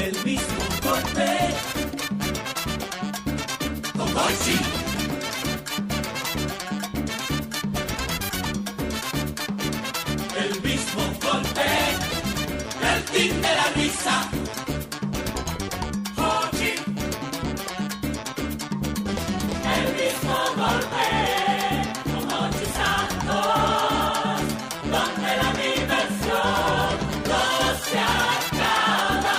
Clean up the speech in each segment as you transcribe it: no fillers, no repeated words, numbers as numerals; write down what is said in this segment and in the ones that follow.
El mismo golpe con Hochi. El mismo golpe, el team de la risa. Hochi. El mismo golpe con Hochi Santos, donde la diversión no se acaba.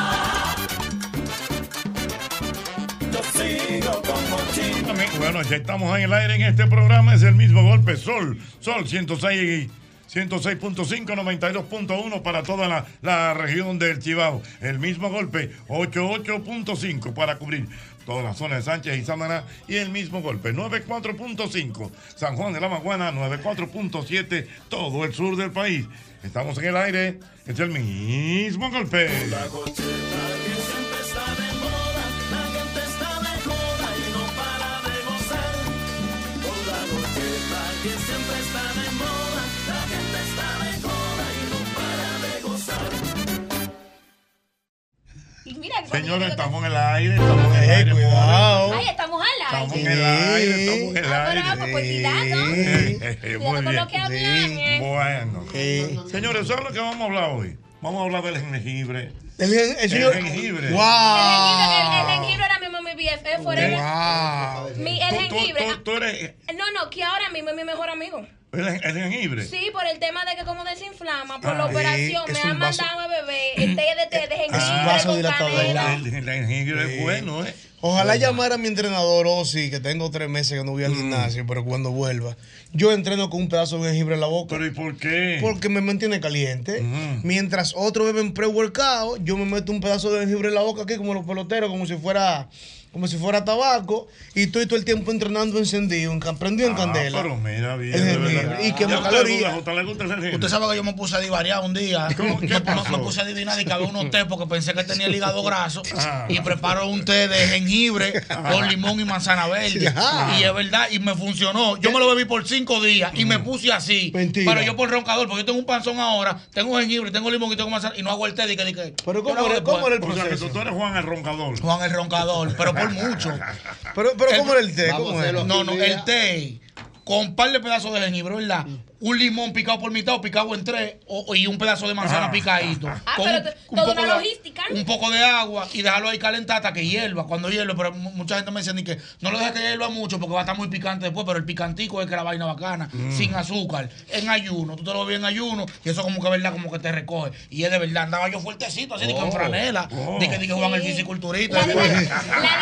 Yo sigo con Hochi. Bueno, ya estamos en el aire en este programa. Es el mismo golpe. Sol 106. 106.5, 92.1 para toda la región del Cibao. El mismo golpe, 88.5 para cubrir toda la zona de Sánchez y Samaná. Y el mismo golpe, 94.5 San Juan de la Maguana, 94.7 todo el sur del país. Estamos en el aire, es el mismo golpe. La gocheta que siempre está de moda, la gente está de joda y no para de gozar. Con la gocheta que siempre está de moda, la gente está de joda y no para de gozar. Y mira, Señores, estamos en el aire, estamos en el aire. Cuidado. Ay, estamos al aire. Estamos en el aire, estamos en el Ah, aire. pero pues cuidado. Muy con lo que bien. hablan. Bueno. Señores, ¿saben lo que vamos a hablar hoy? Vamos a hablar del jengibre. El jengibre. ¡Wow! El jengibre ahora mismo es mi BFF. ¡Wow! El jengibre. Tú eres No, que ahora mismo es mi mejor amigo. el jengibre. Sí, por el tema de que como desinflama, por la Ay, operación, es me un han vaso- mandado a beber té de jengibre vaso con dilatador. canela. El jengibre es bueno, ¿eh? Ojalá llamara a mi entrenador, sí, que tengo 3 meses que no voy al gimnasio, pero cuando vuelva, yo entreno con un pedazo de jengibre en la boca. ¿Pero y por qué? Porque me mantiene caliente. Mientras otros beben pre-workout, yo me meto un pedazo de jengibre en la boca aquí, como los peloteros, como si fuera tabaco, y estoy todo el tiempo entrenando encendido, prendido en candela. Pero mira bien, El de jengibre. verdad. Y quemo ¿Ya calorías. ¿Usted le gusta el jengibre? Usted sabe que yo me puse a divariar un día. ¿Cómo? ¿Qué pasó? Me puse a adivinar y que había unos té porque pensé que tenía el hígado graso. Ah. Y preparo un té de jengibre con limón y manzana verde. Ah. Y es verdad, y me funcionó. Yo me lo bebí por 5 días y me puse así. Mentira. Pero yo por roncador, porque yo tengo un panzón ahora, tengo jengibre, tengo limón y tengo manzana, y no hago el té. Pero yo lo hago ¿cómo era el O sea, que proceso? tú eres Juan el roncador. Juan el roncador, pero por mucho. Pero ¿cómo era el té? Vamos ¿Cómo a era? hacerlo. No, el té con un par de pedazos de jengibre, ¿verdad? Un limón picado por mitad o picado en 3 y un pedazo de manzana picadito. Con pero toda una logística. Un poco de agua y dejarlo ahí calentar hasta que hierva. Cuando hierva, pero mucha gente me dice ni que no lo dejes que hierva mucho porque va a estar muy picante después, pero el picantico es que la vaina bacana, sin azúcar, en ayuno. Tú te lo bebes en ayuno y eso como que verdad, como que te recoge. Y es de verdad, andaba yo fuertecito, así, de con franela, de que Juan el fisiculturista. La dinámica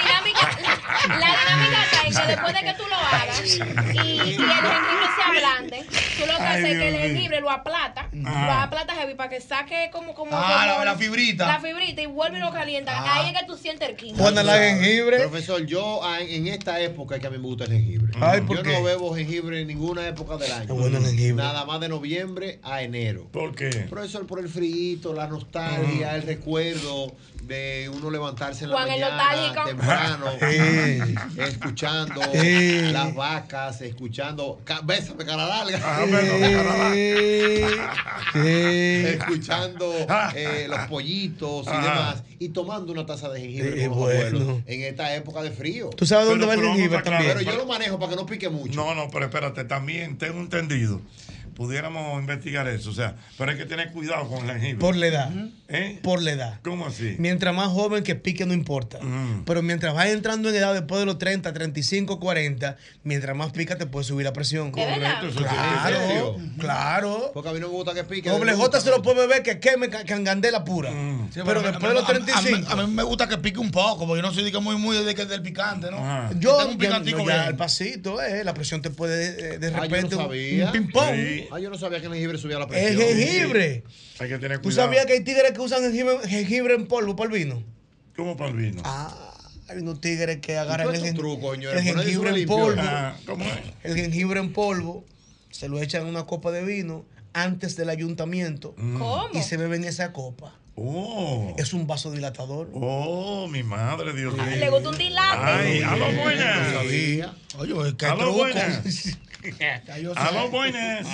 acá es que después de que tú lo hagas y el jengibre se ablande, tú lo que haces es que el jengibre lo aplata heavy para que saque como la fibrita. La fibrita y vuelve y lo calienta. Ahí es que tú sientes el quinto. Juana la jengibre. Profesor, yo en esta época es que a mí me gusta el jengibre. Ay, ¿por yo qué? no bebo jengibre en ninguna época del año. Qué bueno el jengibre. Nada más de noviembre a enero. ¿Por qué? Profesor, por el frío, la nostalgia, el recuerdo de uno levantarse en la Juan el mañana nostálgico. temprano, escuchando las vacas, escuchando bésame cara larga, escuchando los pollitos y demás, y tomando una taza de jengibre con los abuelos en esta época de frío. ¿Tú sabes dónde va el Pero jengibre vamos a aclarar, también? Pero yo lo manejo para que no pique mucho. No, pero espérate, también tengo entendido. Pudiéramos investigar eso, o sea, pero hay que tener cuidado con el jengibre. Por la edad. ¿Eh? Por la edad. ¿Cómo así? Mientras más joven que pique no importa. Pero mientras vas entrando en edad después de los 30, 35, 40, mientras más pica te puede subir la presión. Correcto, eso Claro, claro. Porque a mí no me gusta que pique. Doble J se lo puede beber que queme que engandela pura. Sí, pero después de los 35. A mí me gusta que pique un poco, porque yo no soy de que muy del picante, ¿no? Yo tengo un picantico ya bien. al pasito, la presión te puede de yo repente no sabía. un ping-pong. Sí. Yo no sabía que el jengibre subía la presión. Es jengibre. Hay que tener ¿Tú cuidado. sabías que hay tigres que usan jengibre en polvo para el vino? ¿Cómo para el vino? Hay unos tigres que agarran todos el, esos trucos, señores, el por nadie jengibre se lo en limpió. polvo. ¿Cómo es? El jengibre en polvo, se lo echan en una copa de vino antes del ayuntamiento ¿Cómo? y se beben esa copa. Oh. Es un vasodilatador. Oh, mi madre, Dios mío. Le gusta un dilate. Ay, a lo buenas. Oye, qué A lo truco. buenas. Ya yo sé. A lo buenas.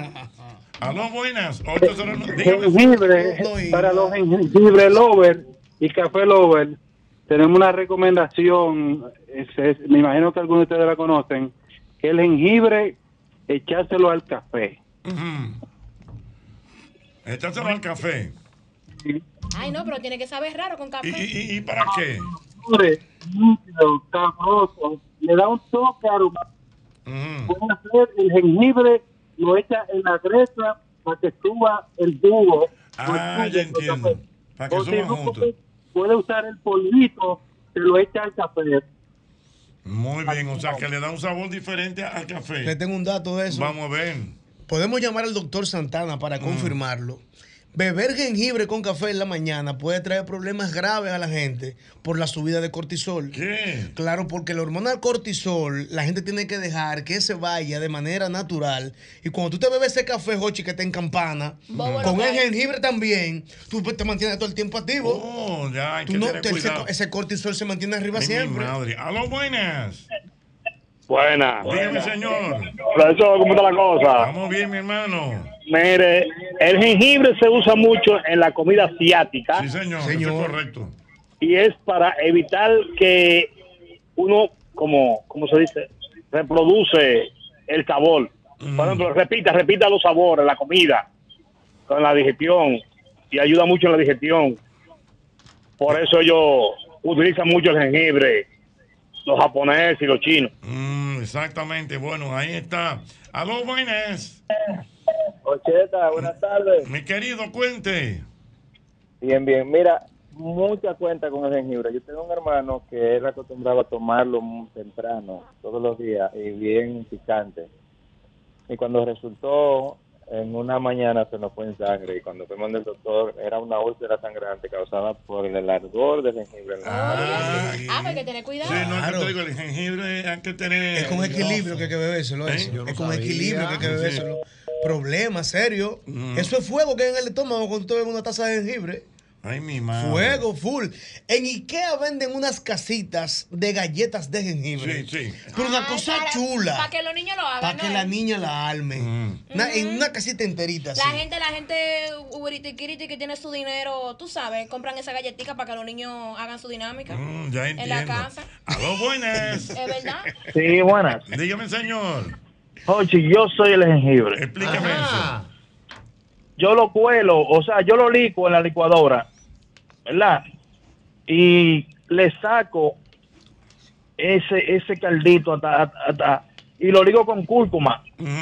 A lo buenas. 809. Dígame. Jengibre, No, y- para los jengibre lover, y Café Lover, tenemos una recomendación, me imagino que algunos de ustedes la conocen, que el jengibre, echárselo al café. Echárselo al café. Ay, no, pero tiene que saber raro con café. ¿Y para qué? Líquido, sabroso, le da un toque aromático. Puede hacer el jengibre, lo echa en la gresa para que suba el jugo. Ya entiendo. Para que suba juntos. Puede usar el polvito, se lo echa al café. Muy bien, o sea que le da un sabor diferente al café. Le tengo un dato de eso. Vamos a ver. Podemos llamar al doctor Santana para confirmarlo. Beber jengibre con café en la mañana puede traer problemas graves a la gente por la subida de cortisol. ¿Qué? Claro, porque la hormona cortisol, la gente tiene que dejar que se vaya de manera natural. Y cuando tú te bebes ese café, Jochi, que te encampana, con el jengibre también, tú te mantienes todo el tiempo activo. Oh, ya, hay que tener cuidado. Ese cortisol se mantiene arriba siempre. Mi madre. Aló, buenas. Buenas. Dígame, señor. Profesor, ¿cómo está la cosa? Estamos bien, mi hermano. Mire, el jengibre se usa mucho en la comida asiática. Sí, señor. Eso es correcto. Y es para evitar que uno, como se dice, reproduce el sabor. Por ejemplo, repita los sabores, la comida, con la digestión. Y ayuda mucho en la digestión. Por eso ellos utilizan mucho el jengibre, los japoneses y los chinos. Exactamente. Bueno, ahí está. Aló, buenas. Ocheta, buenas tardes. Mi querido, cuente. Bien, bien. Mira, mucha cuenta con el jengibre. Yo tengo un hermano que él acostumbraba a tomarlo muy temprano, todos los días, y bien picante. Y cuando resultó, en una mañana se nos fue en sangre. Y cuando fuimos al doctor, era una úlcera sangrante causada por el ardor del jengibre. Hay que tener cuidado. Sí, no, es que te digo, el jengibre hay que tener... Es con equilibrio que hay que bebérselo. Es con equilibrio que hay que bebérselo. Problema serio. Eso es fuego que hay en el estómago cuando tú bebes una taza de jengibre. Ay, mi madre. Fuego, full. En Ikea venden unas casitas de galletas de jengibre. Sí. Pero una cosa chula. Para que los niños lo hagan. Para que la niña la arme. En una casita enterita. La gente ubiritiquiriti que tiene su dinero, tú sabes, compran esa galletita para que los niños hagan su dinámica. Ya entiendo. En la casa. Aló, buenas. ¿Es verdad? Sí, buenas. Dígame, señor. Oye, yo soy el jengibre. Explícame eso. Yo lo cuelo, o sea, yo lo licuo en la licuadora, ¿verdad? Y le saco ese caldito y lo ligo con cúrcuma.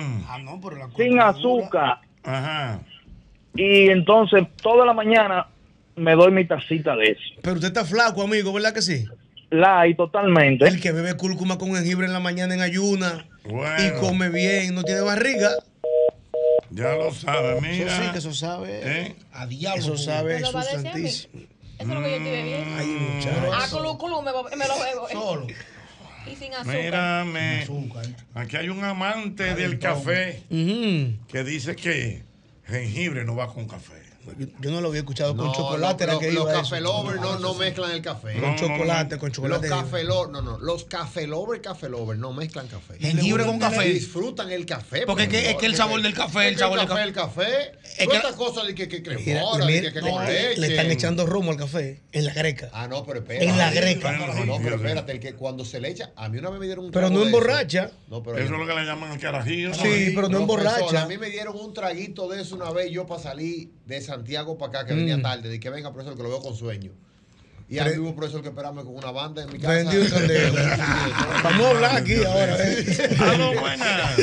Sin azúcar. Ajá. Y entonces, toda la mañana me doy mi tacita de eso. Pero usted está flaco, amigo, ¿verdad que sí? Totalmente. El que bebe cúrcuma con jengibre en la mañana en ayuna y come bien, no tiene barriga. Ya lo sabe, mira. Eso sí, que eso sabe. A diablo. Eso sabe ¿Lo va a Jesús decir a mí? Santísimo. Eso es lo que yo estoy bebiendo. Ay, muchachos. Culu, me lo bebo. Solo. Y sin azúcar. Mírame. Aquí hay un amante del café que dice que jengibre no va con café. Yo no lo había escuchado con chocolate. Los café lovers no mezclan el café. Con chocolate. Los café lovers, los café lovers no mezclan café. Jengibre con café. Disfrutan el café. Porque es que el sabor del café, el café. Es que esta cosa de que cremora, de que con leche. Le están echando romo al café en la greca. No, pero espérate. En la greca. No, pero espérate, el que cuando se le echa, a mí una vez me dieron un pero no emborracha. No, pero eso es lo que le llaman el carajillo. Sí, pero no emborracha. A mí me dieron un traguito de eso una vez yo para salir de Santiago para acá, que venía tarde, de que venga profesor, que lo veo con sueño. Y al mismo profesor que esperarme con una banda en mi casa. Vamos a hablar aquí ahora. Aló, buenas.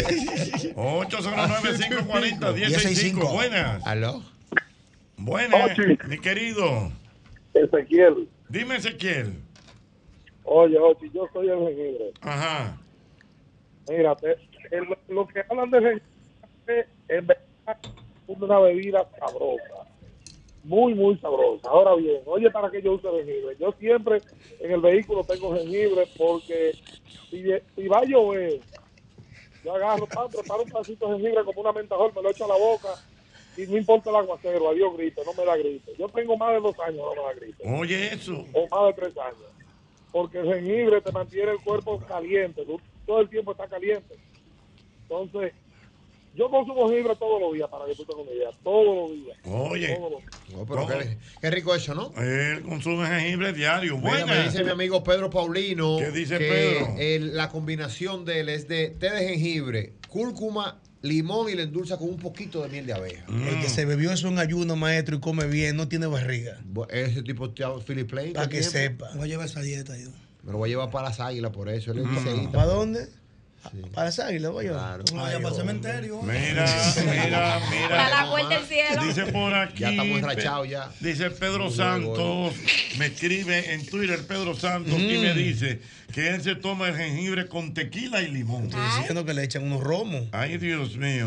809-540-165. Buenas. Aló. Buenas, mi querido. Ezequiel. Dime, Ezequiel. Oye, yo soy el jengibre. Ajá. Mírate, lo que hablan de jengibre es una bebida sabrosa. Muy, muy sabrosa. Ahora bien, oye, ¿para qué yo uso jengibre? Yo siempre en el vehículo tengo jengibre porque si va a llover, yo agarro, preparo un pedacito de jengibre como una mentajol, me lo echo a la boca y no importa el aguacero, adiós grito, no me da grito. Yo tengo más de 2 años, no me da grito. Oye, eso. O más de 3 años. Porque el jengibre te mantiene el cuerpo caliente, todo el tiempo está caliente. Entonces, Yo consumo jengibre todos los días, para que tú tengas una idea. Todos los días. Oye. Todos los días. No, pero qué rico eso, ¿no? Él consume jengibre diario. Mira, me dice mi amigo Pedro Paulino. ¿Qué dice que Pedro? la combinación de él es de té de jengibre, cúrcuma, limón y le endulza con un poquito de miel de abeja. El que se bebió eso en ayuno, maestro, y come bien, no tiene barriga. Ese tipo de Philip Plain. Para que sepa. Voy a llevar esa dieta yo. Me lo voy a llevar para las águilas, por eso. Él es liceísta. ¿Para dónde? Para las águilas, voy a llevar. Vaya para el cementerio. Mira. Para la puerta del cielo. Dice por aquí. Ya estamos enrachados ya. Dice Pedro Santos, me escribe en Twitter Pedro Santos y me dice que él se toma el jengibre con tequila y limón. Estoy diciendo que le echan unos romos. Ay, Dios mío.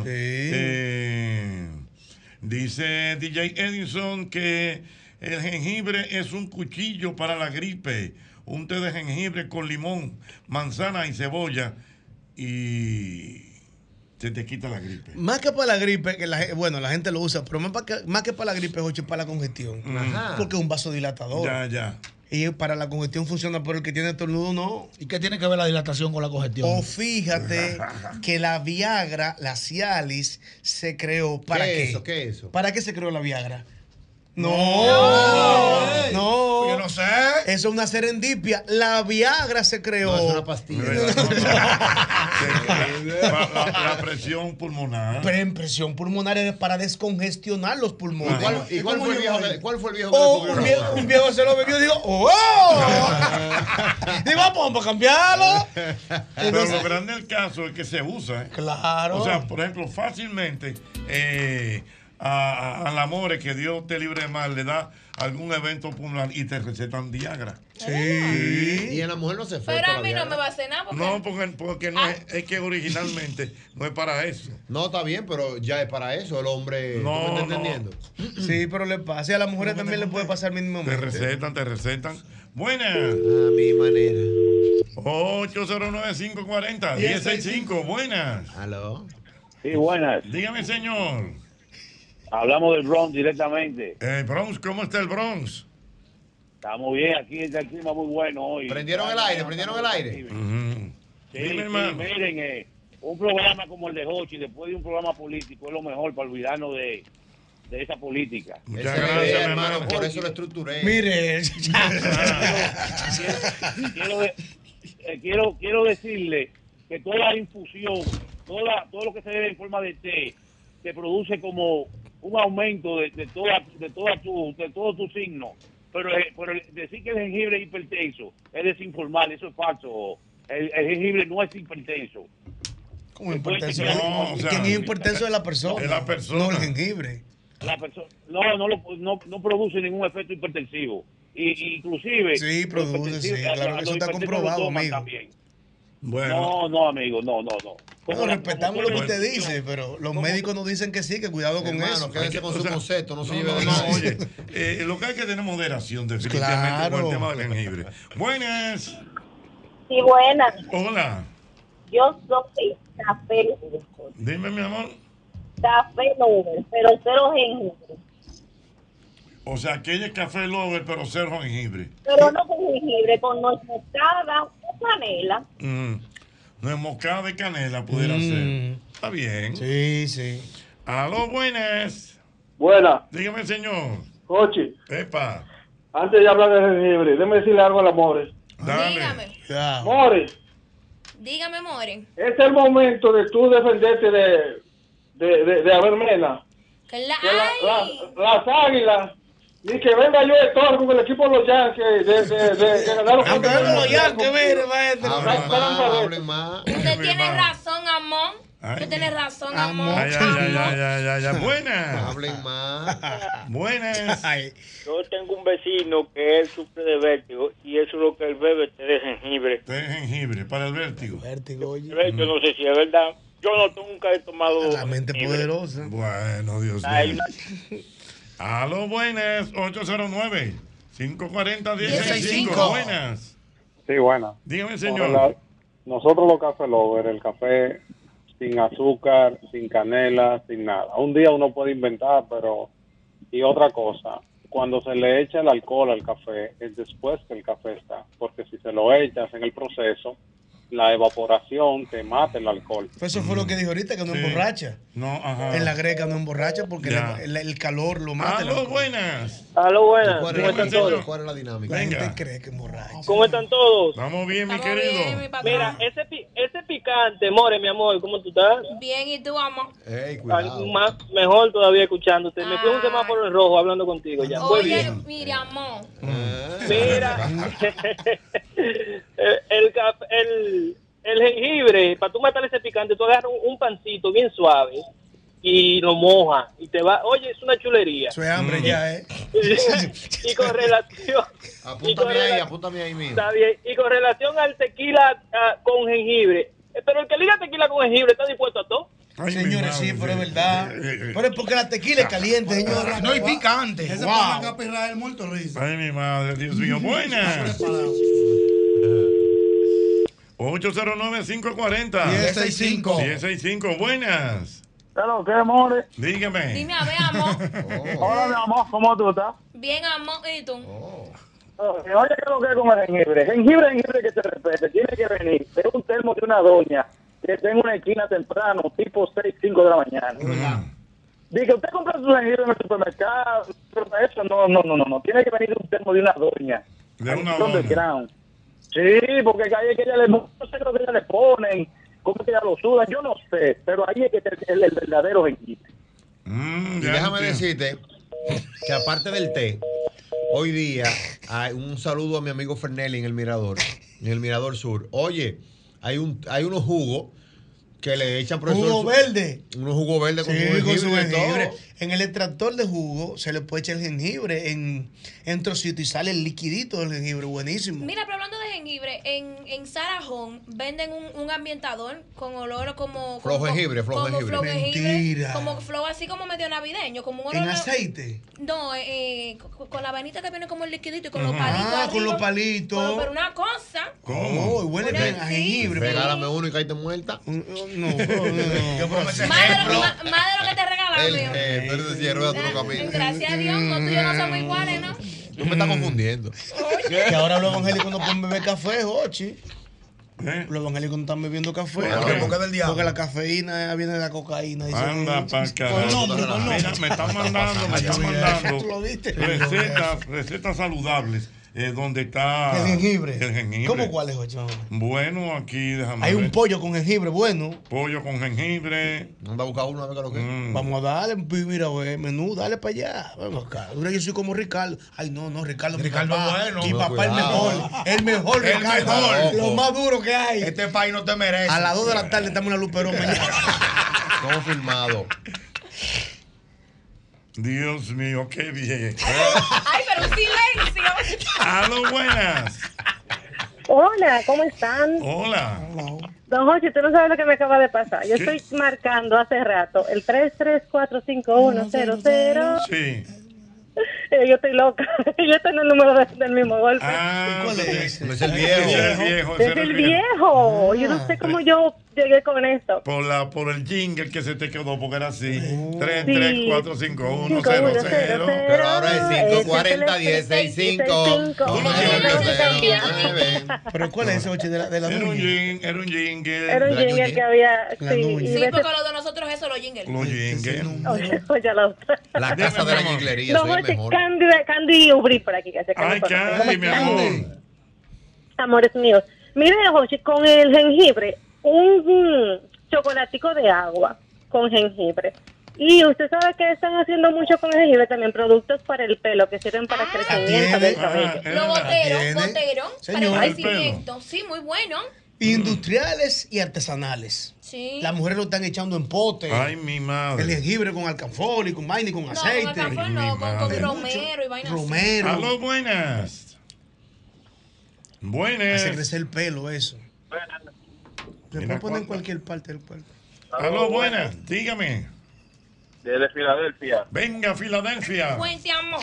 Dice DJ Edison que el jengibre es un cuchillo para la gripe. Un té de jengibre con limón, manzana y cebolla y se te quita la gripe. Más que para la gripe, que la gente lo usa, pero más que para la gripe, Jochi, es para la congestión. Ajá. Porque es un vasodilatador. Ya. Y para la congestión funciona, pero el que tiene estornudo no. ¿Y qué tiene que ver la dilatación con la congestión? O fíjate que la Viagra, la Cialis, se creó ¿para qué? ¿Qué es eso? ¿Para qué se creó la Viagra? No. Yo no sé. Eso es una serendipia. La Viagra se creó. No, es una pastilla. La presión pulmonar. Pero en presión pulmonar es para descongestionar los pulmones. ¿Y cuál fue el viejo que Un viejo se lo bebió y dijo, ¡oh! Digo, vamos a cambiarlo. Pero lo grande del caso es que se usa. Claro. O sea, por ejemplo, fácilmente al amor que Dios te libre de mal, le da algún evento pulmonar y te recetan Viagra. Sí. Y en la mujer no se fue. Pero a mí no me va a cenar. No, porque no es que originalmente no es para eso. No, está bien, pero ya es para eso. El hombre. No, ¿tú me estás entendiendo? Sí, pero le pasa. Y a las mujeres también le puede pasar mínimamente. Te recetan. Buenas. A mi manera. 809-540-1065. Buenas. Aló. Sí, buenas. Dígame, señor. Hablamos del Bronx directamente. Bronx, ¿cómo está el Bronx? Estamos bien, aquí está el clima muy bueno hoy. ¿Prendieron el aire? Sí, Dime, hermano. Miren, un programa como el de Hochi, después de un programa político, es lo mejor para olvidarnos de esa política. Muchas gracias, hermano, por eso lo estructuré. Mire. Quiero decirle que toda la infusión, todo lo que se debe en forma de té, se produce como un aumento de todo tu signo. Pero decir que el jengibre es hipertenso es desinformar, eso es falso. El jengibre no es hipertenso. ¿Cómo hipertenso? No, o sea, ¿quién es hipertenso de la persona? Es la persona. No el jengibre. La persona no produce ningún efecto hipertensivo. Inclusive. Sí, produce, sí. Claro que eso está comprobado, amigo. También. Bueno. No, amigo, no. Bueno, respetamos lo que usted dice, pero los médicos nos dicen que sí, que cuidado con eso. Quédese con su concepto, no se lleve de No, nada. oye, lo que hay que tener moderación definitivamente con el tema del jengibre. Buenas. Sí, buenas. Hola. Yo soy café Lover. Dime, mi amor. Café Lover, pero cero jengibre. O sea, que ella es café lover, pero cero jengibre. Pero no con jengibre, con nuez moscada o canela. No es moscada de canela, pudiera ser. Está bien. Sí. Aló, buenas. Buenas. Dígame, señor. Jochi, Epa. antes de hablar de jengibre, déjame decirle algo a la More. Dale. Dígame. More, Dígame, More. es el momento de tú defenderte de Abermena. Que Que las águilas, ni que venga yo de todo con el equipo de los Yankees de ganar los los Yankees, mire, maestro. Hablen más. Usted tiene razón, amor. Usted tiene razón, amor. Ya. Buenas. Hablen más. Buenas. Yo tengo un vecino que él sufre de vértigo y eso es lo que él bebe, té de jengibre. Té de jengibre para el vértigo. Yo no sé si es verdad. Yo nunca he tomado. La mente poderosa. Bueno, Dios mío. Aló, buenas. 809-540-1065. Buenas. Sí, buenas. Dígame, señor. Nosotros los café lovers, el café sin azúcar, sin canela, sin nada. Un día uno puede inventar, pero... Y otra cosa, cuando se le echa el alcohol al café, es después que el café está. Porque si se lo echas en el proceso, la evaporación te mata el alcohol. Pues eso fue lo que dijo ahorita, que no emborracha. No, ajá. En la greca no emborracha porque el calor lo mata. Aló, buenas. Aló, buenas. ¿Cuál ¿Cómo están es todos? ¿Cuál es la dinámica? La Venga. gente cree que emborracha. ¿Cómo están todos? Estamos bien, mi Estamos querido. bien, mi patrón. Mira, ese picante, More, mi amor, ¿cómo tú estás? Bien, ¿y tú, amor? Ey, cuidado. Mejor todavía escuchándote. Me fui un semáforo en rojo hablando contigo ya. Muy Oye, bien. mira, amor. Mira, el jengibre, para tú matar ese picante, tú agarras un pancito bien suave y lo mojas y te va. Oye, es una chulería. Eso es hambre ya, Y con relación. Apúntame ahí, mío. Está bien. Y con relación al tequila con jengibre. Pero el que liga tequila con jengibre está dispuesto a todo. Ay, Señores, sí, pero es verdad. Pero es porque la tequila es caliente, señor. No, y picante. Ese Wow. fue acá perra el muerto risa. Ay, mi madre, Dios mío. Buenas. 809-540. 1065. 1065, buenas. Pero, ¿qué, more? Dígame. Dime a ver, amor. Hola, mi amor, ¿cómo tú estás? Bien, amor, ¿y tú? Oye, ¿qué es lo que es con el jengibre? Jengibre que se respete. Tiene que venir de un termo de una doña que esté en una esquina temprano, tipo 6, 5 de la mañana. Dice, usted compra su jengibre en el supermercado, pero eso no. Tiene que venir de un termo de una doña. De una Son del doña. Crown. Sí, porque ahí es que ella le, no sé lo que ella le ponen, cómo que ella lo sudan, yo no sé, pero ahí es que es el verdadero jengibre. Y déjame decirte que aparte del té, hoy día hay un saludo a mi amigo Fernelli en el Mirador Sur. Oye, hay unos jugos que le echan Jugo verde. Unos jugos verdes con Sí, jengibre con su y todo. jengibre. En el extractor de jugo se le puede echar el jengibre en trocitos y sale el liquidito del jengibre, buenísimo. Mira, pero hablando de jengibre, en Sarajón venden un ambientador con olor como... Flow como- jengibre, flow como jengibre. flow jengibre, Mentira. como flow así como medio navideño, como un olor... ¿En aceite? No, con la vainita que viene como el liquidito y con los palitos Ah, con arriba. los palitos. Pero una cosa... ¿Cómo? Huele Una- bien a jengibre. Regálame uno y caíte muerta. No. Más de lo que te regalan, mío. Pero ese cierre de otro camino. Gracias a Dios, no, tú y yo no somos iguales, ¿no? Tú me estás confundiendo. Que ahora los evangélicos no pueden beber café, Jochi. Los evangélicos no están bebiendo café. Porque es del diablo. Porque la cafeína viene de la cocaína. dice. Anda pa'l carajo. Mira, me están mandando ¿Tú lo viste? recetas saludables. Donde está El jengibre. el jengibre. ¿Cómo cuál es, Jochi? Bueno, aquí déjame Hay ver. un pollo con jengibre bueno. Pollo con jengibre. Anda a buscar uno a ver qué es lo que es. Vamos a darle, mira, güey, menú, dale para allá. Vamos acá. Mira, yo soy como Ricardo. Ay, no, Ricardo. Ricardo mi papá. es bueno. Mi No, papá cuidado. el mejor. El Ricardo. mejor. Lo más duro que hay. Este país no te merece. A las 2 de la tarde estamos en la Luperón mañana. Confirmado. Dios mío, qué bien. Ay, pero un silencio. Aló, buenas. Hola, ¿cómo están? Hola. Don Jorge, tú no sabes lo que me acaba de pasar. Yo estoy marcando hace rato el 3345100. Sí. Yo estoy loca. Yo estoy en el número del mismo golpe. ¿Cuál es ese? Es el viejo. Ese es el viejo. ese Es era el viejo. Yo no sé cómo yo llegué con esto. Por el jingle que se te quedó, porque era así. 3, Sí. 3, 4, 5, 1, 0, 0. Pero ahora es 540 1065. ¿Pero cuál es ese, Jochi? De la Era un Nuñez. era un jingle. Era un jingle que había. La Sí, Nuñez. y Sí, veces- porque lo de nosotros eso lo jingles. Los jingles. Oye, la otra. La casa de la jinglería, No, soy el Jorge, mejor. Candy Ubrí por aquí. Que se Ay, por aquí. Candy, mi amor. Amores míos. Mire, Jorge, con el jengibre, un chocolatico de agua con jengibre. Y usted sabe que están haciendo mucho con el jengibre también productos para el pelo que sirven para crecimiento del cabello. Los boteros, ¿Atiende? boteros, para Señor, el el pelo. crecimiento. Sí, muy bueno. Industriales y artesanales. Sí. Las mujeres lo están echando en pote. Ay, mi El madre. jengibre con alcanfor y con vaina y con No, aceite. con alcanfor no, con romero y vaina así. Romero. Aló, buenas. Buenas. Hace crecer el pelo, eso. Se Mira puede poner en cuánto. cualquier parte del cuerpo. Aló, buenas. Dígame. Desde Filadelfia. Venga, Filadelfia. Cuente, amor.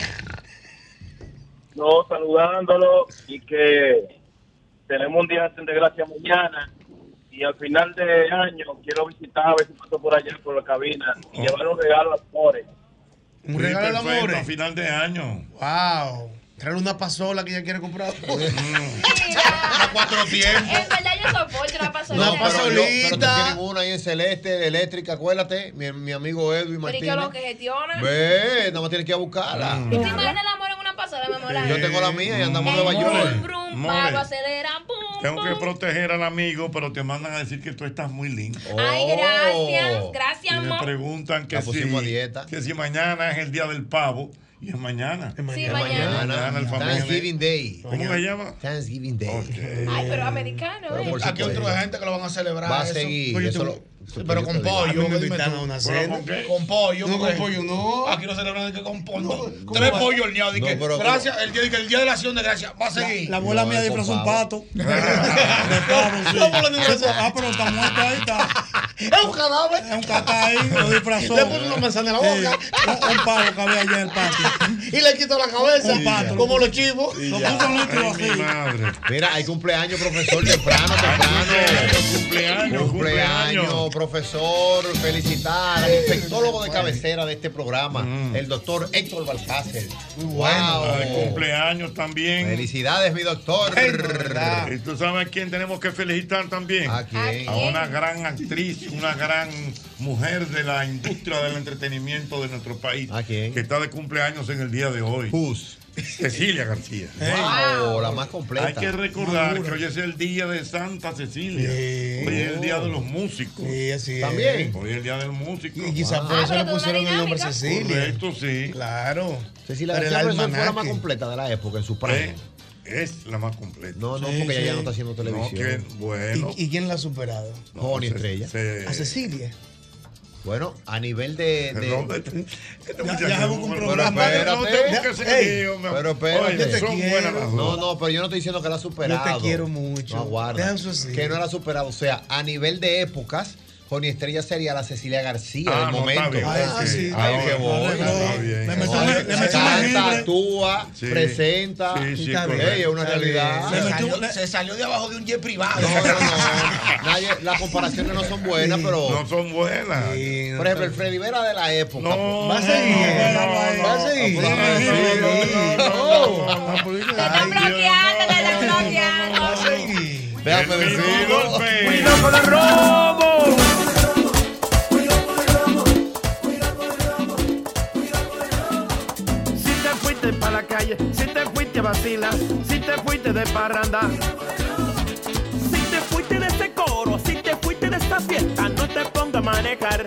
No, saludándolo y que tenemos un día de acción de gracia mañana y al final de año quiero visitar a ver si paso por allá por la cabina y llevar un regalo a Amores. Un regalo de Perfecto, amores. a final de año. Wow. Traer una pasola que ella quiere comprar. A 4 tiempos. En verdad eso, Pocho, una pasolita. No, pero tú tienes una ahí en celeste, eléctrica, acuérdate. Mi amigo Edwin Pero ¿y qué Martínez. es lo que gestiona? Ve, nada más tienes que ir a buscarla. ¿Y te imaginas el amor en una pasola, mi amor? Yo tengo la mía y andamos en Nueva York. Palo, acelera, pum. Tengo que proteger al amigo, pero te mandan a decir que tú estás muy lindo. Ay, gracias. Gracias, Y me amor. preguntan que La pusimos a dieta. que si mañana es el día del pavo. Y es mañana. Sí, mañana. Mañana el familia. Thanksgiving Day. ¿Cómo se llama? Thanksgiving Day. Ay, pero americano, Pero por Aquí hay otra gente que lo van a celebrar. Va a eso. seguir. Oye, eso tú- lo- pero con pollo. me dime invitan tú. a una ¿Pero cena. con qué? Con pollo. No, porque con pollo no. Aquí no celebran de que con pollo. 3 pollos horneados. No, pero- Gracias. El día de la acción de gracias. Va a seguir. La abuela mía disfrazó un pato. De pavo, sí. ¿Cómo lo disfrazó? Pero está muerta ahí, está. Es un cadáver. Es un cata ahí, lo disfrazó. Le puso una manzana en la boca. Un pavo que había allá en el patio. Y le quitó la cabeza. Un pato. Como los chivos. Lo puso líquido así. Mira, hay cumpleaños, profesor, temprano. Cumpleaños, profesor. Felicitar al infectólogo de cabecera de este programa, el doctor Héctor Balcácer. Wow. Cumpleaños también. Felicidades, mi doctor. ¿Y tú sabes a quién tenemos que felicitar también? ¿A quién? A una gran actriz, una gran mujer de la industria del entretenimiento de nuestro país. ¿A quién? Que está de cumpleaños en el día de hoy. Who's? Cecilia García. Wow, la más completa. Hay que recordar que hoy es el día de Santa Cecilia. Hoy es el día de los músicos. Sí, así es. También. Hoy es el día del músico. Y quizás por eso le pusieron el nombre Cecilia. Correcto, sí. Claro. Cecilia Pero García el fue la más almanaque. completa de la época en su prime. Es la más completa. No, Sí, porque ella ya sí. no está haciendo televisión. No, que bueno. ¿Y quién la ha superado? Joni Estrella. A Cecilia. Bueno, a nivel de. Ya se busca un programa. Pero espérate. Son buenas las dos. No, pero yo no estoy diciendo que la ha superado. Yo te quiero mucho. No, aguarda. Deja eso así. Que no la ha superado. O sea, a nivel de épocas, Joni Estrella sería la Cecilia García del no, momento. está bien. Ah, sí. Ahí que voy. Está bien. Le metió Canta, actúa, Sí. presenta. Sí, sí, Está bien. correcto. Ey, es una realidad. Se salió de abajo de un jet privado. No. Las comparaciones no son buenas, pero. No son buenas. Por ejemplo, el Freddy Vera de la época. No. Va a seguir. Va a seguir. Te están bloqueando, te están bloqueando. Va a seguir. Déjame decirlo. Cuidado con el robo. Si te fuiste para la calle, si te fuiste a vacilar, si te fuiste de parranda, si te fuiste de ese coro, si te fuiste de esta fiesta, no te pongas a manejar.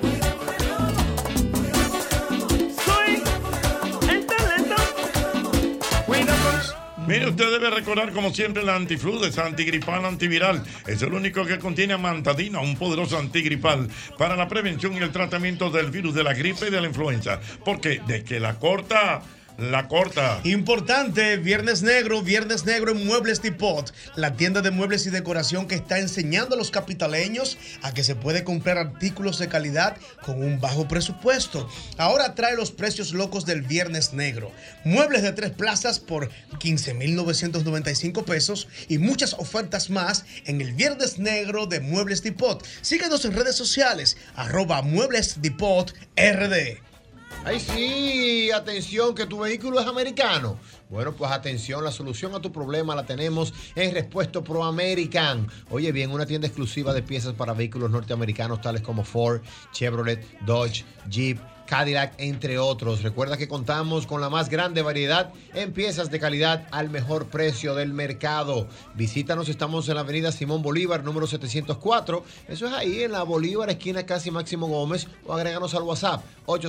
Soy el talento. Cuidado con el Mire, usted debe recordar como siempre la antifludes, antigripal, antiviral. Es el único que contiene amantadina, un poderoso antigripal para la prevención y el tratamiento del virus de la gripe y de la influenza. Porque de que la corta. Importante, Viernes Negro en Muebles Depot, la tienda de muebles y decoración que está enseñando a los capitaleños a que se puede comprar artículos de calidad con un bajo presupuesto. Ahora trae los precios locos del Viernes Negro. Muebles de 3 plazas por 15,995 pesos y muchas ofertas más en el Viernes Negro de Muebles Depot. Síguenos en redes sociales, @Muebles Depot RD. Ay, sí, atención, que tu vehículo es americano. Bueno, pues atención, la solución a tu problema la tenemos en Repuesto Pro American. Oye bien, una tienda exclusiva de piezas para vehículos norteamericanos tales como Ford, Chevrolet, Dodge, Jeep, Cadillac, entre otros. Recuerda que contamos con la más grande variedad en piezas de calidad al mejor precio del mercado. Visítanos, estamos en la avenida Simón Bolívar, número 704. Eso es ahí en la Bolívar, esquina casi Máximo Gómez, o agréganos al WhatsApp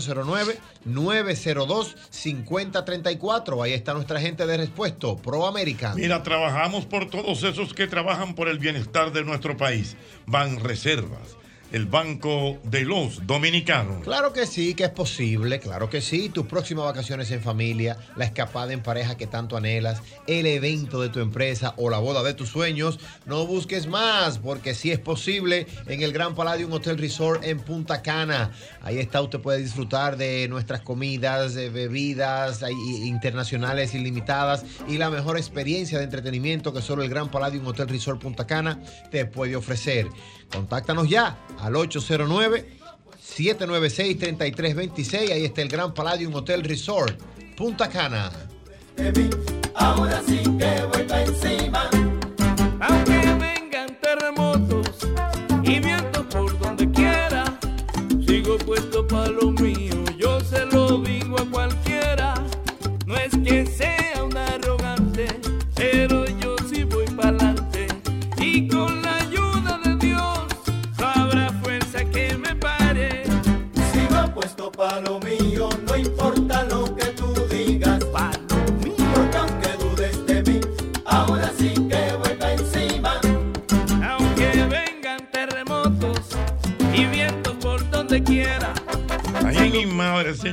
809-902-5034. Ahí está nuestra gente de Repuesto Pro American. Mira, trabajamos por todos esos que trabajan por el bienestar de nuestro país. Banreservas, el banco de los dominicanos. Claro que sí, que es posible, claro que sí. Tus próximas vacaciones en familia, la escapada en pareja que tanto anhelas, el evento de tu empresa o la boda de tus sueños, no busques más, porque sí es posible en el Gran Palladium Hotel Resort en Punta Cana. Ahí está, usted puede disfrutar de nuestras comidas, de bebidas internacionales ilimitadas y la mejor experiencia de entretenimiento que solo el Gran Palladium Hotel Resort Punta Cana te puede ofrecer. Contáctanos ya al 809-796-3326. Ahí está el Gran Palladium Hotel Resort Punta Cana. Ahora sí que voy pa' encima. Aunque vengan terremotos.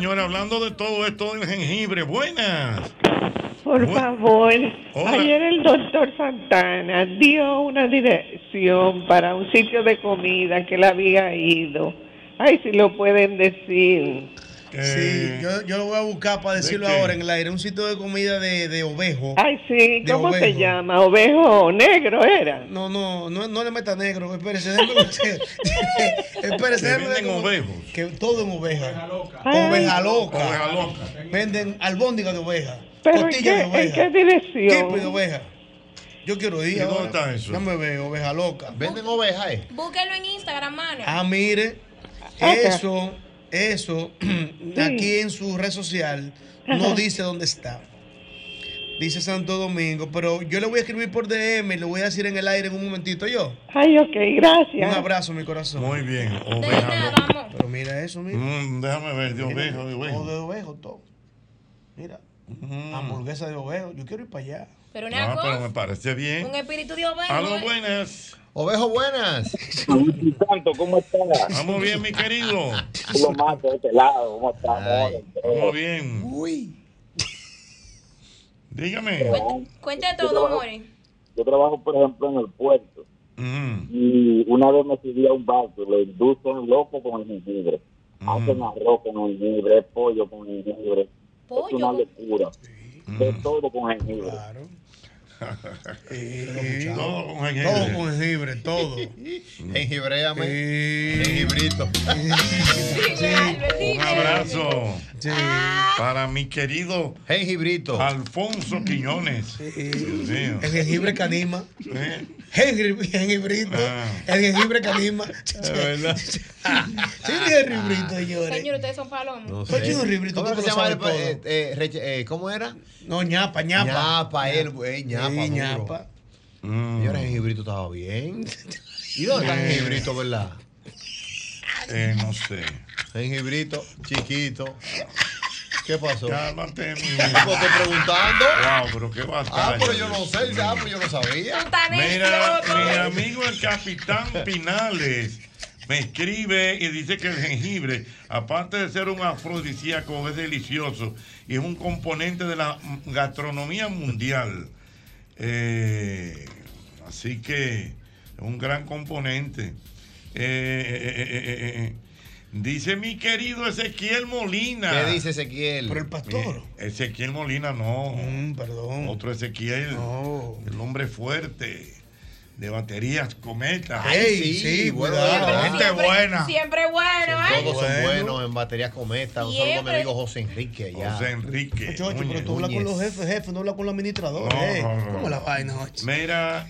señores, hablando de todo esto del jengibre. Buenas. Por favor, Hola. ayer el doctor Santana dio una dirección para un sitio de comida que él había ido. Ay, si lo pueden decir. Sí, yo lo voy a buscar para decirlo qué? ahora en el aire. Un sitio de comida de ovejo. Ay, sí, De ¿cómo se ovejo. llama? Ovejo negro era. No le meta negro, espérese, déjame espérese, Que déjame ver venden cómo- ovejos. Que todo en oveja. Ay. Oveja loca. Oveja loca. Venden albóndiga de oveja. Pero ¿en costillas de qué, oveja. en qué dirección? Kipe de oveja. Yo quiero ir ¿Y dónde ahora. está eso? No me veo, oveja loca. Venden ovejas, Búsquelo en Instagram, mano. Ah, mire, eso, aquí en su red social no Ajá. dice dónde está. Dice Santo Domingo, pero yo le voy a escribir por DM y le voy a decir en el aire en un momentito yo. Ay, ok, gracias. Un abrazo, mi corazón. Muy bien. Oveja loca. Pero mira eso, mira. Déjame ver, de Mira, oveja, de oveja. todo de ovejo, todo. Mira, hamburguesa de ovejo. Yo quiero ir para allá. Pero una Ah, pero cosa, me parece bien. un espíritu de ovejo. Aló, ¿eh? buenas. Ovejo, buenas. Santo, ¿cómo estás? Vamos bien, mi querido. Lo mato de este lado, ¿cómo estás? Vamos bien. Uy. Dígame. Cuente todo, More. Yo trabajo, por ejemplo, en el puerto. Y una vez me subí a un barco y lo inducen loco con el jengibre. Hacen arroz con jengibre, pollo con jengibre. Es una locura. De todo con jengibre. Todo con jengibre. Todo con jengibre, todo. Jengibréame. Jengibrito. Un abrazo para mi querido jengibrito Alfonso Quiñones. Dios mío. El jengibre que anima. ¿Eh? Jengibrito. El jengibre que anima. verdad. Sí, el jengibrito, señores. Señor, ustedes son palomos. No Pues sé. yo, jengibrito, ¿Cómo tú se lo llama? sabes todo. ¿Cómo era? No, ñapa. Ñapa, él, güey, ñapa. Sí, duro. ñapa. Señores, el jengibrito estaba bien. ¿Y dónde está el jengibrito, verdad? No sé. Jengibrito, chiquito. ¿Qué pasó? Cálmate, mi. ¿Cómo estoy preguntando? Wow, pero qué batalla. Ah, pero yo no sé, pero yo no sabía. Mira, mi amigo el capitán Pinales me escribe y dice que el jengibre, aparte de ser un afrodisíaco, es delicioso y es un componente de la gastronomía mundial. Así que es un gran componente. Dice mi querido Ezequiel Molina. ¿Qué dice Ezequiel? Pero el pastor. Ezequiel Molina, no. Perdón. Otro Ezequiel. No. El hombre fuerte. De baterías Cometa. Ay, sí, bueno. Gente buena. Siempre bueno, ¿eh? Todos son buenos en baterías Cometa. Un saludo a mi Siempre. amigo José Enrique allá. José Enrique. Chocho, pero tú hablas con los jefes, no hablas con los administradores. No. ¿Cómo la vaina, Jocho? Mira,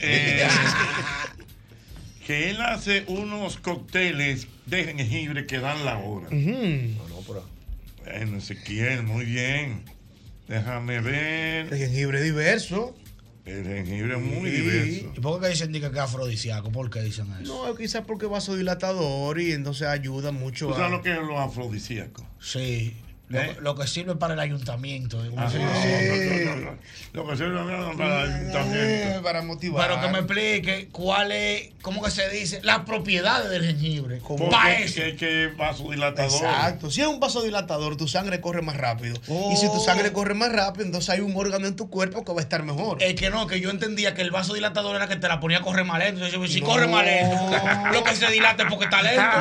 que él hace unos cócteles de jengibre que dan la hora. Bueno, Ezequiel, muy bien. Déjame ver. El jengibre es diverso. El jengibre es muy diverso. ¿Y por qué dicen que es afrodisíaco? ¿Por qué dicen eso? No, quizás porque vasodilatador y entonces ayuda mucho ¿Tú a... sabes lo que es lo afrodisíaco? Sí. Lo que sirve para el ayuntamiento. ¿Cómo Ah, se no, dice? no. Lo que sirve para el ayuntamiento. Para motivar. Pero que me explique cuál es, ¿cómo que se dice? Las propiedades del jengibre. Porque Para eso. que vasodilatador. Exacto. Si es un vasodilatador, tu sangre corre más rápido. Y si tu sangre corre más rápido, entonces hay un órgano en tu cuerpo que va a estar mejor. Es que no, que yo entendía que el vasodilatador era que te la ponía a correr más lento. Entonces, si corre más lento, lo que se dilata es porque está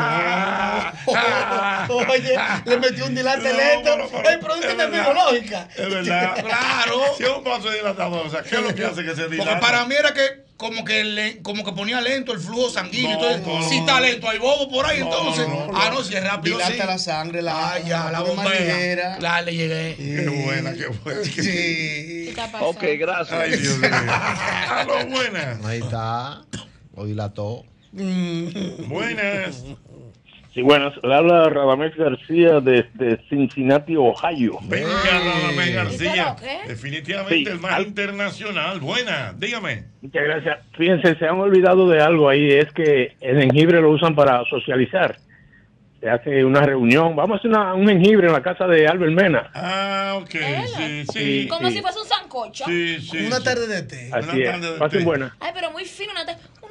lento. Oye, le metió un dilate lento. Pero es terminológica. Es verdad. Claro. Si es un vasodilatador, o sea, ¿qué es lo que hace que se dilate? Porque para mí era que como que ponía lento el flujo sanguíneo. No, Entonces, no, si está lento, hay bobo por ahí. No, entonces, no, no, si es rápido. Dilata sí. la sangre, la bombera. La le llegué. Qué buena, qué buena. Sí. Ok, gracias. Ay, Dios mío. Aló, buenas. Ahí está. Lo dilató. Buenas. Sí, buenas. Le habla Radamés García desde Cincinnati, Ohio. Venga, Radamés García. ¿Qué? Definitivamente Sí. el más internacional. Buena, dígame. Muchas gracias. Fíjense, se han olvidado de algo ahí, es que el jengibre lo usan para socializar. Se hace una reunión, vamos a hacer un jengibre en la casa de Albert Mena. Ah, ok, sí, sí. Como sí. si fuese un sancocho. Sí, sí. Una sí. tarde de té. Así Una es. tarde de Pasen té. buena. Ay, pero muy fino. Una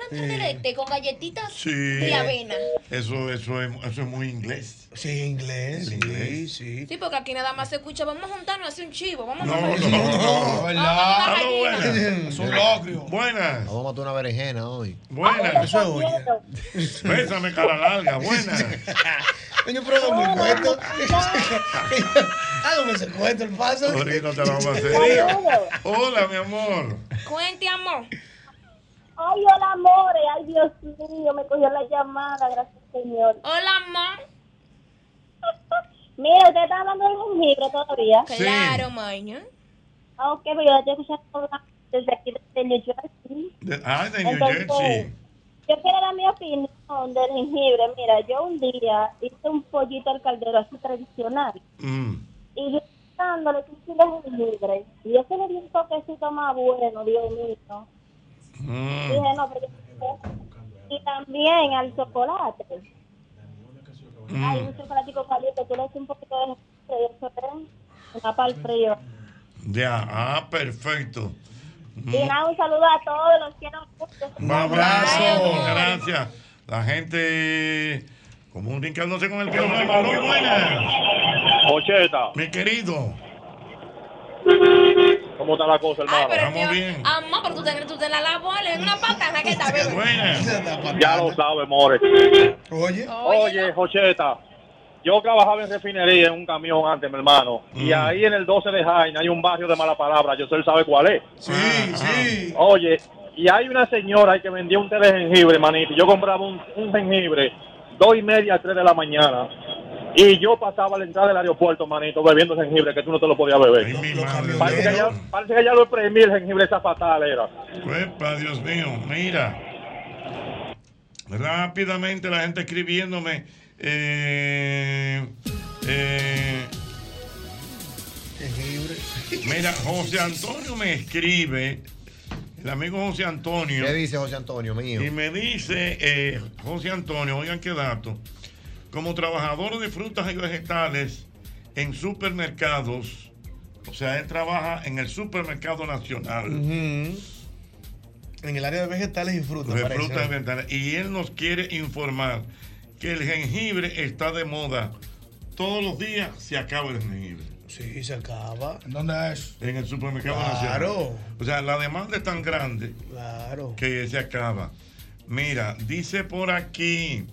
tarde de té con galletitas Sí. de avena. Eso es muy inglés. Sí, inglés. El inglés. Sí. Sí, porque aquí nada más se escucha, vamos a juntarnos a hacer un chivo, vamos a No, hacer no, ¿verdad? Aló, buenas. Es un locrio. Buenas. Vamos a matar una berenjena hoy. Buenas. Eso es olla. Bésame, cara larga. Buenas. Coño, pero dame un cuento. Hágame ese cuento, el paso. Ahorita te lo vamos a hacer. Hola, mi amor. Cuente, amor. Ay, hola, amores. Ay, Dios mío, me cogió la llamada. Gracias, Señor. Hola, amor. Mira, ¿usted está hablando del jengibre todavía? Claro, maña. Ok, pero yo la estoy escuchando desde aquí, desde New Jersey. De New Entonces, Jersey. Yo quiero dar mi opinión del jengibre. Mira, yo un día hice un pollito al caldero así tradicional. Y yo dándole un kilo de jengibre. Y eso le dio un toquecito más bueno, Dios mío. Dije, no, pero y también al chocolate. Hay un chocolatico caliente, tú le echas un poquito de jengibre y eso es una para el frío. Ya, perfecto. Y nada, un saludo a todos, los quiero mucho. Un abrazo, gracias. La gente comunicándose con el programa. Muy buenas. Ocheta. Mi querido. ¿Cómo está la cosa, hermano? Estamos bien. Amor, pero tú te la lavas en una patana que está bebé. Ya lo sabe, more. Oye, Jocheta. Yo trabajaba en refinería en un camión antes, mi hermano. Y ahí en el 12 de Jaina hay un barrio de mala palabra. Yo sé, él sabe cuál es. Sí. Oye, y hay una señora ahí que vendía un té de jengibre, manito. Yo compraba un jengibre 2:30 a 3 de la mañana. Y yo pasaba a la entrada del aeropuerto, manito, bebiendo jengibre, que tú no te lo podías beber. Parece que allá lo exprimí el jengibre, esa fatal era. Epa, Dios mío, mira. Rápidamente la gente escribiéndome. Mira, José Antonio me escribe. El amigo José Antonio. ¿Qué dice José Antonio, mío? Y me dice, José Antonio, oigan qué dato. Como trabajador de frutas y vegetales en supermercados, o sea, él trabaja en el supermercado nacional. En el área de vegetales y frutas. De frutas y vegetales. Y él nos quiere informar que el jengibre está de moda. Todos los días se acaba el jengibre. Sí, se acaba. ¿En dónde es? En el supermercado Claro. nacional. O sea, la demanda es tan grande que se acaba. Mira, dice por aquí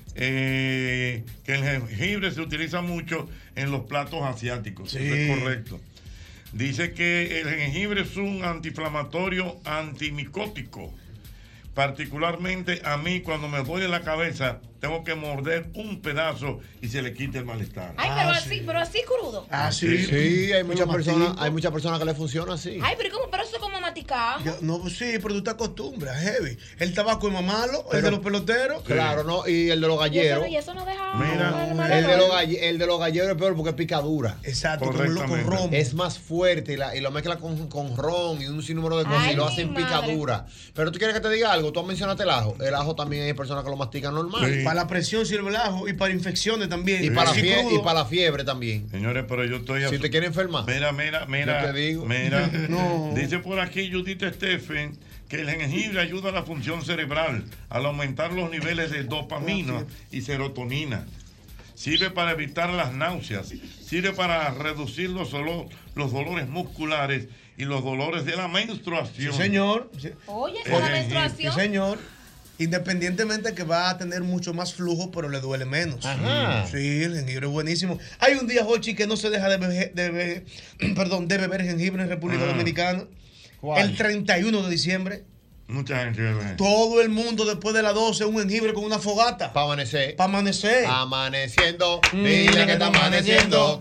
que el jengibre se utiliza mucho en los platos asiáticos. Sí. Eso es correcto. Dice que el jengibre es un antiinflamatorio antimicótico. Particularmente a mí, cuando me duele la cabeza, tengo que morder un pedazo y se le quita el malestar. Ay, pero así crudo. Sí, hay muchas personas que le funciona así. Ay, pero eso es como maticado. No, pues sí, pero tú te acostumbras, heavy. El tabaco es más malo, el de los peloteros. Claro, no, y el de los galleros. Y eso no deja. Mira, el de los galleros es peor porque es picadura. Exacto, con ron. Es más fuerte y lo mezcla con ron y un sinnúmero de cosas y lo hacen picadura. Pero tú quieres que te diga algo, tú mencionaste el ajo. El ajo también hay personas que lo mastican normal. Sí. Para la presión sirve el ajo y para infecciones también. Y para la fiebre también. Señores, pero yo estoy... Si te quiere enfermar. Mira. Yo te digo. Mira. No. Dice por aquí Judith Stephen que el jengibre ayuda a la función cerebral al aumentar los niveles de dopamina y serotonina. Sirve para evitar las náuseas. Sirve para reducir los dolores musculares y los dolores de la menstruación. Sí, señor. Oye, ¿es la menstruación? Sí, señor. Independientemente que va a tener mucho más flujo, pero le duele menos. Ajá. Sí, el jengibre es buenísimo. Hay un día, Jochi, que no se deja de beber jengibre en República Dominicana. ¿Cuál? El 31 de diciembre. Mucha gente bebe. Todo el mundo después de las 12 un jengibre con una fogata. Para amanecer. Para amanecer. Amaneciendo. Dile que está amaneciendo.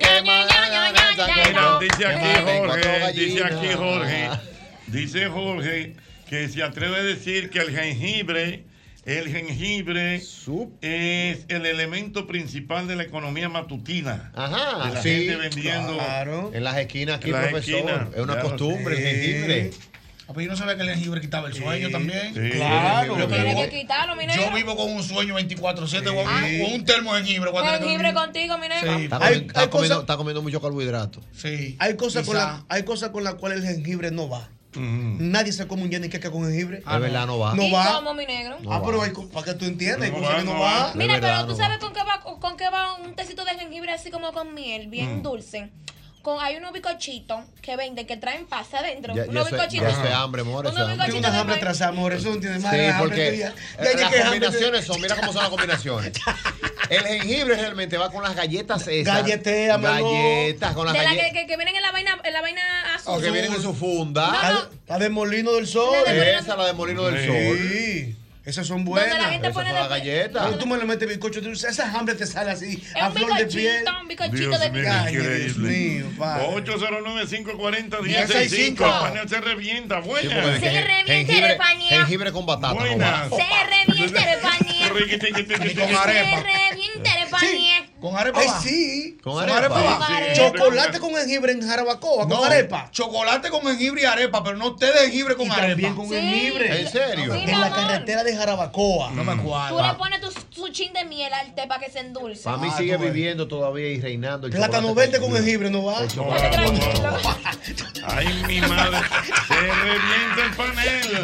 Dice Jorge que se atreve a decir que el jengibre es el elemento principal de la economía matutina. Ajá, de la sí, gente vendiendo en las esquinas aquí, en las profesor. esquinas. Es una Claro, costumbre el jengibre. Pero yo no sabía que el jengibre quitaba el sueño también. Sí. Claro. Tiene que quitarlo, mi negro. Yo vivo con un sueño 24/7 con un termo de jengibre. Jengibre contigo, mi negro. Está comiendo mucho carbohidrato. Sí. Hay cosas con las cuales el jengibre no va. Nadie se come un yaniqueque con jengibre. Es verdad, no va. No ¿Y va. cómo, mi negro? Pero para que tú entiendas, hay No cosas va, que no no va. va. Mira, Es verdad, pero tú no sabes con qué va un tecito de jengibre así como con miel, bien dulce. Hay unos bizcochitos que venden que traen pasa adentro. Unos bizcochitos. Eso es hambre, amor. Eso es hambre. Tiene unas hambre tras amor, eso no tiene más. Sí, hambre porque tuya. las combinaciones son, mira cómo son las combinaciones. El jengibre realmente va con las galletas esas. Galletas, con las De las galletas. que vienen en la vaina azul. O que vienen en su funda. La de Molino del Sol. Esa, la de Molino del Sol. Sí. Esas son buenas. Donde la gente pone Esas son las galletas. Cuando tú me le metes bizcocho, esa hambre te sale así, a un flor de piel. bizcochito de Ay, Dios mío, padre. 809-540-1065. El panel se revienta. Buenas. Se revienta el panel. Jengibre con batata. Buenas. Se revienta el panel. Con Se arepa. revienta el panel. Con arepa. Ay, va. sí. Con arepa. arepa. Chocolate con jengibre en jarabacoa, con arepa. Chocolate con jengibre y arepa, pero no té de jengibre con Y arepa. también con jengibre. ¿En serio? Sí, En la mi amor. carretera de Jarabacoa. No me Tú cuadra. le pones su chin de miel al té para que se endulce. Para mí sigue viviendo todavía y reinando el Plátano chocolate verde con jengibre no va. Tranquilo. Ay, mi madre. Se revienta el panel.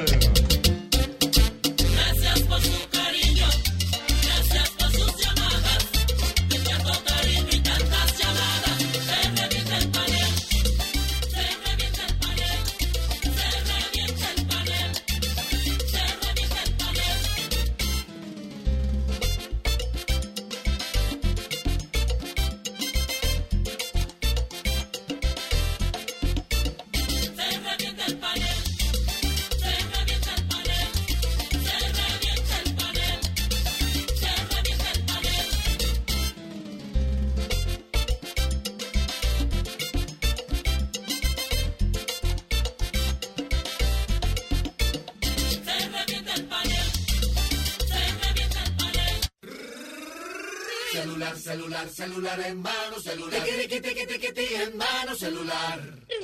Gracias por su cariño, gracias por sus llamadas. De tanto cariño y tantas llamadas, se revienta el panel, se revienta el panel, se revienta el panel, se revienta el panel. Se revienta el panel, se revienta el panel, se revienta el panel, se revienta el panel. Se revienta el panel, se revienta el panel. Celular, celular, celular en mano, celular. Tiquiti en mano, celular.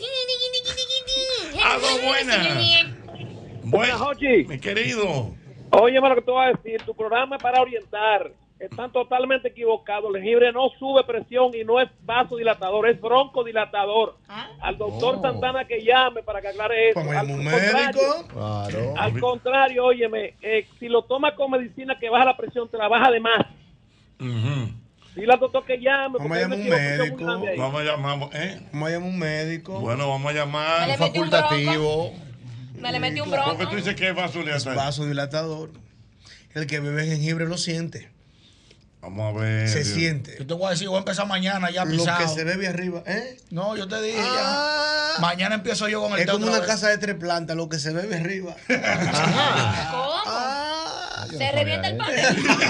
Aló, buenas. Buenas, Jochi. mi querido. Óyeme lo que te voy a decir. Tu programa es para orientar. Están totalmente equivocados. El jengibre no sube presión y no es vasodilatador, es broncodilatador. Al doctor Santana que llame para que aclare eso. Vamos a llamar un Al contrario, médico. Claro. Al contrario, óyeme, si lo tomas con medicina que baja la presión, te la baja de más. Dile al doctor que llame. Vamos a porque hay llamar una un equivocación muy médico. grande ahí. Vamos a llamar, Vamos a llamar un médico. Bueno, vamos a Me llamar. le metí un Facultativo. Me le metí un Porque bronco. tú dices que es Es vasodilatador. vasodilatador. El que bebe jengibre lo siente. Vamos a ver. Se Dios. siente. Yo te voy a decir, voy a empezar mañana ya Lo pisado. que se bebe arriba, No, yo te dije ya. Mañana empiezo yo con el Es té como otra una vez. casa de 3 plantas, lo que se bebe arriba. ¿Cómo? Se revienta el panel.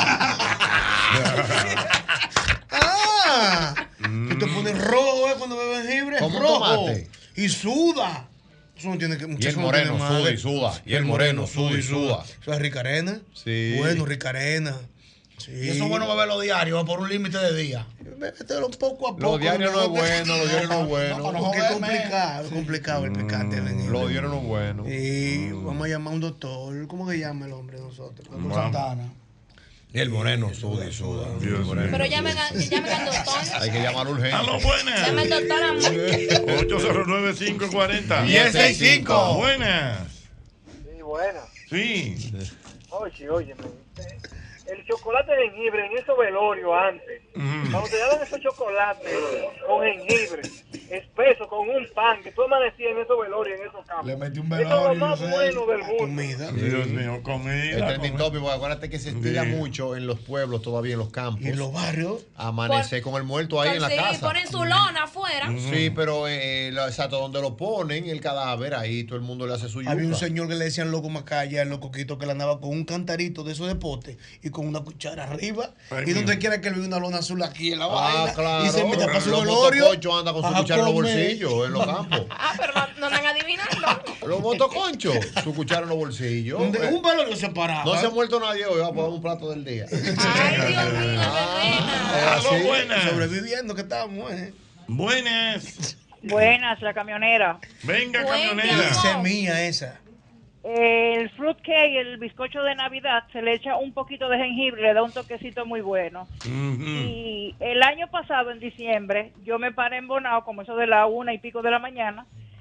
Tú te pones rojo cuando bebes jengibre. Como rojo. tomate. Y suda. Eso no tiene que. Y el moreno suda y suda. Y el moreno suda y suda. Eso es Ricarena. Sí. Bueno, Ricarena. Sí. Y eso es bueno beberlo diario por un límite de días. Bébetelo poco a poco. Los diarios no es bueno, los diarios no es bueno. Porque es complicado, complicado el picante del jengibre. Los diarios no es bueno. Y vamos a llamar a un doctor. ¿Cómo que llama el hombre de nosotros? Doctor Santana. Y el moreno suda y suda. Pero llamen al doctor. Hay que llamar urgente. Aló, buenas. Llame al doctor amor. 809-540-1065. Buenas. Sí, buena. Sí. Oye, el chocolate de jengibre en esos velorios antes, cuando te daban esos chocolates con jengibre, espeso, con un pan, que tú amanecías en esos velorios, en esos campos. Le metí un Eso es velorio. lo más bueno del mundo. Comida. Dios mío, El comida. trending topic, porque acuérdate que se estila Sí. mucho en los pueblos, todavía en los campos. Y en los barrios. Amanecer con el muerto ahí en la Sí, casa. ponen su lona afuera. Sí, pero exacto, donde lo ponen, el cadáver, ahí todo el mundo le hace su yuca. Había un señor que le decían loco Macaya, el locoquito, que le andaba con un cantarito de esos de pote y con una cuchara arriba. Ay, y donde mi- quiera que él ve una lona azul aquí en la Ah, vaina. claro. Y se mete para su Los velorio. motoconchos andan con su a cuchara en los comer. bolsillos, en los campos. Ah, pero no andan adivinando. Los motoconchos, su cuchara en los bolsillos. Un velorio separado. No se ha muerto nadie hoy, vamos a poner un plato del día. Ay, Dios mío, Ah, Aló, sí. buenas. Sobreviviendo que estamos, Buenas. Buenas, la camionera. Venga, Buen camionera. día. Esa es mía esa. El fruit cake, el bizcocho de Navidad, se le echa un poquito de jengibre, le da un toquecito muy bueno. Y el año pasado, en diciembre, yo me paré en Bonao, como eso de la 1:00 y pico de la mañana,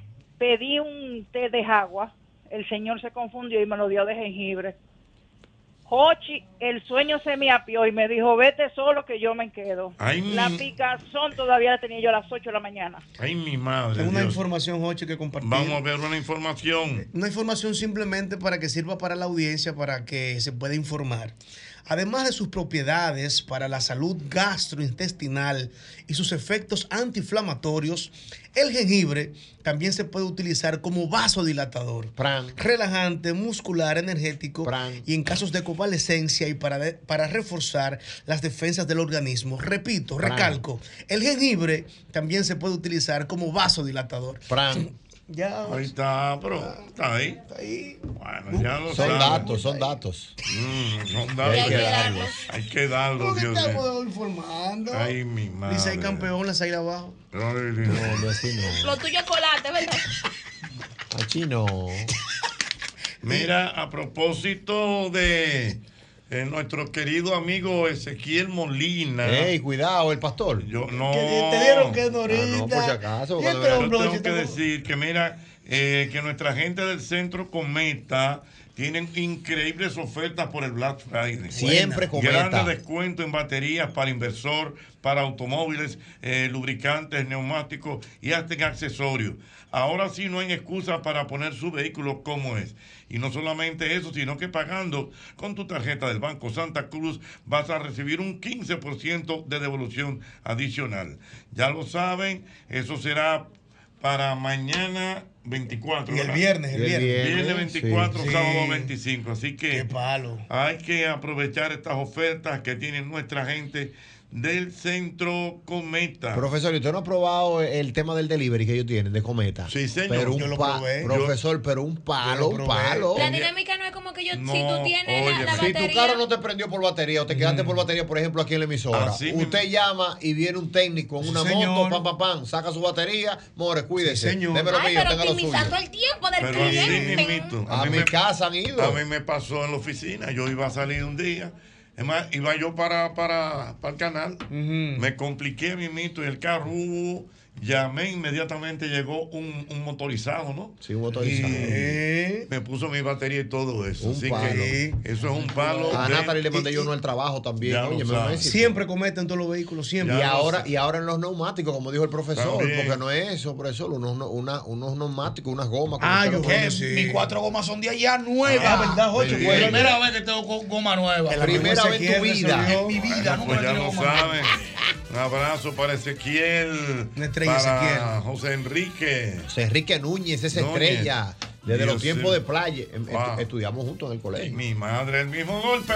pedí un té de agua, el señor se confundió y me lo dio de jengibre. Jochi, el sueño se me apió y me dijo, vete solo que yo me quedo. Ay, la picazón todavía la tenía yo a las 8 de la mañana. Ay, mi madre. Tengo una Dios. información, Jochi, que compartir. Vamos a ver una información. Una información simplemente para que sirva para la audiencia, para que se pueda informar. Además de sus propiedades para la salud gastrointestinal y sus efectos antiinflamatorios, el jengibre también se puede utilizar como vasodilatador, relajante, muscular, energético y en casos de convalescencia y para reforzar las defensas del organismo. Repito, recalco, el jengibre también se puede utilizar como vasodilatador. Ya, ahí está, pero está ahí. Está ahí. Bueno, ya lo Son saben. datos, son datos. Son datos. Hay que darlos. Hay que darlos, Dios mío. Estamos informando. Ay, mi madre. Dice, hay campeón, las ahí abajo. No, así no. Lo tuyo es colate, ¿verdad? Aquí no. Mira, a propósito de nuestro querido amigo Ezequiel Molina. Ey, cuidado, el pastor. Yo no. Te dieron que no ahorita. no, por si acaso. Y cuando este vea- hombre, Yo tengo si que te- decir que mira, que nuestra gente del Centro Cometa tienen increíbles ofertas por el Black Friday. Siempre Cometa. Grandes descuentos en baterías para inversor, para automóviles, lubricantes, neumáticos y hasta en accesorios. Ahora sí no hay excusa para poner su vehículo como es. Y no solamente eso, sino que pagando con tu tarjeta del Banco Santa Cruz vas a recibir un 15% de devolución adicional. Ya lo saben, eso será para mañana 24. Y el ¿verdad? viernes, el viernes. Viernes 24, sí. sábado Sí. 25. Así que Qué palo. hay que aprovechar estas ofertas que tiene nuestra gente del Centro Cometa. Profesor, ¿y usted no ha probado el tema del delivery que ellos tienen de Cometa? Sí, señor. Pero Yo un lo probé. Profesor, pero un palo, un palo. La dinámica no es como que yo, No, si tú tienes oye, la Si batería. tu carro no te prendió por batería o te quedaste por batería, por ejemplo, aquí en la emisora, Así usted llama y viene un técnico en Sí, una señor. moto, pam, pam, pam, saca su batería, more, cuídese. Sí, señor. Deme lo Ay, mío, pero tenga lo suyo. optimizando el tiempo del Pero así cliente. mismito. A mi casa han ido. A mí me pasó en la oficina. Yo iba a salir un día. Es más, iba yo para el canal. Me compliqué a mí mismo y el carro llamé, inmediatamente llegó un motorizado, ¿no? Sí, un motorizado. Y me puso mi batería y todo eso. Un Así palo. que eso es un palo. A de- Natalie le mandé yo uno al trabajo también. Ya lo Oye, sabes. Siempre cometen todos los vehículos, siempre. Y ahora en los neumáticos, como dijo el profesor, También. porque no es eso, profesor, unos neumáticos, unas gomas. Ah, como yo usted lo creo pone. que sí. Mis 4 gomas son de allá nuevas. Ah, ¿verdad, Jocho? Sí. Pues, Primera vez que tengo goma nueva. Que la Primera misma vez en Ezequiel tu vida. resolvió. En mi vida, Bueno, nunca pues he ya tenido lo goma. saben. Un abrazo para Ezequiel. Una estrella, para Ezequiel. José Enrique. José Enrique Núñez, esa Núñez. estrella. Desde Dios los tiempos mío. de playa. Wow. Estudiamos juntos en el Y colegio. mi madre, el mismo golpe.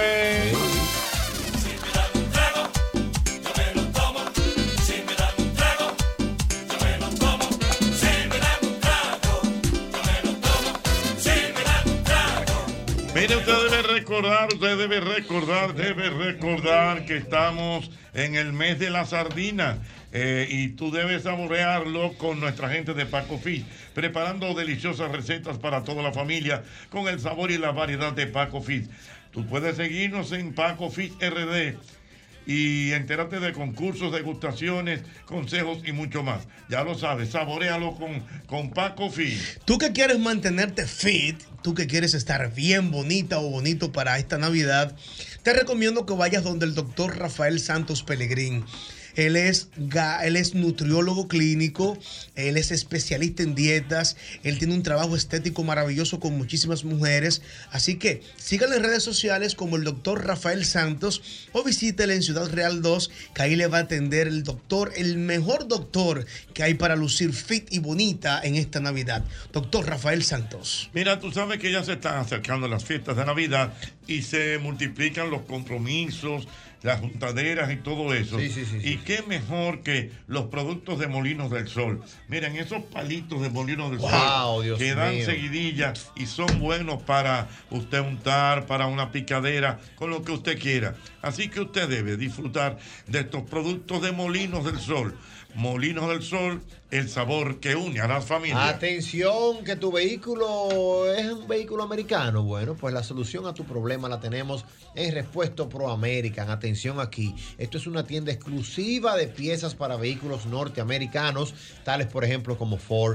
Mire, usted debe recordar que estamos en el mes de la sardina. Y tú debes saborearlo con nuestra gente de Paco Fish, preparando deliciosas recetas para toda la familia con el sabor y la variedad de Paco Fish. Tú puedes seguirnos en Paco Fish RD y entérate de concursos, degustaciones, consejos y mucho más. Ya lo sabes, saborealo con Paco Fish. Tú que quieres mantenerte fit, tú que quieres estar bien bonita o bonito para esta Navidad, te recomiendo que vayas donde el doctor Rafael Santos Pellegrín. Él es nutriólogo clínico, él es especialista en dietas, él tiene un trabajo estético maravilloso con muchísimas mujeres. Así que síganle en redes sociales como el doctor Rafael Santos o visítele en Ciudad Real 2, que ahí le va a atender el doctor, el mejor doctor que hay para lucir fit y bonita en esta Navidad. Doctor Rafael Santos. Mira, tú sabes que ya se están acercando las fiestas de Navidad y se multiplican los compromisos, las juntaderas y todo eso. Sí. Y qué mejor que los productos de Molinos del Sol. Miren, esos palitos de Molinos del Wow, Sol Dios que dan mío. seguidillas y son buenos para usted untar, para una picadera, con lo que usted quiera. Así que usted debe disfrutar de estos productos de Molinos del Sol. Molinos del Sol, el sabor que une a las familias. Atención, que tu vehículo es un vehículo americano. Bueno, pues la solución a tu problema la tenemos en Repuesto Pro American. Atención aquí. Esto es una tienda exclusiva de piezas para vehículos norteamericanos, tales por ejemplo como Ford,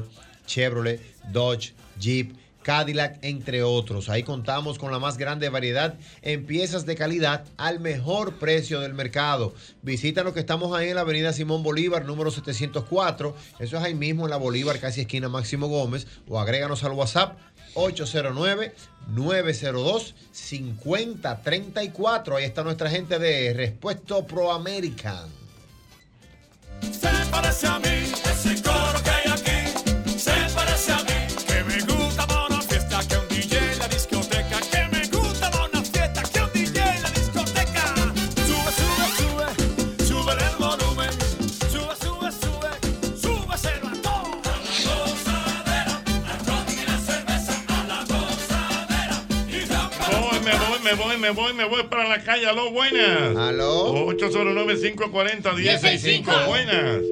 Chevrolet, Dodge, Jeep, Cadillac, entre otros. Ahí contamos con la más grande variedad en piezas de calidad al mejor precio del mercado. Visítanos, que estamos ahí en la avenida Simón Bolívar, número 704. Eso es ahí mismo en la Bolívar, casi esquina Máximo Gómez. O agréganos al WhatsApp 809-902-5034. Ahí está nuestra gente de Repuesto Pro American. Se parece a mí, ese coro que hay aquí. Se parece a mí, que me gusta más una fiesta que un DJ en la discoteca. Que me gusta más una fiesta que un DJ en la discoteca. Sube, sube, sube, sube el volumen. Sube, sube, sube, sube ese ratón. A la gozadera, al ron y la cerveza. A la gozadera. Y Me voy para la calle. Aló, buenas. Aló. 809-540-165. Buenas.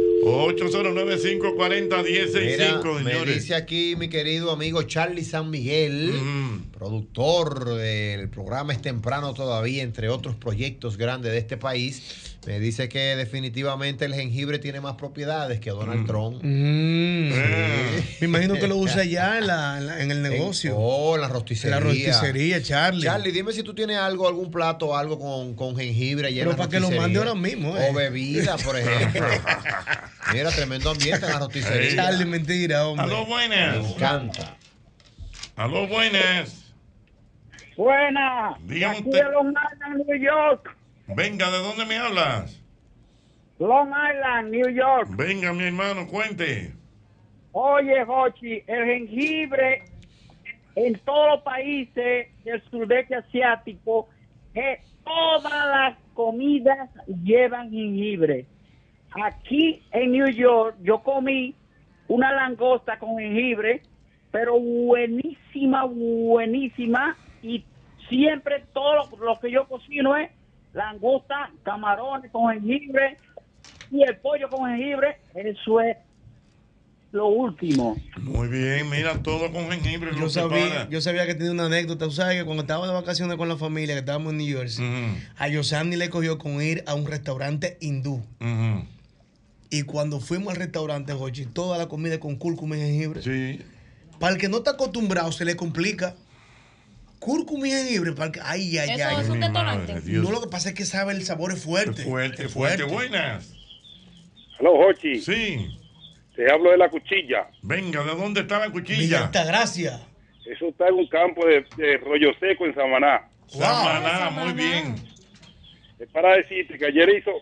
809-540-165, Me señores. dice aquí mi querido amigo Charlie San Miguel, productor del programa Es Temprano Todavía, entre otros proyectos grandes de este país. Me dice que definitivamente el jengibre tiene más propiedades que Donald Trump. Me imagino que lo usa ya en el negocio. En la rosticería. En la rosticería, Charlie. Charlie, dime si tú tienes algún plato o algo con jengibre allá en la Pero para que lo mande ahora mismo. O bebida, por ejemplo. Mira, tremendo ambiente en la rosticería. Charlie, mentira, hombre. Aló, buenas. Me encanta. Aló, buenas. Buenas. Dígame Aquí usted. de Long Island, New York. Venga, ¿de dónde me hablas? Long Island, New York. Venga, mi hermano, cuente. Oye, Jochi, el jengibre en todos los países del sudeste asiático, todas las comidas llevan jengibre. Aquí en New York yo comí una langosta con jengibre, pero buenísima, buenísima. Y siempre todo lo que yo cocino es langosta, camarones con jengibre y el pollo con jengibre. Eso es lo último. Muy bien, mira, todo con jengibre. lo prepara. Yo sabía que tenía una anécdota. Tú sabes que cuando estaba de vacaciones con la familia, que estábamos en New Jersey, a Yosemite le cogió con ir a un restaurante hindú. Y cuando fuimos al restaurante, Jochi, toda la comida con cúrcuma y jengibre. Sí. Para el que no está acostumbrado, se le complica. Cúrcuma y jengibre, para que... Ay, ay, Eso ay. es un detonante. No, lo que pasa es que sabe, el sabor es fuerte. Fuerte. Buenas. Aló, Jochi. Sí. Te hablo de la cuchilla. Venga, ¿de dónde está la cuchilla? Villa Altagracia. Eso está en un campo de Rollo Seco en Samaná. Samaná, muy bien. Es para decirte que ayer hizo...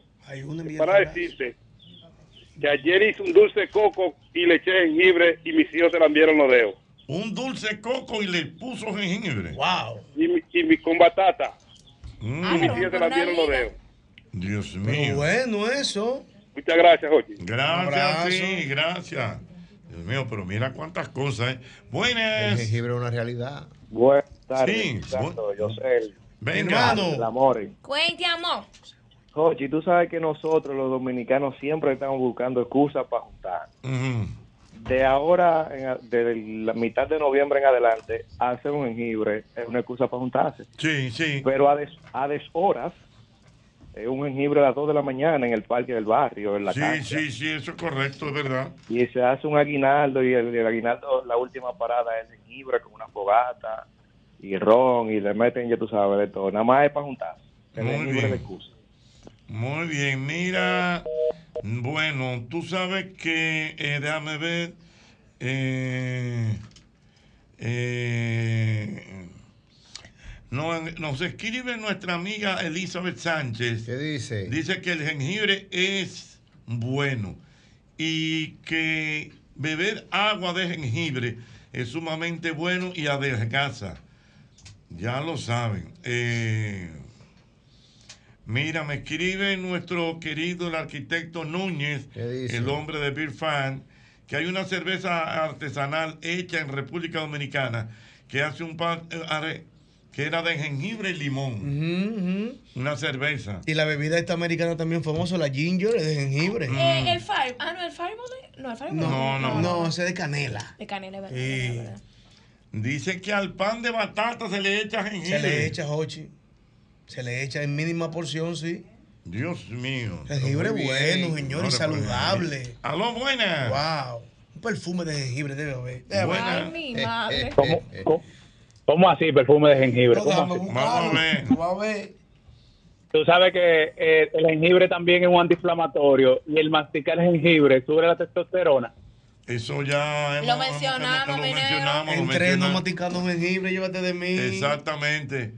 que ayer hice un dulce de coco y le eché jengibre y mis hijos se lambieron los dedos. Un dulce coco y le puso jengibre. Wow. Y con batata. Y mis pero hijos se lambieron los dedos. Dios mío. Pero bueno, eso. Muchas gracias, Jochi. Gracias, sí, gracias. Dios mío, pero mira cuántas cosas, ¿eh? Buenas. El jengibre es una realidad. Buenas tardes. Sí, Yo sé. Venga. El amor. Cuente, amor. Jochi, tú sabes que nosotros los dominicanos siempre estamos buscando excusas para juntar. De ahora, de la mitad de noviembre en adelante, hacer un jengibre es una excusa para juntarse. Sí. Pero a deshoras, es un jengibre a las 2 de la mañana en el parque del barrio, en la cancha. Sí, eso es correcto, es verdad. Y se hace un aguinaldo, y el aguinaldo, la última parada es jengibre con una fogata y ron, y le meten, ya tú sabes, de todo. Nada más es para juntarse. El Muy jengibre bien. de excusa. Muy bien, mira, bueno, tú sabes que, déjame ver, nos escribe nuestra amiga Elizabeth Sánchez. ¿Qué dice? Dice que el jengibre es bueno y que beber agua de jengibre es sumamente bueno y adelgaza. Ya lo saben. Mira, me escribe nuestro querido el arquitecto Núñez, el hombre de Beer Fan, que hay una cerveza artesanal hecha en República Dominicana que hace que era de jengibre y limón. Una cerveza. Y la bebida esta americana también famosa, la ginger, es de jengibre. El Fireball. ¿El Fireball? No, el Fireball. No, ese es de canela. De canela, ¿verdad? Sí. Dice que al pan de batata se le echa jengibre. Se le echa, Jochi. Se le echa en mínima porción, sí. Dios mío. Jengibre bueno, señor, y saludable. Aló, buenas. Wow. perfume de jengibre debe haber. Ay, mi madre. ¿Cómo así, perfume de jengibre? No, ¿Cómo déjame así? buscarlo. Vamos a ver. Tú sabes que el jengibre también es un antiinflamatorio y el masticar jengibre sube la testosterona. Eso ya Lo mencionamos, mi negro. Entreno masticando jengibre, llévate de mí. Exactamente.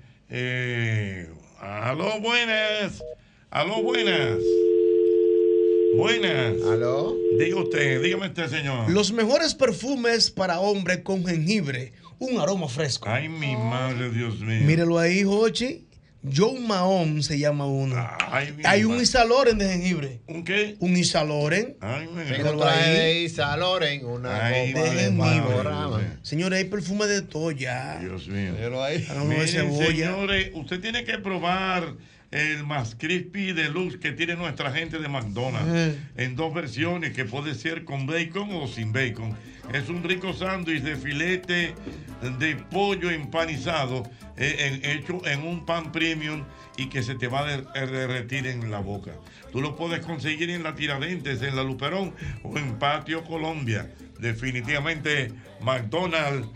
Aló, buenas. Aló, buenas. Buenas. Aló. Dígame usted, señor. Los mejores perfumes para hombre con jengibre. Un aroma fresco. Ay, mi madre, Dios mío. Míralo ahí, Jochi. Joe Mahon se llama uno. Hay un Isaloren de jengibre. ¿Un qué? Un Isaloren. Ay, Tengo de Isaloren, una copa de Valorama. Señores, hay perfume de todo ya. Dios mío. Miren, señores, usted tiene que probar el más crispy deluxe que tiene nuestra gente de McDonald's en dos versiones, que puede ser con bacon o sin bacon. Es un rico sándwich de filete de pollo empanizado hecho en un pan premium y que se te va a derretir en la boca. Tú lo puedes conseguir en la Tiradentes, en la Luperón o en Patio Colombia. Definitivamente McDonald's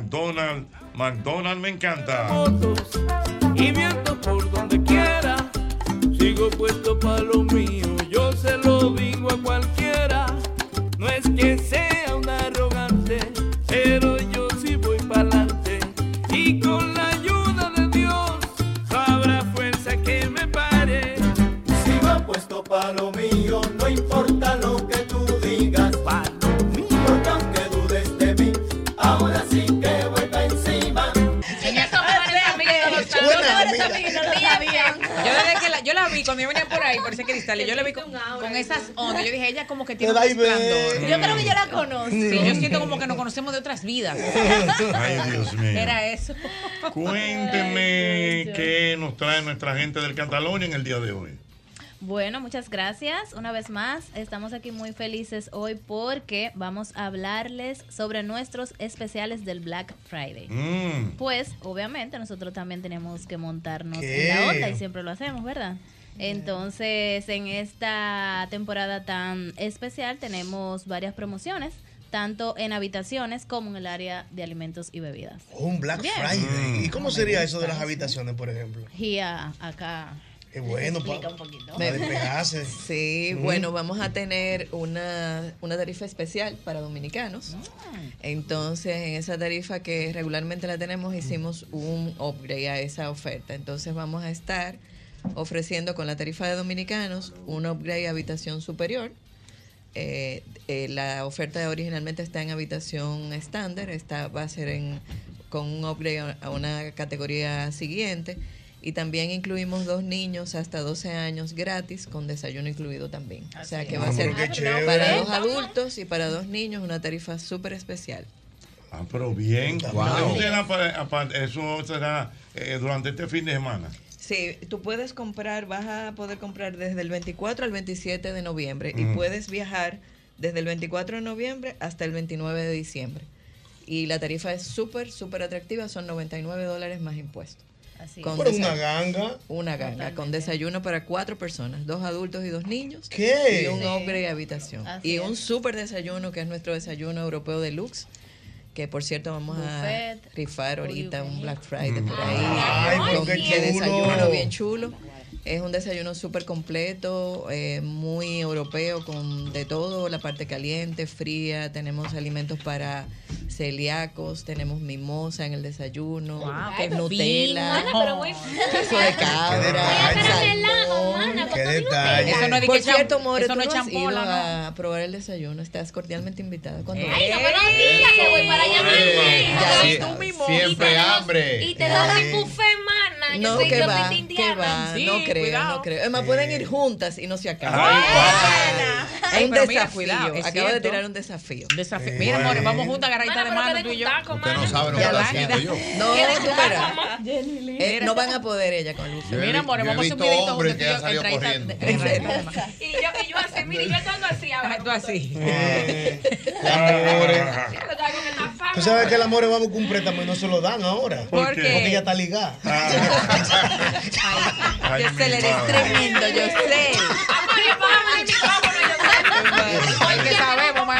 me encanta. Y viento por donde quiera, sigo puesto para lo mío, yo se lo digo a cualquiera. No es que sea un arrogante, pero yo sí voy para adelante. Y con la ayuda de Dios, habrá fuerza que me pare. Sigo puesto para lo mío, no importa lo que tú digas. Pa' lo mío, porque aunque dudes de mí, ahora sí que voy para encima. Yo la vi cuando yo venía por ahí, por ese cristal, y yo la vi con esas ondas. Yo dije, ella como que tiene un resplandor. Yo creo que yo la conozco. Sí, yo siento como que nos conocemos de otras vidas. Ay, Dios mío. Era eso. Cuénteme qué nos trae nuestra gente del Catalonia en el día de hoy. Bueno, muchas gracias. Una vez más, estamos aquí muy felices hoy porque vamos a hablarles sobre nuestros especiales del Black Friday. Pues, obviamente, nosotros también tenemos que montarnos en la onda y siempre lo hacemos, ¿verdad? Entonces, en esta temporada tan especial tenemos varias promociones, tanto en habitaciones como en el área de alimentos y bebidas. Un Black Friday. ¿Y cómo sería eso de las habitaciones, por ejemplo? Y acá... Qué bueno, explica un poquito. Sí, bueno, vamos a tener una tarifa especial para dominicanos. Entonces, en esa tarifa que regularmente la tenemos, hicimos un upgrade a esa oferta. Entonces, vamos a estar ofreciendo con la tarifa de dominicanos un upgrade a habitación superior. La oferta originalmente está en habitación estándar, esta va a ser con un upgrade a una categoría siguiente. Y también incluimos 2 niños hasta 12 años gratis con desayuno incluido también. O sea que va a ser para 2 adultos y para 2 niños una tarifa súper especial. Ah, pero bien. Wow. Eso será durante este fin de semana. Sí, tú puedes comprar, vas a poder comprar desde el 24 al 27 de noviembre y puedes viajar desde el 24 de noviembre hasta el 29 de diciembre. Y la tarifa es súper, súper atractiva, son $99 más impuestos. Pero una ganga. Una ganga, totalmente. Con desayuno para 4 personas, 2 adultos y 2 niños. ¿Qué? Y un upgrade habitación. Así y es. un súper desayuno, que es nuestro desayuno europeo deluxe, que por cierto vamos a rifar ahorita un Black Friday por ahí. Ay, con qué desayuno bien chulo. Es un desayuno súper completo, muy europeo, con de todo, la parte caliente, fría. Tenemos alimentos para celíacos, tenemos mimosa en el desayuno, Nutella, queso de cabra, salmón. Qué detalle. Eso no es Por cierto, More, eso tú no no es has ido champola, a probar el desayuno. Estás cordialmente invitada. Cuando Ay, no me lo digas, que voy para allá. Siempre hambre. Y te dan mi buffet, mana. No, Yo soy que yo va, Pita que Indiana. va, Sí, no creo, cuidado. no creo. Además, pueden ir juntas y no se acaba. Ay, Es un pero mira, desafío. cuidado, es Acabo de cierto. tirar un desafío. Mira, amor, vamos juntas agarraditas de mano, tú y yo. Usted no sabe lo que Ya está va. haciendo yo. No, tú verás. No van a poder ella con Lucio. Mira, amor, Yo he vamos a un visto videito hombres juntos, que tú y han yo, salido entradita corriendo. Y yo así, mire, yo ando así ahora. Tú así. Tú sabes que el amor va a buscar un préstamo y no se lo dan ahora. ¿Por qué? Porque ella está ligada. Yo sé, le eres tremendo, yo sé. Ay, que sabemos,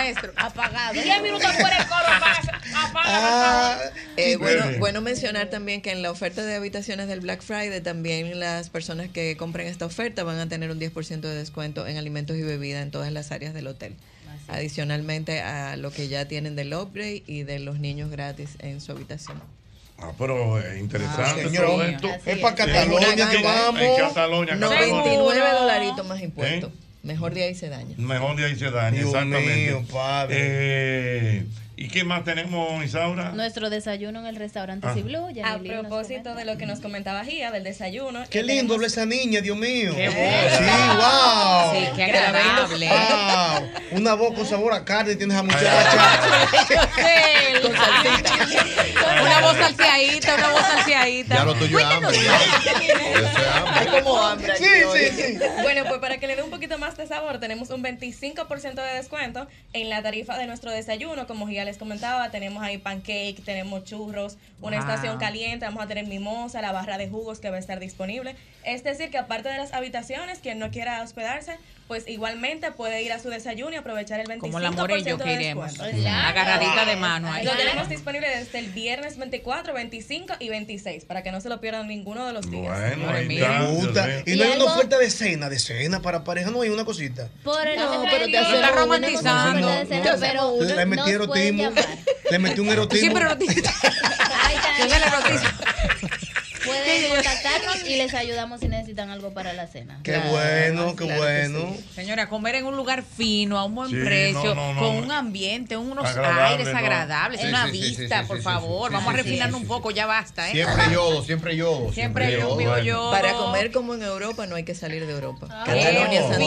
maestro, apagado. 10 minutos fuera el coro, apaga. Bueno mencionar también que en la oferta de habitaciones del Black Friday también las personas que compren esta oferta van a tener un 10% de descuento en alimentos y bebidas en todas las áreas del hotel. Adicionalmente a lo que ya tienen del upgrade y de los niños gratis en su habitación. Pero interesante señor, todo esto. es para Cataluña que vamos. En Cataluña, 99 dolaritos más impuestos. Mejor de ahí se daña. Mejor de ahí se daña, Dios exactamente. mío, padre. ¿Y qué más tenemos, Isaura? Nuestro desayuno en el restaurante Ciblu. A propósito de lo que nos comentaba Gia, del desayuno. Qué lindo habla esa niña, Dios mío. Qué Sí, wow. Sí, qué agradable. Wow. Una voz con sabor a carne tienes a muchacha. Con salsita. Una voz salseadita, una voz salseadita. Ya lo tuyo es hambre. Hay como hambre. Sí. Bueno, pues para que le dé un poquito más de sabor, tenemos un 25% de descuento en la tarifa de nuestro desayuno. Como Gia les comentaba, tenemos ahí pancake, tenemos churros, una estación caliente, vamos a tener mimosa, la barra de jugos que va a estar disponible. Es decir, que aparte de las habitaciones, quien no quiera hospedarse, pues igualmente puede ir a su desayuno y aprovechar el 25% Como la Morello de que iremos. descuento. Agarradita de mano ahí. Lo tenemos disponible desde el viernes 24, 25 y 26, para que no se lo pierdan ninguno de los días. Bueno, Me gusta. Y no hay una oferta de cena para pareja, no hay una cosita. Por el No, pero te está hacemos romantizando. Pero Le metí nos pueden erotismo. llamar. Le metí un erotismo. Sí, pero erotismo. Ahí está. ¿Quién es el erotismo? Pueden contactarnos y les ayudamos si necesitan algo para la cena. Qué bueno, qué bueno. Señora, comer en un lugar fino, a un buen Sí, precio, no. con un ambiente, unos Agradable, aires ¿no? agradables, Sí, una sí, vista, por favor. Vamos a refinarnos un poco, ya basta, ¿eh? Siempre yodo. Siempre yo. Para comer como en Europa no hay que salir de Europa. Qué Catalonia, Santo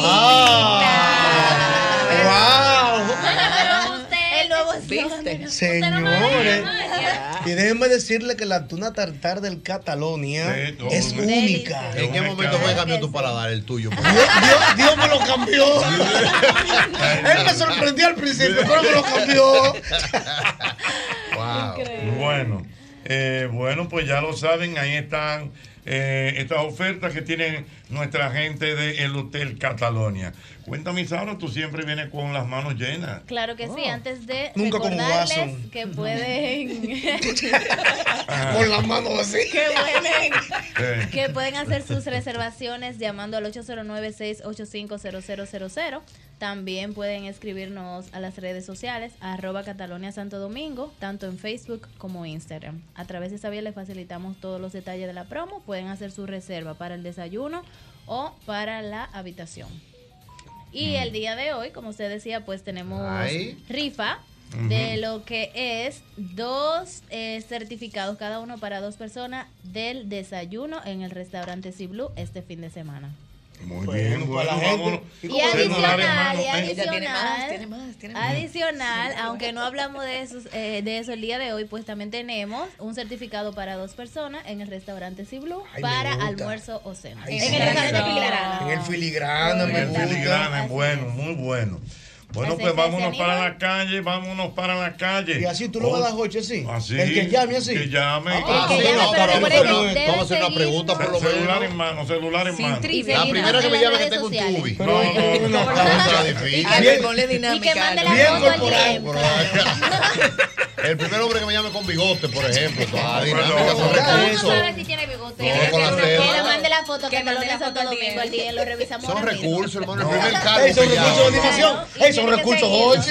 ¡Wow! El nuevo ¿Viste? Señores, y déjenme decirle que la tuna tartar del Catalonia es única. ¿En qué momento fue cambiar tu paladar, el tuyo? Dios me lo cambió. Él me sorprendió al principio, pero me lo cambió. Wow. Bueno, pues ya lo saben, ahí están estas ofertas que tiene nuestra gente del Hotel Catalonia. Cuéntame, Isaura, tú siempre vienes con las manos llenas. Claro que sí, antes de Nunca como recordarles Watson. que pueden Con las manos así. que pueden hacer sus reservaciones llamando al 809-685-0000. También pueden escribirnos a las redes sociales @Catalonia Santo Domingo, tanto en Facebook como Instagram. A través de esa vía les facilitamos todos los detalles de la promo. Pueden hacer su reserva para el desayuno o para la habitación. Y el día de hoy, como usted decía, pues tenemos rifa de lo que es 2 certificados, cada uno para 2 personas, del desayuno en el restaurante Ciblu este fin de semana. Muy bien, bueno, vámonos. Y adicional, tiene más. adicional, aunque no hablamos de eso el día de hoy, pues también tenemos un certificado para 2 personas en el restaurante Ciblu para almuerzo o cena. Ay, En sí. el restaurante Filigrana. En el filigrana, me El gusta. filigrana es bueno, muy bueno. Bueno, pues vámonos para la calle, Y así tú lo vas a dar, Joche, sí. Así. El que llame así. Que llame. El que llame, pero recuerden que debe Vamos a hacer una pregunta por lo Celular menos. en mano, celular en mano. La primera que me llame que tengo un tubi. No. Y que ponle dinámica. Y que mande la Bien foto al corporal. DM. El primer hombre que me llame con bigote, por ejemplo. Toda Bueno, dinámica son ¿Cómo recursos. sabes si tiene bigote? No, con la Que cédula. le mande la foto que Que mande Catalonia la Santo foto al Domingo al día, lo revisamos Son ahora mismo. recursos, hermano. El primer Ey, cargo son que recursos de llama. animación. Ey, son recursos, Joche.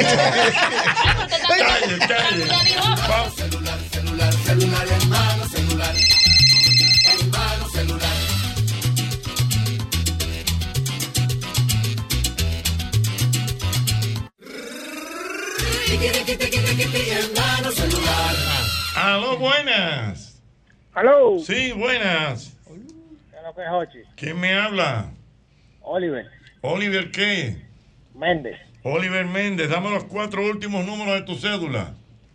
Calle. Celular en mano, celular. En mano, celular. En mano, celular. Aló, buenas. Aló. Sí, buenas. ¿Qué es lo que es, Jochi? ¿Quién me habla? Oliver Oliver, ¿qué? Méndez, Oliver Méndez, dame los 4 últimos números de tu cédula.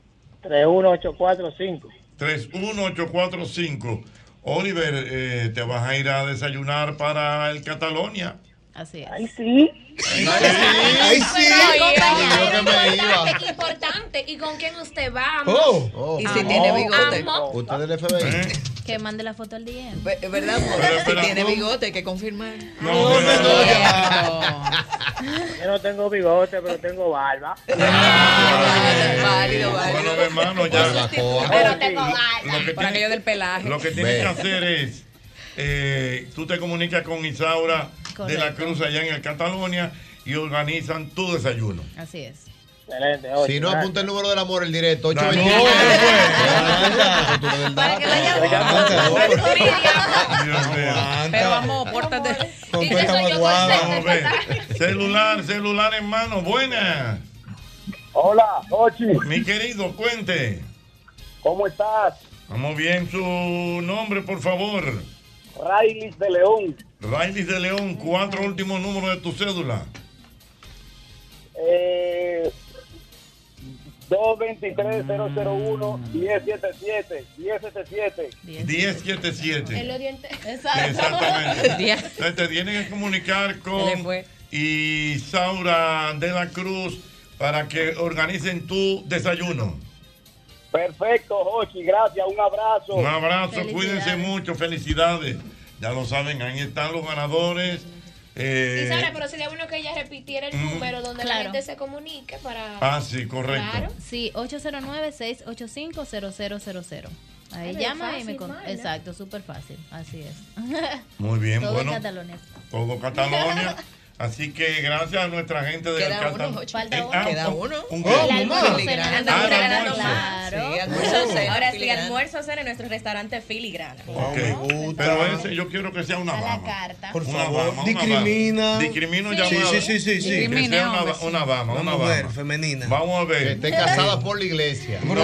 31845. 31845. Oliver, te vas a ir a desayunar para el Catalonia. Así es. Ay, sí. Ay, sí. Yo que me iba. Importante. ¿Y con quién usted va? Oh. Y si tiene bigote. Amo. Usted del FBI. Que mande la foto al DM. ¿Verdad? Pero, Si tiene bigote hay que confirmar. No, Yo no tengo bigote, pero tengo barba. Válido. Bueno, mi hermano, ya. Pero tengo barba. Por aquello del pelaje. Lo que tienes que hacer es, tú te comunicas con Isaura de la Cruz allá en el Cataluña y organizan tu desayuno. Así es. Excelente. Si no, apunta el número del amor, el directo. 820. Para que vaya Pero vamos, pórtate. Vamos a ver. Celular, hermano. Buenas. Hola, Ochi. Mi querido, cuente. ¿Cómo estás? Vamos bien. Su nombre, por favor. Railis de León. Railis de León. 4 últimos números de tu cédula. 223-001-1077. 1077. Él lo dio Exactamente. Entonces te tienen que comunicar con Isaura de la Cruz para que organicen tu desayuno. Perfecto, Jochi. Gracias. Un abrazo. Un abrazo. Cuídense mucho. Felicidades. Ya lo saben, ahí están los ganadores. Isaura, pero sería bueno que ella repitiera el número donde la gente se comunique para... sí, correcto. Claro. Sí, 809-685-0000. Ahí Ay, llama fácil, y me... mana. Exacto, súper fácil. Así es. Muy bien, Todo bueno. Catalonia. Todo Catalonia. Así que gracias a nuestra gente de Queda Cataluña. uno, Falta uno. Queda uno. ¿Un El qué? almuerzo cena. Claro. Sí, almuerzo cena. Ahora sí, filigrana. almuerzo cena en nuestro restaurante Filigrana. Ok. Pero ese yo quiero que sea una dama. carta. Por Una favor, dama, discrimina. Discrimino Sí. llamada. Sí. Que sea una dama, Una una mujer dama. femenina. Vamos a ver. Que esté casada por la iglesia. Pero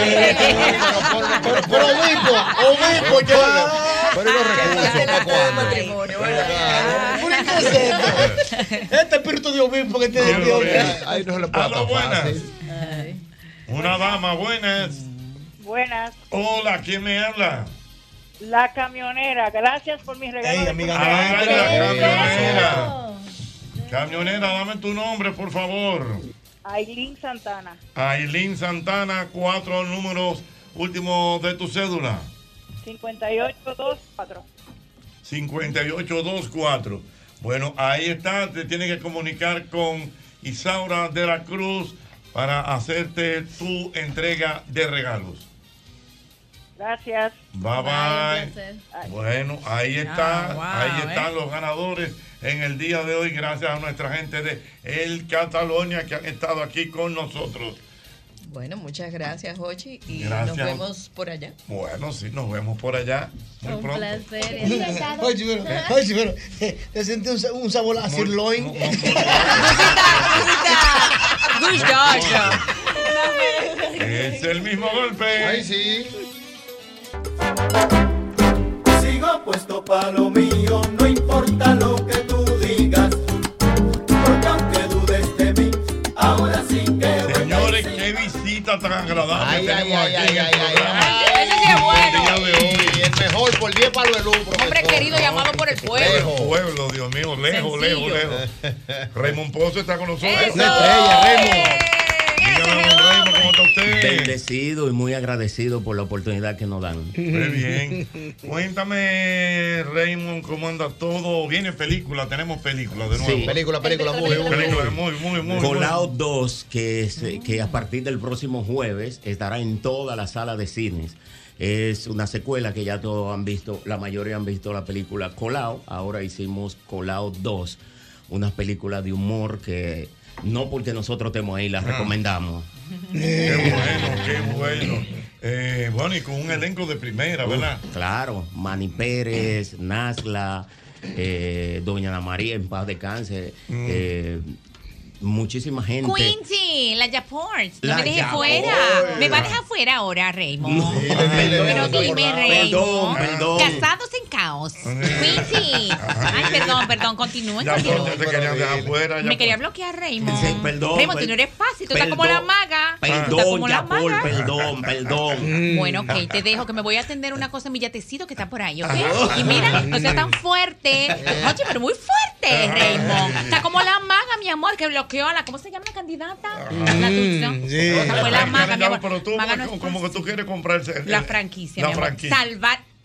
obispo, ya. Pero los recursos, ¿para cuándo? Matrimonio, ¿Qué es esto? Este espíritu de obispo que tiene Dios. Ahí no se le puede Aló, tan buenas. fácil. Una dama, buenas. Buenas. Hola, ¿quién me habla? La camionera. Gracias por mis regalos. Ay, la camionera. Camionera, dame tu nombre, por favor. Ailín Santana. Ailín Santana, 4 números últimos de tu cédula. 5824. 5824. Bueno, ahí está. Te tienes que comunicar con Isaura de la Cruz para hacerte tu entrega de regalos. Gracias. Bye bye. Bueno, ahí está. Ahí están los ganadores en el día de hoy. Gracias a nuestra gente de El Catalonia que han estado aquí con nosotros. Bueno, muchas gracias, Jochi. Y Gracias. nos vemos por allá. Bueno, sí, nos vemos por allá muy pronto. placer. Oye, pero te sentí un sabor a sirloin. Es el mismo golpe. Ahí sí. Sigo puesto pa' lo mío, no importa lo que tú digas, porque aunque dudes de mí, ahora sí que voy. Señores, qué visita tan agradable Ay, tenemos ay, aquí ay, en el ay, programa. Ese sí es bueno. El día de hoy. Y el mejor por 10 palos de luz, profesor. Hombre querido, llamado por el pueblo. Pueblo, Dios mío, lejos, Sencillo. lejos. Raymond Pozo está con nosotros. Eso. Una estrella, Raymond. Dígame, don Raymond, ¿cómo está usted? Bendecido y muy agradecido por la oportunidad que nos dan. Muy bien. Cuéntame, Raymond, cómo anda todo. Viene película, tenemos película de nuevo. Sí. Película muy. Colao 2, que a partir del próximo jueves estará en toda la sala de cines. Es una secuela que ya todos han visto, la mayoría han visto la película Colao. Ahora hicimos Colao 2, una película de humor que no porque nosotros estemos ahí, la recomendamos. Qué bueno. Bueno, y con un elenco de primera, ¿verdad? Claro, Manny Pérez, Nasla, Doña Ana María en paz descanse, muchísima gente. Quincy, la Jaports. No La me dejes Japort. fuera. Me va a dejar fuera ahora, Raymond. Pero dime, Perdón, Raymond. perdón. Casados en caos. Quincy. Ay, perdón. Continúen. Ya te querían dejar fuera. Me quería bloquear, Raymond. Sí, perdón, Raymond, tú no eres fácil. Tú estás como la maga. Tú estás Perdón, como la Japort, maga. perdón. Bueno, ok, te dejo que me voy a atender una cosa en mi yatecito que está por ahí, ¿ok? Y mira, no sea tan fuerte. Oye, pero muy fuerte, Raymond. Está como la maga, mi amor, que bloqueó a la, ¿cómo se llama la candidata? La Tucson. Sí. Esa fue la maga, mi amor. Pero tú, Maga no es como que tú quieres comprarse la franquicia, la mi amor. franquicia. Salvar. ¿A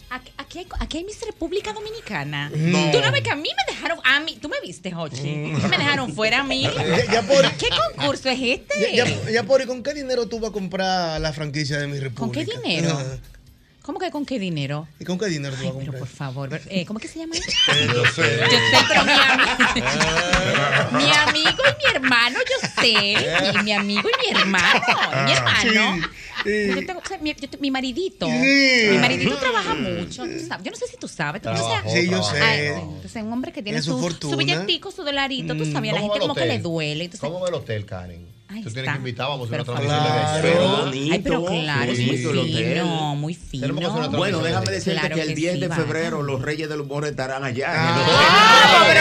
aquí hay Miss República Dominicana. No. Tú no ves que a mí me dejaron, tú me viste, Jochi, me dejaron fuera a mí. ¿Qué concurso es este? Ya por, ¿y con qué dinero tú vas a comprar la franquicia de Mi República? ¿Con qué dinero? ¿Cómo que con qué dinero? ¿Y con qué dinero tú vas a comprar? Pero por favor, ¿cómo es que se llama? Yo sé, pero mi amigo y mi hermano, yo sé. Y mi amigo y mi hermano. Mi maridito. Mi maridito trabaja mucho. Tú sabes. Yo no sé si tú sabes. Sí, yo sé. Entonces, un hombre que tiene su fortuna, su billetico, su dolarito, tú sabes. A la gente como que le duele. Entonces, ¿cómo va el hotel, Karen? Tú tienes que invitar, vamos a hacer una transmisión de allá. Pero bonito. Ay, pero claro, es muy fino, muy fino. Bueno, déjame decirte Claro que el 10 de sí, febrero los Reyes del Humor estarán allá. pero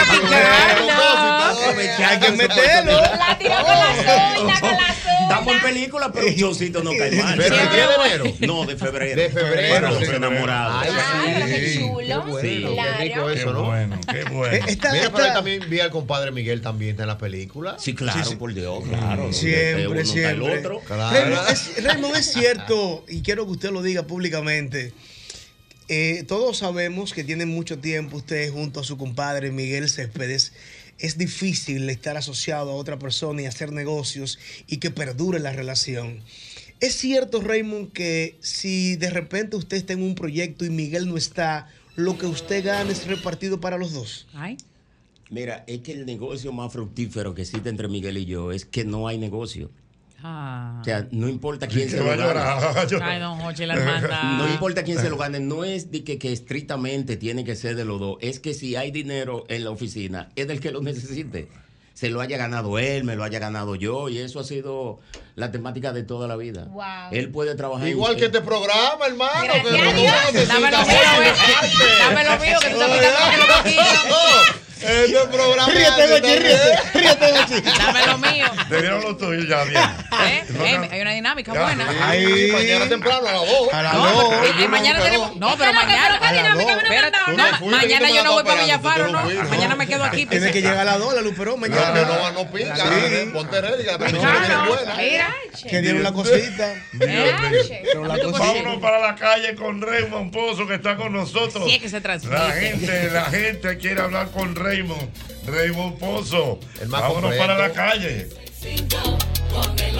hay que meterlo. La tiró con la zona. Estamos en película, pero un showcito no cae mal. ¿Pero el 10 de enero? No, de febrero. De febrero. Los enamorados. Qué chulo. Sí, qué rico eso, ¿no? Qué bueno. Mira, pero también vi al compadre Miguel también está en la película. Sí, claro, por Dios, claro. Siempre, siempre. Claro. Raymond, es cierto, y quiero que usted lo diga públicamente. Todos sabemos que tienen mucho tiempo usted junto a su compadre Miguel Céspedes. Es difícil estar asociado a otra persona y hacer negocios y que perdure la relación. Es cierto, Raymond, que si de repente usted está en un proyecto y Miguel no está, lo que usted gana es repartido para los dos. Ay. Mira, es que el negocio más fructífero que existe entre Miguel y yo es que no hay negocio. O sea, no importa quién se lo gane. Ay, don Jochi, la hermandad. No importa quién se lo gane. No es de que estrictamente tiene que ser de los dos. Es que si hay dinero en la oficina, es del que lo necesite. Se lo haya ganado él, me lo haya ganado yo. Y eso ha sido la temática de toda la vida. Wow. Él puede trabajar. Igual que este programa, hermano. Dame lo mío, que tú estás picando lo poquito. Este programa. Ríete, Gochi. Dame lo mío. Te dieron lo tuyo ya bien. Hay una dinámica buena. Ay, mañana temprano a las 2. A las 2. Mañana tenemos. No, pero mañana. Mañana yo no voy para Villafaro, no. Mañana me quedo aquí. Tiene que llegar a las 2, la Luperón, mañana. No pica. Ponte ready, que la transmisión es buena. Que dieron la cosita. Vámonos para la calle con Raymond Pozo, que está con nosotros. Sí, es que se transmite. La gente quiere hablar con Raymond Pozo. Vámonos completo. para la calle. Con el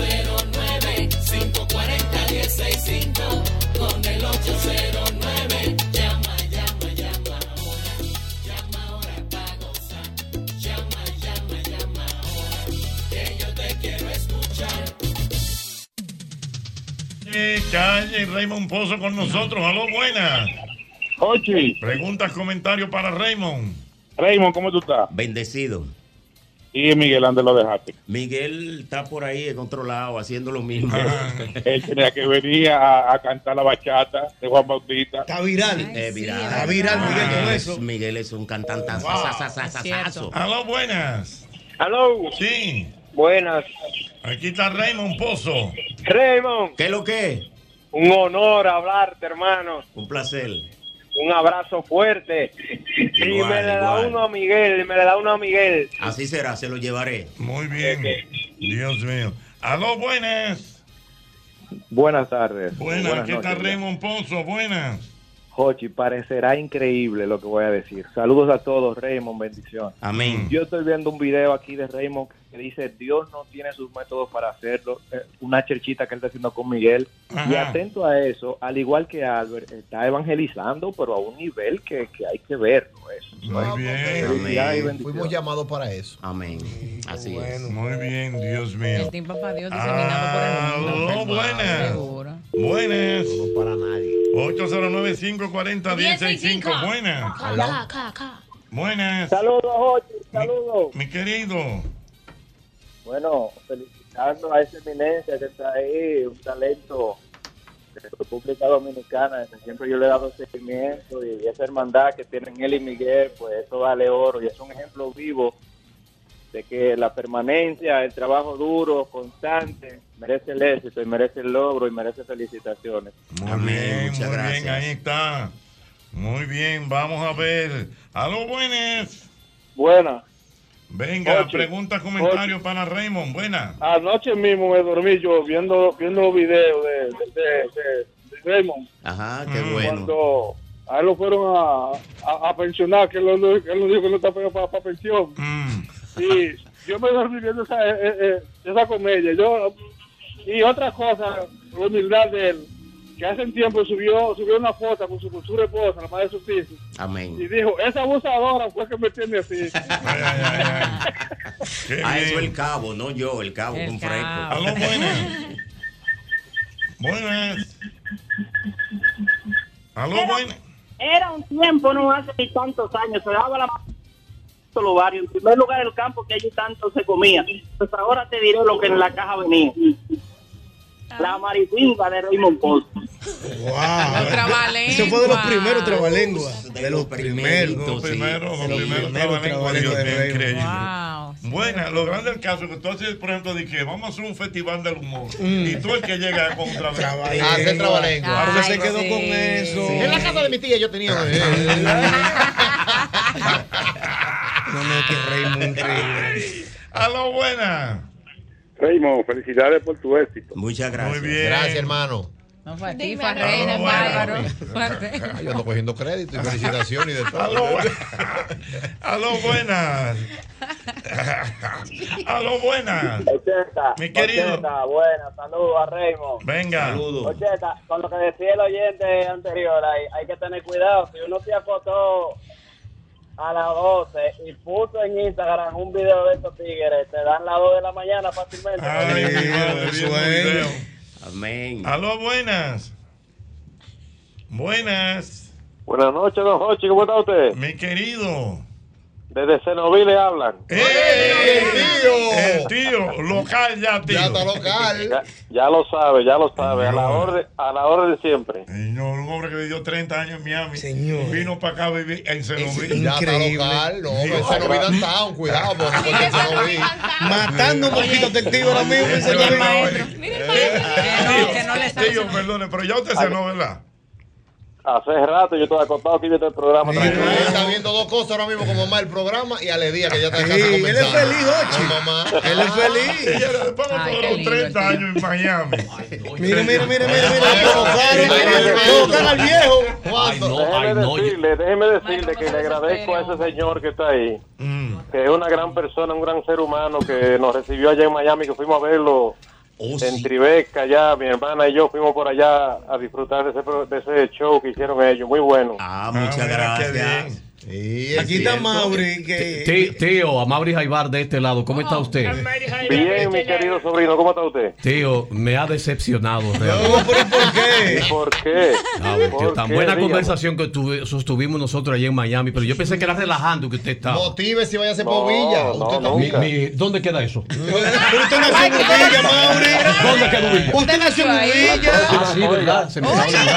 809-540-165. Con el 809. Llama ahora para gozar. Llama ahora. Que yo te quiero escuchar. Calle Raymond Pozo con nosotros. Aló, buenas. Ochi. Preguntas, comentarios para Raymond. Raymond, ¿cómo tú estás? Bendecido. Y Miguel, ¿dónde lo dejaste? Miguel está por ahí en otro lado haciendo lo mismo. Él tenía que venir a cantar la bachata de Juan Bautista. Está viral. Está viral, Miguel, con eso. Miguel es un cantante. Aló, buenas. Aló. Sí. Buenas. Aquí está Raymond Pozo. Raymond. ¿Qué es lo que es? Un honor hablarte, hermano. Un placer. Un abrazo fuerte. Igual, me le da igual. uno a Miguel, Así será, se lo llevaré. Muy bien. Dios mío. Aló, buenas. Buenas tardes. Buenas, aquí está noches. Raymond Pozo. Buenas. Jochi, parecerá increíble lo que voy a decir. Saludos a todos, Raymond, bendiciones. Amén. Yo estoy viendo un video aquí de Raymond que dice, Dios no tiene sus métodos para hacerlo. Una cherchita que él está haciendo con Miguel. Ajá. Y atento a eso, al igual que Albert, está evangelizando, pero a un nivel que hay que verlo. Eso. Muy bien. Felicidades y bendiciones. Fuimos llamados para eso. Amén. Así es. Muy bien, Dios mío. El tiempo para Dios diseminado por el mundo. Aló, buenas. Seguro. Buenas. No para nadie. 809-540-165. Buenas. Buenas. Saludos, Jochi. Saludos. Mi querido. Bueno, felicitando a esa eminencia que está ahí, un talento de República Dominicana, que siempre yo le he dado seguimiento, y esa hermandad que tienen él y Miguel, pues eso vale oro y es un ejemplo vivo de que la permanencia, el trabajo duro, constante, merece el éxito y merece el logro y merece felicitaciones. Muy bien, muchas muy gracias. bien, ahí está. Muy bien, vamos a ver. Aló, buenas. Buenas. Venga, Ocho. preguntas, comentarios para Raymond. Buenas. Anoche mismo me dormí yo viendo videos de Raymond. Ajá, qué bueno. a él lo fueron a pensionar, que él no dijo que no está pagando para pensión. Y yo me dormí viendo esa comedia. Y otra cosa, la humildad de él, que hace un tiempo subió una foto con su esposa, la madre de sus hijos. Amén. Y dijo, esa abusadora fue que me tiene así. Eso el cabo, no yo, el cabo con fresco. Aló, buenas. Buenas. Aló, buenas. Era un tiempo, no hace ni tantos años, se daba la los barrios. En primer lugar, el campo que allí tanto se comía. Pues ahora te diré lo que en la caja venía. La marihuana de Raymond Pozo. Wow. Ese fue de los primeros trabalenguas. De los primeros. Los primeros trabalenguas. Dios mío, increíble. Bueno, lo grande del caso es que tú haces, por ejemplo, de que vamos a hacer un festival del humor. Y tú el que llega con trabalengua. Hacer trabalengua. Ahora se quedó con eso. En la casa de mi tía yo tenía. No, que Raymond increíble. Aló, buena. Raymond, felicidades por tu éxito. Muchas gracias. Muy bien. Gracias, hermano. No fue a ti, fue a Reina, bárbaro. Yo ando cogiendo crédito y felicitación y de todo. Aló, buenas. Aló, buenas. Ocheta, mi querido. Ocheta, buenas, saludos a Raymond. Venga. Saludos. Ocheta, con lo que decía el oyente anterior, hay que tener cuidado. Si uno se acostó a las 12 y puso en Instagram un video de estos tigres, te dan las 2 de la mañana fácilmente. Ay, mi madre, viendo video. Amén. Aló, buenas. Buenas. Buenas noches, don Jochi, ¿cómo está usted? Mi querido. Desde Cenoví le hablan. El tío, local ya, tío. Ya está local. Ya lo sabe. A la orden de siempre. Señor, un hombre que vivió 30 años en Miami. Señor. Vino para acá a vivir en Cenoví. Ya está local. No, en Cenoví downtown. Cuidado, porque en Cenoví. Matando un poquito del tío ahora mismo en Cenoví. Que no le sabe. Tío, perdone, pero ya usted cenó, ¿verdad? Hace rato yo estoy acostado aquí viendo el programa. Él está viendo dos cosas ahora mismo, como mamá el programa y Aledía, que ya está casi Sí, él es comenzando. feliz, Ochi. No, mamá. Él es feliz. Ella después de todos los 30 años en Miami. Mira. Provocar al viejo. Déjeme decirle que le agradezco a ese señor que está ahí, que es una gran persona, un gran ser humano que nos recibió allá en Miami, que fuimos a verlo en Tribeca, ya mi hermana y yo fuimos por allá a disfrutar de ese show que hicieron ellos, muy bueno. Muchas gracias. Sí, aquí está Mauri. Tío, a Mauri Jaibar de este lado, ¿cómo está usted? Bien, mi querido sobrino, ¿cómo está usted? Tío, me ha decepcionado realmente. No, pero ¿por qué? ¿Por qué? A ver, tío, tan buena Dígame. conversación que sostuvimos nosotros allá en Miami, pero yo pensé que era relajando que usted estaba. Motive si vaya a ser Povilla. Usted también. ¿Dónde queda eso? Usted nació en Villa, Mauri. ¿Dónde queda Villa? Usted nació en Villa. Ah, sí, ¿verdad? Se me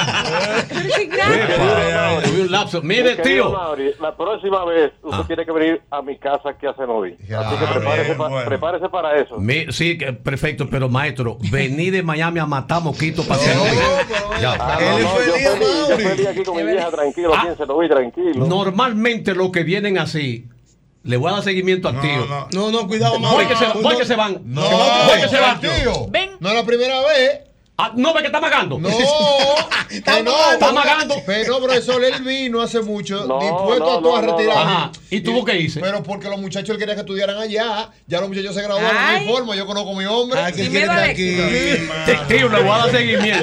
olvidó. Tuve un lapso. Mire, tío. Mauri, la próxima vez usted tiene que venir a mi casa aquí a Cenoví. Así que prepárese para eso. Sí, perfecto, pero maestro, vení de Miami a matar mosquitos para Cenoví. Yo feliz aquí con mi vieja, tranquilo, aquí en Cenoví, tranquilo. Normalmente los que vienen así, le voy a dar seguimiento al tío. No, cuidado, Mauri. Voy que se van. Voy que se van, tío. No es la primera vez. No ve que está magando. No, está magando. Pero, profesor, él vino hace mucho dispuesto a retirarse. Ajá. ¿Y tuvo que irse? Pero porque los muchachos él quería que estudiaran allá. Ya los muchachos se graduaron de mi forma. Yo conozco a mi hombre. ¿Quién quiere estar aquí? Tío, le voy a dar seguimiento.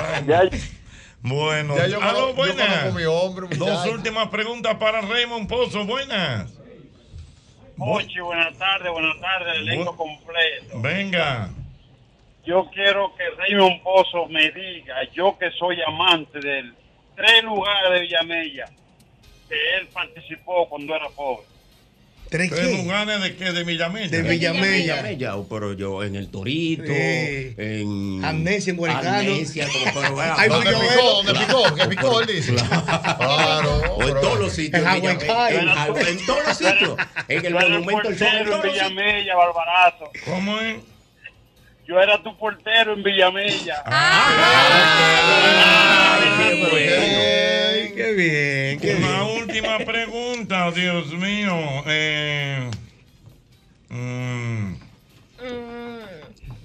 Bueno, Ya yo aló, buenas. conozco a mi hombre, Dos muchacho. últimas preguntas para Raymond Pozo, buenas. Ochi, buenas tardes, elenco completo. Venga. Yo quiero que Raymond Pozo me diga, yo que soy amante de 3 lugares de Villamella, que él participó cuando era pobre. ¿Tres lugares de qué? ¿De Villamella? De Villamella. Pero yo en el Torito, en Amnesia, en Guaricano. Amnesia, Ahí fui yo, ¿Dónde picó? ¿Qué picó? Él dice. Claro. O en todos los sitios. En En todos los sitios. En el monumento del sol. En Villamella, Barbarazo. ¿Cómo es? Yo era tu portero en Villamella. Qué bien. Una última pregunta, Dios mío.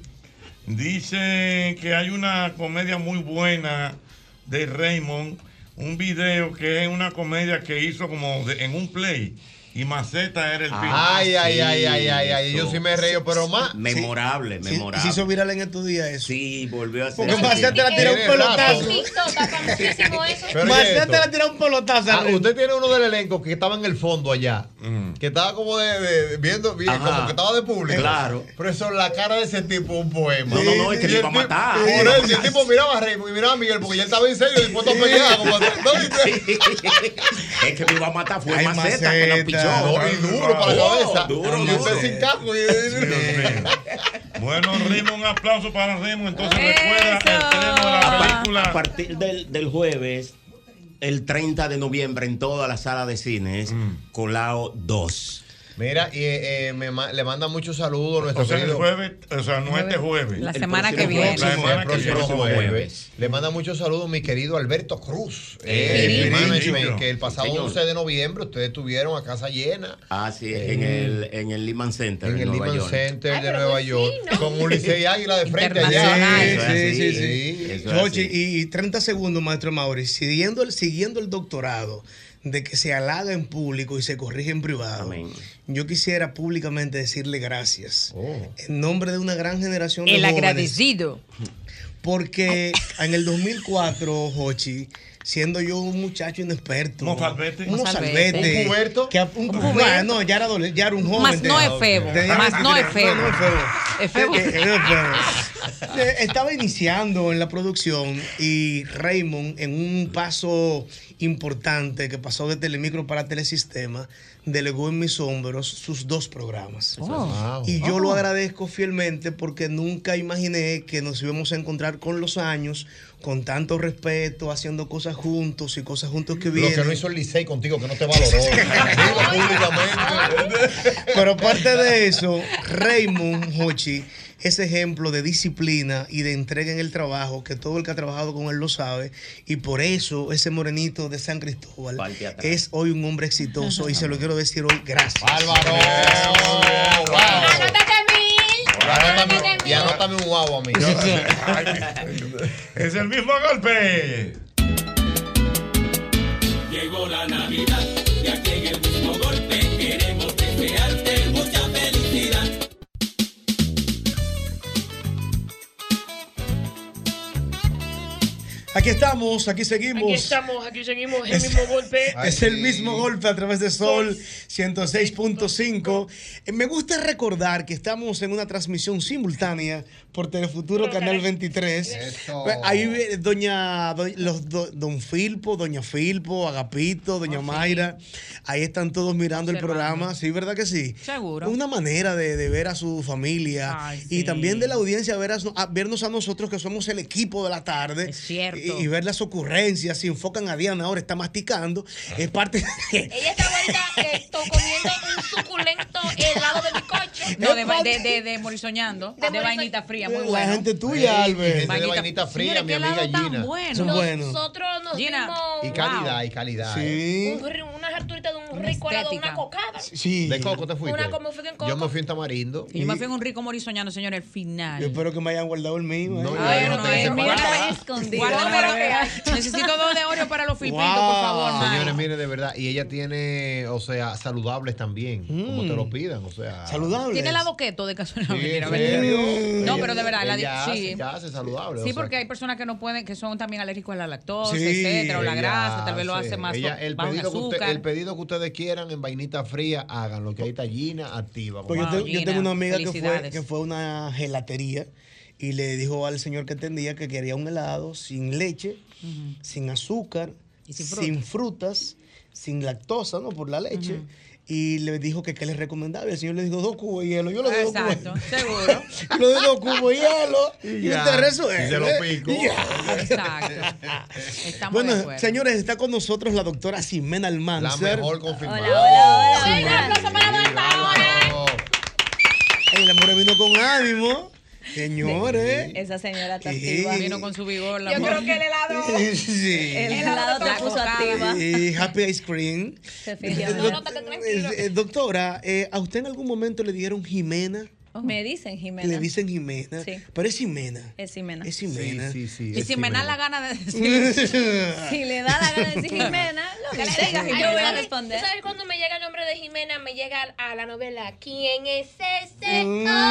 Dice que hay una comedia muy buena de Raymond un video que es una comedia que hizo como en un play. Y Maceta era el Ay, yo sí me reío, pero más. Memorable. Se hizo viral en estos días eso. Sí, volvió a ser. Porque Maceta le tiró un pelotazo. Maceta le tiró un pelotazo. Usted tiene uno del elenco que estaba en el fondo allá, que estaba como viendo bien, como que estaba de público. Claro. Pero eso, la cara de ese tipo, un poema. No, es que le iba a matar. Por eso, el tipo miraba a Raymond y miraba a Miguel, porque ya estaba en serio, dispuesto a pelear. Es que me iba a matar, fue Maceta que lo pichó. Y duro para la cabeza. Duro, y usted sin casco. Bueno, Raymond, un aplauso para Raymond. Entonces recuerda el estreno de la película. A partir del jueves, el 30 de noviembre, en todas las salas de cines, Colao 2. Mira, y le manda muchos saludos nuestro querido. El jueves, o sea, no este jueves. La semana que viene. El próximo jueves. Le manda muchos saludos mi querido Alberto Cruz. Que el pasado 11 de noviembre ustedes estuvieron a casa llena. Sí, en el Lehman Center. En el Lehman Center de Nueva York. ¿no? Con Ulises Águila de frente allá. Sí. Jochi, y 30 segundos, maestro Mauri. Siguiendo el doctorado de que se halaga en público y se corrige en privado. Amén. Yo quisiera públicamente decirle gracias en nombre de una gran generación de el jóvenes, agradecido, porque en el 2004, Jochi, siendo yo un muchacho inexperto, un mozalbete, un puberto, ya era un joven, más no es feo, es feo. Estaba iniciando en la producción y Raymond, en un paso importante que pasó de Telemicro para Telesistema, delegó en mis hombros sus 2 programas. Y yo lo agradezco fielmente porque nunca imaginé que nos íbamos a encontrar con los años, con tanto respeto, haciendo cosas juntos y cosas juntos que vienen. Lo que no hizo el Licey contigo, que no te valoró. Pero aparte de eso, Raymond, Jochi, ese ejemplo de disciplina y de entrega en el trabajo, que todo el que ha trabajado con él lo sabe, y por eso ese morenito de San Cristóbal es hoy un hombre exitoso y se lo quiero decir hoy, gracias. ¡Álvaro! Y anótame un guau a mí. Es el mismo golpe. Llegó la Navidad y aquí en el mismo golpe queremos desearte mucha felicidad. Aquí estamos, aquí seguimos. Aquí seguimos, el mismo golpe. Es el mismo golpe a través de Sol 106.5. Me gusta recordar que estamos en una transmisión simultánea por Telefuturo Canal 23. Eso. Ahí don Filpo, doña Filpo, Agapito, doña Mayra. Ahí están todos mirando el programa. Sí, ¿verdad que sí? Seguro. Una manera de ver a su familia. Y también de la audiencia vernos a nosotros que somos el equipo de la tarde. Es cierto. Y ver las ocurrencias, si enfocan a Diana ahora está masticando, es parte de... Ella está ahorita comiendo un suculento helado de bizcocho. No, de morisoñando, de vainita fría, muy bueno. La gente tuya, Albert. De vainita fría, mi amiga Gina. Son buenos. Nosotros nos dimos Y calidad. Sí. una harturita de un rico helado, una cocada. Sí. ¿De coco te fuiste? Una como fui en coco. Yo me fui en tamarindo. Y yo me fui en un rico morisoñando, señor, el final. Yo espero que me hayan guardado el mío. No, el mío está escondido. Necesito 2 de Oreo para los filpitos, por favor. Señores, mire, de verdad. Y ella tiene, o sea, saludables también. Como te lo pidan, o sea. Saludables. Tiene helado keto de casualidad. Sí, no, pero de verdad. Sí, hace saludable. Sí, porque hay personas que no pueden, que son también alérgicos a la lactosa, etcétera, o la grasa, tal vez lo hace más bajo en azúcar. El pedido que ustedes quieran en vainita fría, háganlo, que ahí está Gina activa. Pues yo tengo una amiga que fue a una gelatería y le dijo al señor que atendía que quería un helado sin leche, sin azúcar, sin frutas, sin lactosa, ¿no? Por la leche. Y le dijo que qué le recomendaba. Y el señor le dijo 2 cubos de hielo. Yo le doy 2 cubos. Exacto, seguro. Yo le doy 2 cubos de hielo y usted resuelve. Y se lo pico. Exacto. Estamos bueno, de acuerdo. Señores, está con nosotros la doctora Ximena Almanzar. La mejor confirmada. Hola. Un aplauso para Marta. La mujer vino con ánimo. Señores. Esa señora está activa. Vino con su vigor. Yo creo que el helado. Sí. El helado te puso activa. Y Happy Ice Cream. Doctora, ¿a usted en algún momento le dieron Ximena? Me dicen Ximena. Le dicen Ximena. Sí. Pero es Ximena. Es Ximena. Es Ximena. Sí. Y si me da la gana de decir. Si le da la a decir Jimena, lo que le digas, yo voy a responder. ¿Tú sabes cuando me llega el nombre de Jimena? Me llega a la novela. ¿Quién es ese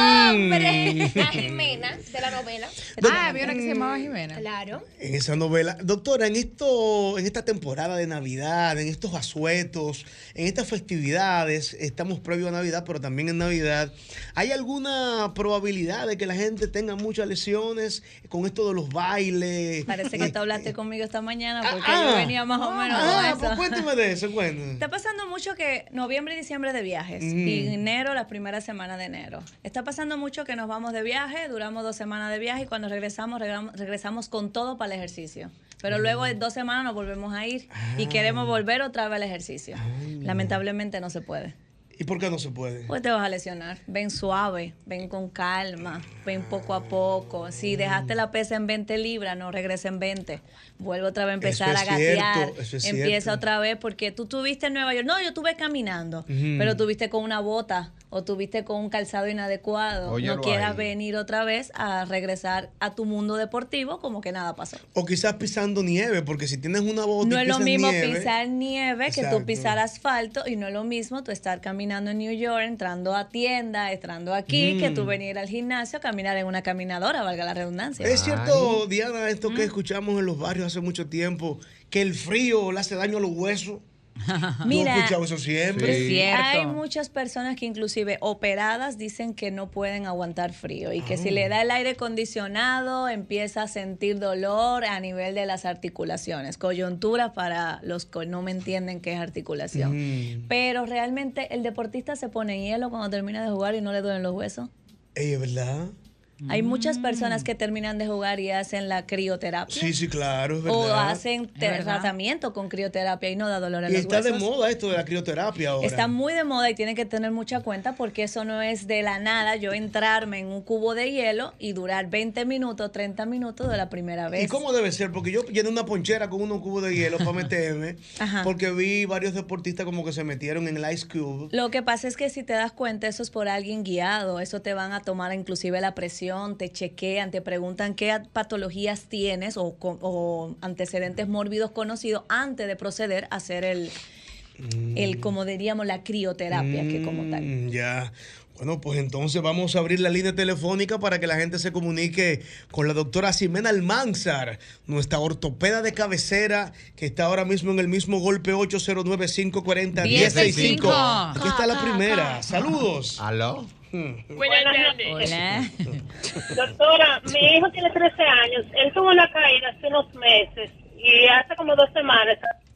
hombre? La Jimena de la novela. Había una que se llamaba Jimena. Claro. En esa novela. Doctora, en esta temporada de Navidad, en estos asuetos, en estas festividades, estamos previo a Navidad, pero también en Navidad, ¿hay alguna probabilidad de que la gente tenga muchas lesiones con esto de los bailes? Parece que tú hablaste conmigo esta mañana porque yo venía más o menos con eso. Pues cuénteme de eso, cuénteme. Está pasando mucho que noviembre y diciembre de viajes y enero, las primeras semanas de enero. Está pasando mucho que nos vamos de viaje, duramos 2 semanas de viaje y cuando regresamos con todo para el ejercicio. Pero luego en 2 semanas nos volvemos a ir y queremos volver otra vez al ejercicio. Lamentablemente no se puede. ¿Y por qué no se puede? Pues te vas a lesionar. Ven suave, ven con calma, ven poco a poco. Si dejaste la pesa en 20 libras, no regresa en 20. Vuelve otra vez a empezar a gatear. Empieza otra vez porque tú estuviste en Nueva York. No, yo estuve caminando, pero tuviste con una bota o tuviste con un calzado inadecuado. Óyalo, no quieras ahí. venir otra vez a regresar a tu mundo deportivo como que nada pasó. O quizás pisando nieve, porque si tienes una bota No y es lo pisas mismo nieve, pisar nieve que Exacto. tú pisar asfalto y no es lo mismo tú estar caminando en New York, entrando a tienda, entrando aquí, que tú venir al gimnasio a caminar en una caminadora, valga la redundancia. Es cierto, Diana, esto que escuchamos en los barrios hace mucho tiempo, que el frío le hace daño a los huesos. Mira, Yo he escuchado eso siempre. hay muchas personas que inclusive operadas dicen que no pueden aguantar frío y que si le da el aire acondicionado empieza a sentir dolor a nivel de las articulaciones, coyuntura para los que no me entienden qué es articulación. Pero realmente el deportista se pone hielo cuando termina de jugar y no le duelen los huesos. Ey, ¿es verdad? Hay muchas personas que terminan de jugar y hacen la crioterapia. Sí, sí, claro, es verdad. O hacen verdad. tratamiento con crioterapia y no da dolor en Y los está huesos. de moda esto de la crioterapia ahora. Está muy de moda y tienen que tener mucha cuenta porque eso no es de la nada yo entrarme en un cubo de hielo y durar 20 minutos, 30 minutos de la primera vez. ¿Y cómo debe ser? Porque yo llené una ponchera con unos cubos de hielo para meterme, porque vi varios deportistas como que se metieron en el Ice Cube. Lo que pasa es que si te das cuenta, eso es por alguien guiado. Eso te van a tomar inclusive la presión, te chequean, te preguntan qué patologías tienes o antecedentes mórbidos conocidos antes de proceder a hacer el como diríamos, la crioterapia, que como tal. Ya. Bueno, pues entonces vamos a abrir la línea telefónica para que la gente se comunique con la doctora Ximena Almanzar, nuestra ortopeda de cabecera, que está ahora mismo en el mismo golpe 809-540-1065. Aquí está la primera. Saludos. ¿Aló? Buenas tardes. Hola. Doctora, mi hijo tiene 13 años. Él tuvo una caída hace unos meses y hace como 2 semanas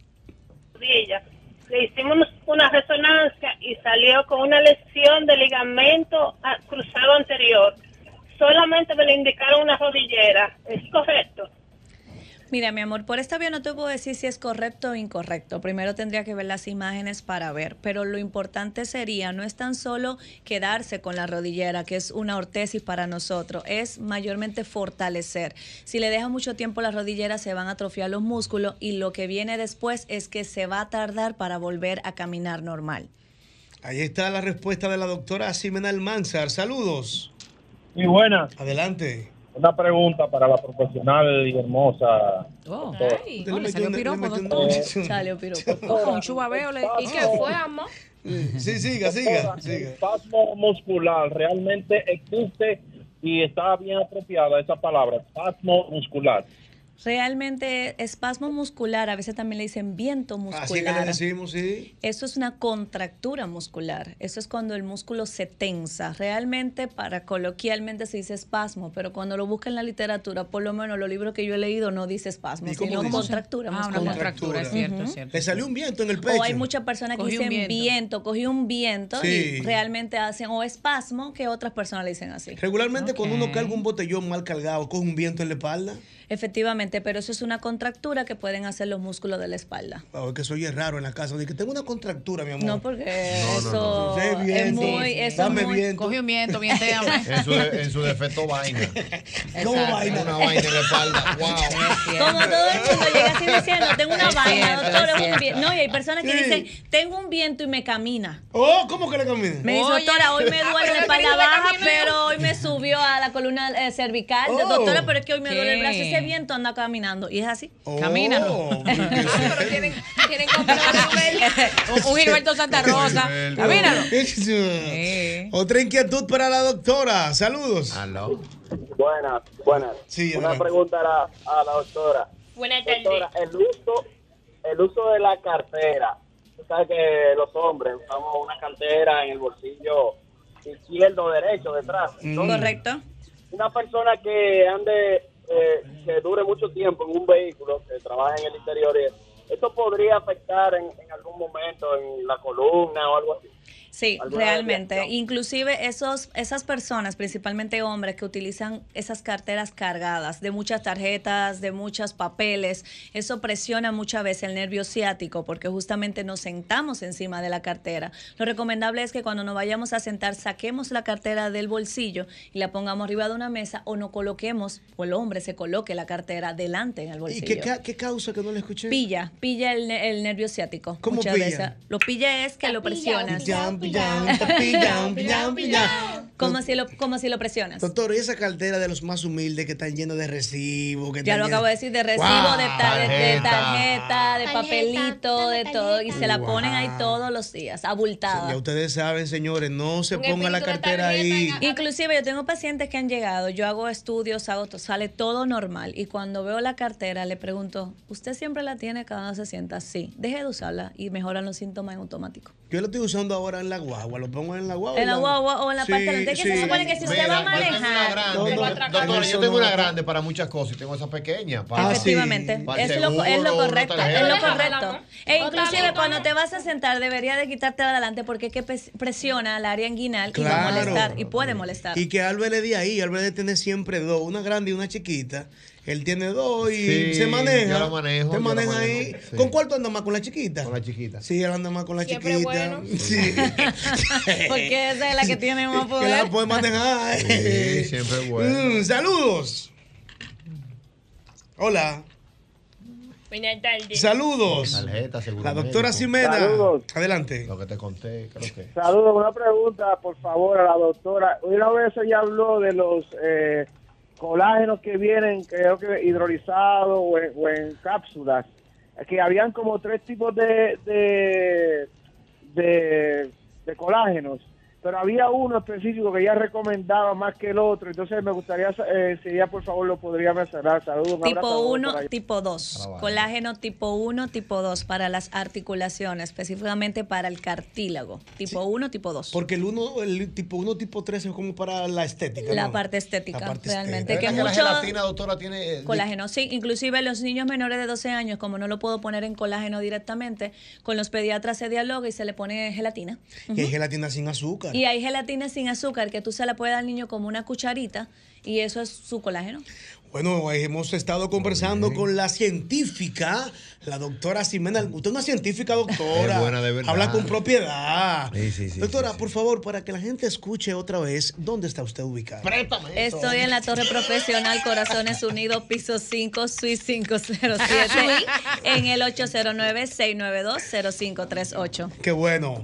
le hicimos una resonancia y salió con una lesión de ligamento cruzado anterior. Solamente me le indicaron una rodillera. ¿Es correcto? Mira, mi amor, por esta vía no te puedo decir si es correcto o incorrecto. Primero tendría que ver las imágenes para ver, pero lo importante sería no es tan solo quedarse con la rodillera, que es una ortesis para nosotros, es mayormente fortalecer. Si le deja mucho tiempo la rodillera se van a atrofiar los músculos y lo que viene después es que se va a tardar para volver a caminar normal. Ahí está la respuesta de la doctora Ximena Almanzar. Saludos. Muy buena. Adelante. Una pregunta para la profesional y hermosa. Le salió piropo, doctor. Salió piropo. Con chubabeo. ¿Y qué fue, amor? Sí, siga. ¿El espasmo muscular realmente existe y está bien apropiada esa palabra? Espasmo muscular. Realmente espasmo muscular, a veces también le dicen viento muscular. Así que le decimos, sí. Eso es una contractura muscular. Eso es cuando el músculo se tensa. Realmente, coloquialmente se dice espasmo, pero cuando lo busca en la literatura, por lo menos los libros que yo he leído no dice espasmo, sino contractura muscular. Una contractura, es cierto, es cierto. Le salió un viento en el pecho. O hay muchas personas que Cogí un dicen viento, cogí un viento Sí. y realmente hacen o espasmo que otras personas le dicen así. Regularmente cuando uno carga un botellón mal cargado, coge un viento en la espalda. Efectivamente, pero eso es una contractura que pueden hacer los músculos de la espalda. Oh, que soy raro en la casa. Dije que tengo una contractura, mi amor. No, porque eso Sí, es viento. muy... Eso Dame es muy viento. Coge un viento, vientéame. En su defecto, vaina. ¿Cómo vaina? Una vaina en la espalda. Wow. Como todo el mundo llega así diciendo, tengo una Es vaina, cierto, doctor, es es un cierto. viento. No, y hay personas que Sí. dicen, tengo un viento y me camina. Oh, ¿cómo que le camina? Me dice, Oye. doctora, hoy me duele pero la el espalda marido le baja, caminó. pero hoy me subió a la columna cervical. Oh. Doctora, pero es que hoy me duele el brazo ¿Qué? qué bien tú andas caminando. Y es así, camina. Tienen un Gilberto Santa Rosa. Camínalo. Otra inquietud para la doctora. Saludos. Buenas. Sí, una adelante. pregunta a la doctora. Buenas tardes. Doctora, el uso de la cartera. Tú sabes que los hombres usamos una cartera en el bolsillo izquierdo o derecho, detrás. Entonces, Correcto. una persona que ande, que dure mucho tiempo en un vehículo, que trabaja en el interior, ¿esto podría afectar en algún momento en la columna o algo así? Sí, ¿Alguna realmente. desviación? Inclusive esas personas, principalmente hombres, que utilizan esas carteras cargadas de muchas tarjetas, de muchos papeles, eso presiona muchas veces el nervio ciático porque justamente nos sentamos encima de la cartera. Lo recomendable es que cuando nos vayamos a sentar saquemos la cartera del bolsillo y la pongamos arriba de una mesa o nos coloquemos, o el hombre se coloque la cartera delante en el ¿Y bolsillo. qué causa que no le escuché? Pilla el nervio ciático. ¿Cómo muchas pilla? veces. Lo pilla es que lo presionas. Como si lo presionas. Doctor, ¿y esa cartera de los más humildes que están llenos de recibos? Ya lo acabo de decir, de recibo, Wow. de tarjeta, de papelito, de todo. Y se la ponen ahí todos los días, abultada. Ya ustedes saben, señores, no se ponga la cartera ahí. Inclusive yo tengo pacientes que han llegado, yo hago estudios, sale todo normal. Y cuando veo la cartera le pregunto, ¿usted siempre la tiene cada vez se sienta? Sí. Deje de usarla y mejoran los síntomas en automático. Yo lo estoy usando ahora en la guagua, lo pongo en la guagua. En la guagua o en la parte delantera. Es que se supone que si usted va a manejar. Doctora, yo tengo una grande para muchas cosas y tengo esa pequeña. Para, Efectivamente, para el es seguro, lo una correcto, tarjeta. es lo correcto. E Otra inclusive vez, cuando te vas a sentar debería de quitarte adelante porque es que presiona el área inguinal y va a Claro. molestar y puede molestar. Y que Albert le di ahí, Albert debe tener siempre dos, una grande y una chiquita. Él tiene dos y Sí, se maneja. yo la manejo, Se yo la maneja manejo, ahí. sí. ¿Con cuál tú andas más? ¿Con la chiquita? Con la chiquita. Sí, él anda más con la Siempre chiquita. bueno. Sí. Porque esa es la que tiene más Que poder. la puede manejar. Sí, siempre es bueno. Saludos. Hola. Buenas tardes. Saludos. Tarjeta, seguro La doctora médico. Ximena. Saludos. Adelante. Lo que te conté, creo que. Saludos, una pregunta, por favor, a la doctora. Una vez ella habló de los colágenos que vienen, creo que hidrolizados o en cápsulas, que habían como 3 tipos de colágenos, pero había uno específico que ella recomendaba más que el otro, entonces me gustaría, si ella por favor lo podría mencionar. Saludos. un abrazo a Tipo todos 1, por ahí. tipo 2. Colágeno tipo 1, tipo 2 para las articulaciones, específicamente para el cartílago. Tipo 1, tipo 2. Porque el tipo 1, tipo 3 es como para la estética. La ¿no? parte estética, La parte realmente. ¿Es Que verdad que la mucho gelatina, doctora, tiene. colágeno, sí. Inclusive los niños menores de 12 años, como no lo puedo poner en colágeno directamente, con los pediatras se dialoga y se le pone gelatina. Y hay gelatina sin azúcar. Y hay gelatina sin azúcar que tú se la puedes dar al niño como una cucharita y eso es su colágeno. Bueno, hemos estado conversando con la científica, la doctora Ximena. Usted es una científica, doctora. Es buena, de verdad. Habla con propiedad. Sí, Doctora, por favor, para que la gente escuche otra vez, ¿dónde está usted ubicada? Préstame eso. Estoy en la Torre Profesional Corazones Unidos, piso 5, Suite 507, en el 809-692-0538. Qué bueno.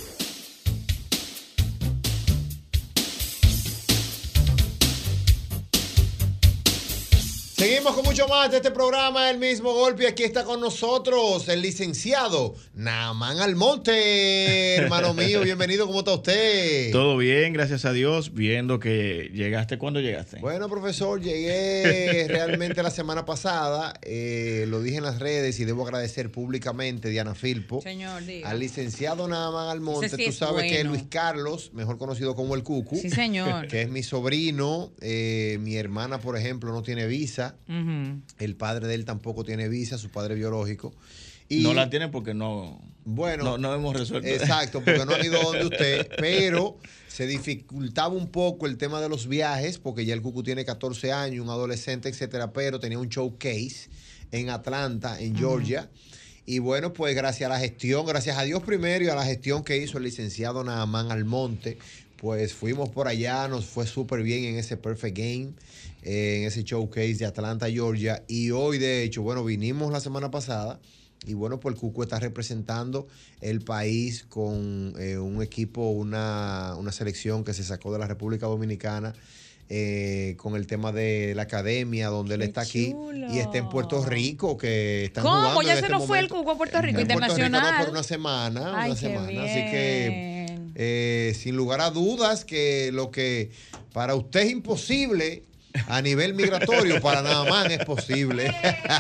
Seguimos con mucho más de este programa, El Mismo Golpe. Aquí está con nosotros el licenciado Naaman Almonte. Hermano mío, bienvenido. ¿Cómo está usted? Todo bien, gracias a Dios. Viendo que llegaste. ¿Cuándo llegaste? Bueno, profesor, llegué realmente la semana pasada. Lo dije en las redes y debo agradecer públicamente, Diana Filpo, Señor, diga. al licenciado Naaman Almonte. Ese sí Tú es sabes que bueno. Luis Carlos, mejor conocido como el Cucu, Sí, señor. que es mi sobrino. Mi hermana, por ejemplo, no tiene visa. Ujú. El padre de él tampoco tiene visa, su padre biológico. No la tienen porque no. Bueno, no hemos resuelto. Exacto, porque no han ido donde usted, pero se dificultaba un poco el tema de los viajes, porque ya el Cucu tiene 14 años, un adolescente, etcétera, pero tenía un showcase en Atlanta, en Georgia. Y bueno, pues gracias a la gestión, gracias a Dios primero y a la gestión que hizo el licenciado Naaman Almonte, pues fuimos por allá, nos fue súper bien en ese Perfect Game, en ese showcase de Atlanta, Georgia. Y hoy, de hecho, bueno, vinimos la semana pasada. Y bueno, pues el Cucu está representando el país con un equipo, una selección que se sacó de la República Dominicana con el tema de la academia, donde él está aquí y está en Puerto Rico, que están ¿Cómo? jugando Ya en se este nos fue el momento. cuco a Puerto Rico En Puerto Rico, internacional. no, por una semana. Ay, Así qué que, sin lugar a dudas, que lo que para usted es imposible a nivel migratorio, para nada más es posible.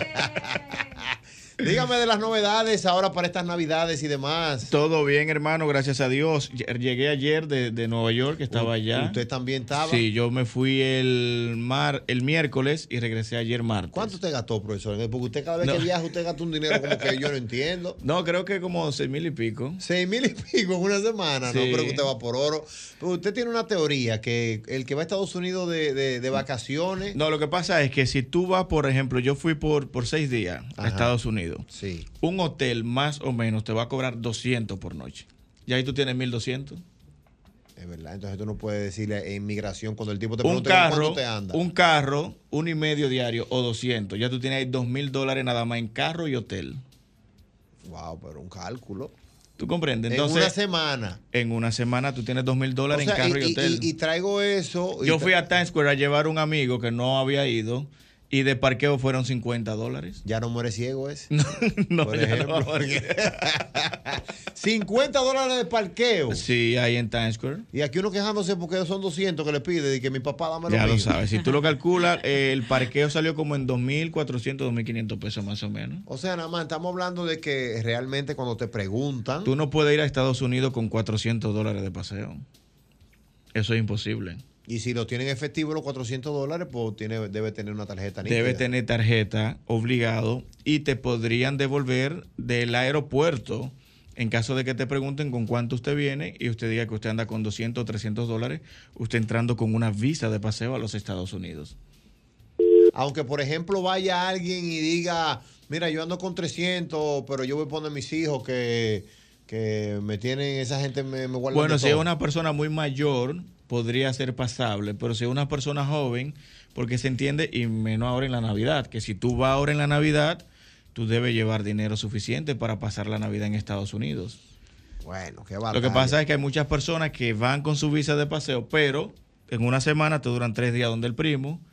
Dígame de las novedades ahora para estas navidades y demás. Todo bien, hermano, gracias a Dios. Llegué ayer de Nueva York, estaba allá. ¿Usted también estaba? Sí, yo me fui el miércoles y regresé ayer martes. ¿Cuánto te gastó, profesor? Porque usted cada vez No. que viaja, usted gasta un dinero como que yo no entiendo. No, creo que como 6,000 y pico. 6,000 y pico en una semana, Sí. no, pero que usted va por oro. Pero usted tiene una teoría que el que va a Estados Unidos de vacaciones. No, lo que pasa es que si tú vas, por ejemplo, yo fui por 6 días a Ajá. Estados Unidos. Sí. Un hotel más o menos te va a cobrar 200 por noche. Y ahí tú tienes 1,200. Es verdad, entonces tú no puedes decirle en migración cuando el tipo te Un pregunta carro, cuánto te anda. un carro, 1,5 diario o 200. Ya tú tienes ahí $2,000 nada más en carro y hotel. Wow, pero un cálculo. ¿Tú comprendes? En Entonces, una semana. En una semana tú tienes $2,000 O en sea, carro y hotel. Y traigo eso. Yo fui a Times Square a llevar a un amigo que no había ido y de parqueo fueron $50. Ya no muere ciego ese. No, por ya no ejemplo. va a morir. $50 de parqueo. Sí, ahí en Times Square. Y aquí uno quejándose porque son 200 que le pide y que mi papá dame lo Ya mío. lo sabes. Si tú lo calculas, el parqueo salió como en 2,400, 2,500 pesos más o menos. O sea, nada más estamos hablando de que realmente cuando te preguntan. Tú no puedes ir a Estados Unidos con $400 de paseo. Eso es imposible. Y si lo tienen efectivo los $400, pues debe tener una tarjeta nítida. Debe tener tarjeta, obligado, y te podrían devolver del aeropuerto en caso de que te pregunten con cuánto usted viene y usted diga que usted anda con $200 o $300, usted entrando con una visa de paseo a los Estados Unidos. Aunque, por ejemplo, vaya alguien y diga, mira, yo ando con 300, pero yo voy a poner a mis hijos que me tienen, esa gente me guarda. Bueno, si es una persona muy mayor, podría ser pasable, pero si es una persona joven, porque se entiende, y menos ahora en la Navidad, que si tú vas ahora en la Navidad, tú debes llevar dinero suficiente para pasar la Navidad en Estados Unidos. Bueno, qué Lo batalla. que pasa es que hay muchas personas que van con su visa de paseo, pero en una semana te duran 3 días donde el primo,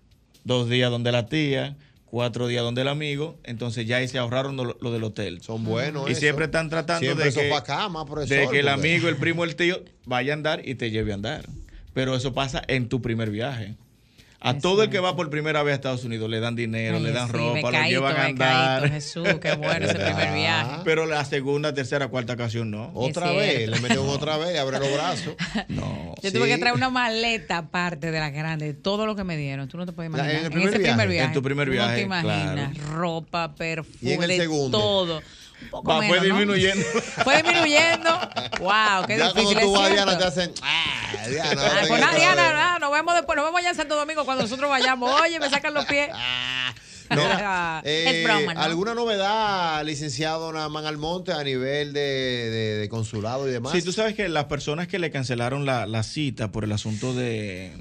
2 días donde la tía, 4 días donde el amigo, entonces ya ahí se ahorraron lo del hotel. Son buenos. Y eso. siempre están tratando Siempre de que, sofá cama, profesor, de que el porque- amigo, el primo, el tío vaya a andar y te lleve a andar. Pero eso pasa en tu primer viaje. A todo el que va por primera vez a Estados Unidos le dan dinero, Ay, le dan sí, ropa, lo becaíto, llevan a becaíto, andar. Jesús, qué bueno ese primer viaje. Pero la segunda, tercera, cuarta ocasión no. Otra vez, le meten otra vez, abre los brazos. No. Yo tuve que traer una maleta aparte de las grandes, de todo lo que me dieron. Tú no te puedes imaginar. en el primer ese viaje. primer viaje. En tu primer tú viaje, no te imaginas. claro. Ropa, perfume, ¿Y en el de segundo? todo. Un poco Va, menos, fue ¿no? disminuyendo. Fue disminuyendo. Wow, qué Ya difícil. cuando tú es vas, cierto. Diana, te hacen. Diana, Ay, ven pues nada, otra Diana, vez. nada, nos vemos después, nos vemos allá en Santo Domingo cuando nosotros vayamos. Oye, me sacan los pies. Mira, Es broma, ¿no? ¿alguna novedad, licenciado Naamán Almonte, a nivel de consulado y demás? Sí, tú sabes que las personas que le cancelaron la cita por el asunto de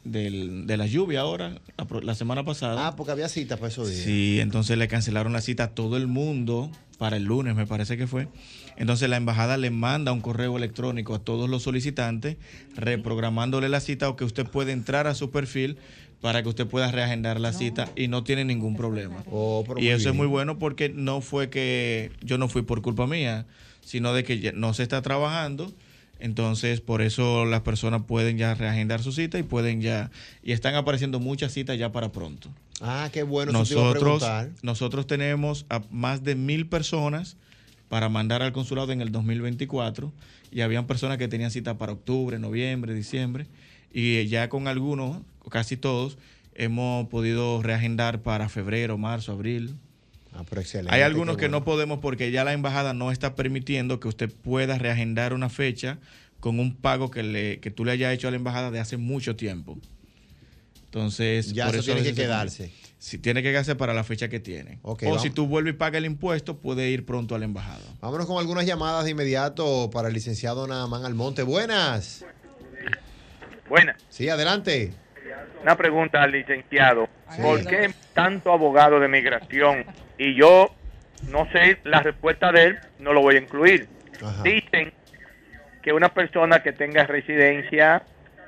la lluvia ahora, la semana pasada. Ah, porque había citas para esos días. Sí, entonces le cancelaron la cita a todo el mundo para el lunes, me parece que fue. Entonces la embajada le manda un correo electrónico a todos los solicitantes reprogramándole la cita o que usted puede entrar a su perfil para que usted pueda reagendar la cita y no tiene ningún problema. Pero Y muy eso es bien. muy bueno porque no fue que yo no fui por culpa mía, sino de que ya no se está trabajando. Entonces, por eso las personas pueden ya reagendar su cita y pueden ya, y están apareciendo muchas citas ya para pronto. Ah, qué bueno, eso te iba a preguntar. Nosotros tenemos a más de 1,000 personas para mandar al consulado en el 2024 y habían personas que tenían cita para octubre, noviembre, diciembre y ya con algunos, casi todos, hemos podido reagendar para febrero, marzo, abril. Ah, pero excelente. Hay algunos qué que bueno. no podemos porque ya la embajada no está permitiendo que usted pueda reagendar una fecha con un pago que tú le hayas hecho a la embajada de hace mucho tiempo. Entonces, Ya por eso eso a tiene que veces se quedarse. cambia. Si tiene que quedarse para la fecha que tiene. Ok, o vamos. si tú vuelves y pagas el impuesto, puede ir pronto a la embajada. Vámonos con algunas llamadas de inmediato para el licenciado Naamán Almonte. Buenas. Buenas. Sí, adelante. Una pregunta al licenciado. ¿Por qué tanto abogado de migración? Y yo no sé la respuesta de él, no lo voy a incluir. Dicen que una persona que tenga residencia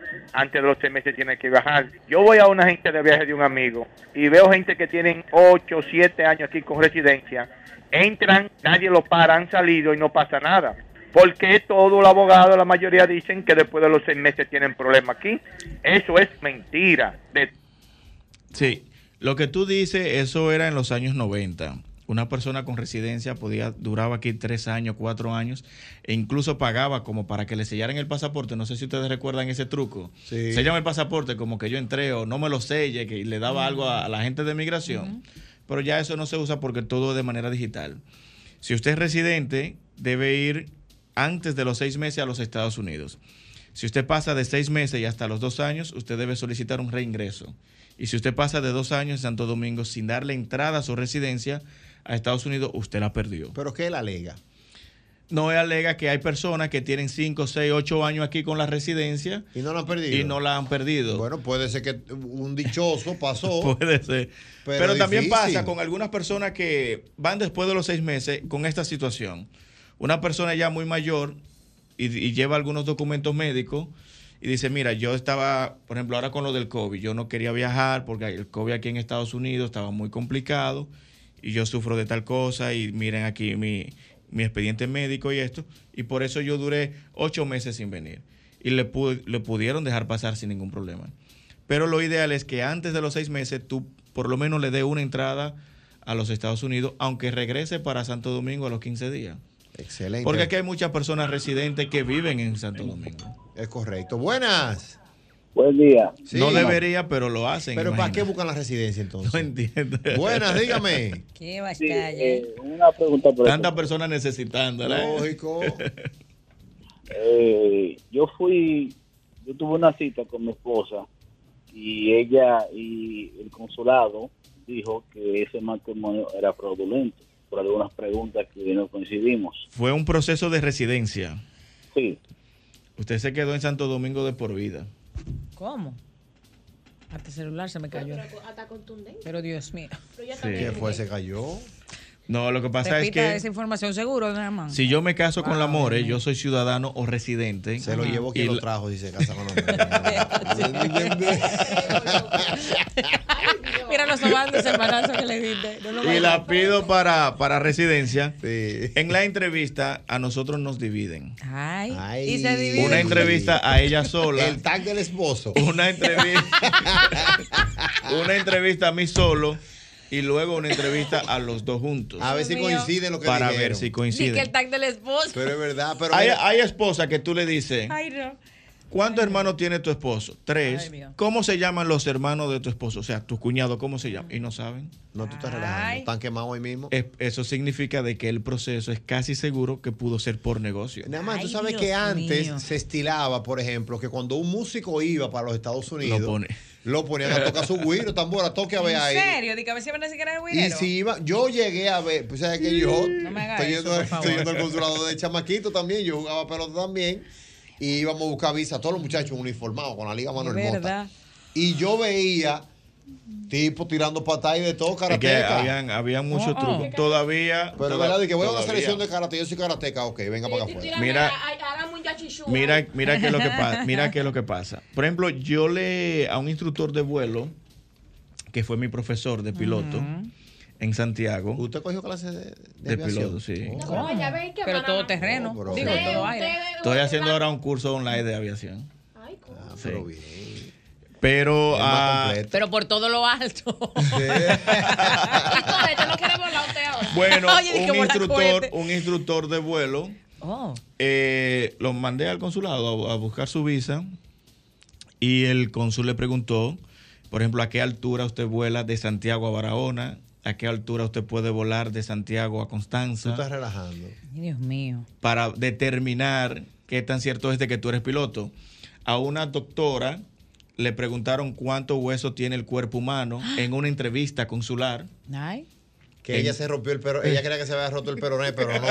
antes de los 6 meses tiene que viajar. Yo voy a una agencia de viaje de un amigo y veo gente que tienen 8, 7 años aquí con residencia. Entran, nadie los para, han salido y no pasa nada. Porque todo el abogado, la mayoría dicen que después de los 6 meses tienen problema aquí. Eso es mentira. Sí, lo que tú dices, eso era en los años 90. Una persona con residencia duraba aquí 3 años, 4 años, e incluso pagaba como para que le sellaran el pasaporte. No sé si ustedes recuerdan ese truco. Sí. Sellan el pasaporte como que yo entré o no me lo selle, que le daba algo a la gente de migración. Pero ya eso no se usa porque todo es de manera digital. Si usted es residente, debe ir antes de los 6 meses a los Estados Unidos. Si usted pasa de 6 meses y hasta los 2 años, usted debe solicitar un reingreso. Y si usted pasa de 2 años en Santo Domingo sin darle entrada a su residencia a Estados Unidos, usted la perdió. ¿Pero qué él alega? No, él alega que hay personas que tienen 5, 6, 8 años aquí con la residencia. ¿Y no la han perdido? Y no la han perdido. Bueno, puede ser que un dichoso pasó. Puede ser. Pero también difícil. pasa con algunas personas que van después de los 6 meses con esta situación. Una persona ya muy mayor y lleva algunos documentos médicos y dice, mira, yo estaba, por ejemplo, ahora con lo del COVID, yo no quería viajar porque el COVID aquí en Estados Unidos estaba muy complicado y yo sufro de tal cosa y miren aquí mi expediente médico y esto, y por eso yo duré 8 meses sin venir y le pudieron dejar pasar sin ningún problema. Pero lo ideal es que antes de los 6 meses tú por lo menos le dé una entrada a los Estados Unidos, aunque regrese para Santo Domingo a los 15 días. Excelente. Porque aquí hay muchas personas residentes que viven en Santo Domingo. Es correcto. Buenas. Buen día. Sí. No debería, pero lo hacen. ¿Pero imagina. para qué buscan la residencia entonces? No entiendo. Buenas, dígame. Qué Sí, bacalla. una pregunta por Tantas personas necesitándola. Lógico. Yo tuve una cita con mi esposa y ella y el consulado dijo que ese matrimonio era fraudulento por algunas preguntas que no coincidimos. Fue un proceso de residencia. Sí. Usted se quedó en Santo Domingo de por vida. ¿Cómo? Hasta el celular se me cayó. Hasta contundente. Pero Dios mío. ¿Qué fue? ¿Se cayó? No, lo que pasa Repita es que esa información seguro, nada más. si yo me caso con la More, yo soy ciudadano o residente. Se lo llevo quien lo trajo si se casa con la Mira los sobandos, hermanazo que le diste. No lo Y vayas. la pido para residencia. En la entrevista a nosotros nos dividen. Ay. Y se divide. Una entrevista a ella sola. El tag del esposo. Una entrevista a mí solo. Y luego una entrevista a los dos juntos. A ver si coinciden lo que para dijeron. ver si Di que coinciden. el tag del esposo. Pero es verdad. Pero Hay esposas que tú le dices, Ay, no. ¿cuántos hermanos tiene tu esposo? 3. Ay, Dios. ¿Cómo se llaman los hermanos de tu esposo? O sea, tus cuñados, ¿cómo se llaman? Y no saben. No, tú estás relajando. Están quemados hoy mismo. Eso significa de que el proceso es casi seguro que pudo ser por negocio. Nada más, tú sabes que antes se estilaba, por ejemplo, que cuando un músico iba para los Estados Unidos, lo ponían a tocar su güiro, tambora, toque a ver ahí. ¿En serio? Dice que a ver si van a decir que era Y güirero. si iba, yo llegué a ver, pues sabes que yo No me hagas estoy eso, yendo, por favor. estoy yendo al consulado de chamaquito también, yo jugaba pelota también, y íbamos a buscar visa, todos los muchachos uniformados con la Liga Manuel Mota. ¿Verdad? Y yo veía tipos tirando patadas y de todo, Es que karateca. había muchos trucos. Todavía. Pero es verdad, de que voy a una todavía. selección de karate, yo soy karateca, ok, venga para acá afuera. Mira, Hagamos un yachichú. mira qué es lo que pasa. Mira qué es lo que pasa. Por ejemplo, yo a un instructor de vuelo, que fue mi profesor de piloto en Santiago. ¿Usted cogió clases de piloto? Sí. ¿Cómo? Pero todo terreno. No, Digo, todo aire. Estoy haciendo ahora un curso online de aviación. Ay, ¿cómo? Ah, pero bien. Pero, Es más completo. Pero por todo lo alto. ¿Te lo quiere volar usted ahora? Bueno, Oye, dije, volar cohete. un instructor de vuelo, lo mandé al consulado a buscar su visa y el cónsul le preguntó, por ejemplo, a qué altura usted vuela de Santiago a Barahona, a qué altura usted puede volar de Santiago a Constanza. Tú estás relajando. Dios mío. Para determinar qué tan cierto es de que tú eres piloto. A una doctora le preguntaron cuántos huesos tiene el cuerpo humano en una entrevista consular. Ay. Que ella se rompió el peroné. Ella creía que se había roto el peroné, pero no.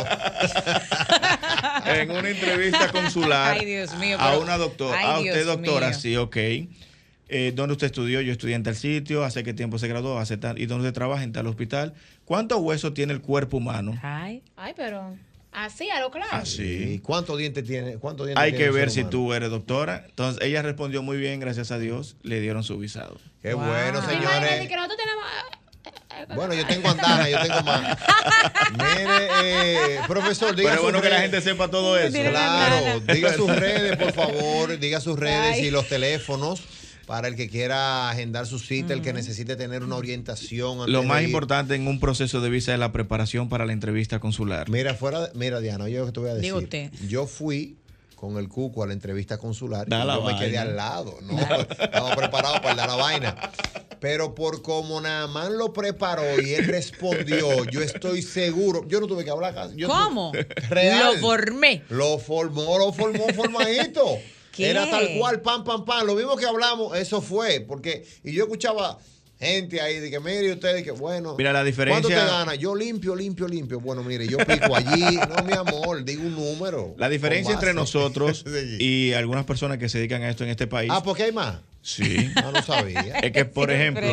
En una entrevista consular. Ay, Dios mío. A pero- una doctora. Ay, Usted, Dios doctora, mío. sí, ok. ¿Dónde usted estudió? Yo estudié en tal sitio. ¿Hace qué tiempo se graduó? ¿Hace tal? ¿Y dónde usted trabaja? En tal hospital. ¿Cuántos huesos tiene el cuerpo humano? Ay. Ay, pero Así, a lo claro. ¿Y cuántos dientes tiene? Hay que ver si tú eres doctora. Entonces, ella respondió muy bien, gracias a Dios. Le dieron su visado. Qué bueno, Imagínate señores. que nosotros tenemos... Bueno, yo tengo andanas, yo tengo más. Mire, profesor, diga Pero es bueno sus que la redes. gente sepa todo eso. Claro, diga sus redes, por favor. Diga sus redes y los teléfonos para el que quiera agendar su cita, el que necesite tener una orientación. antes Lo de más ir. importante en un proceso de visa es la preparación para la entrevista consular. Mira, mira, Diana, oye lo que te voy a decir. Diga usted. Yo fui con el Cuco a la entrevista consular Da y la yo me vaina. quedé al lado, ¿no? Estaba preparado para dar la vaina. Pero por como nada más lo preparó y él respondió, yo estoy seguro. Yo no tuve que hablar casi. ¿Cómo? Real. Lo formé. Lo formó formadito. ¿Qué? Era tal cual, pam. Lo mismo que hablamos, eso fue. Porque, y yo escuchaba gente ahí de que, mire, ustedes, que bueno. Mira, la diferencia- ¿Cuánto te gana? Yo limpio. Bueno, mire, yo pico allí. No, mi amor, digo un número. La diferencia Con base. entre nosotros y algunas personas que se dedican a esto en este país. Ah, ¿porque hay más? Sí. No sabía. Es que, por ejemplo,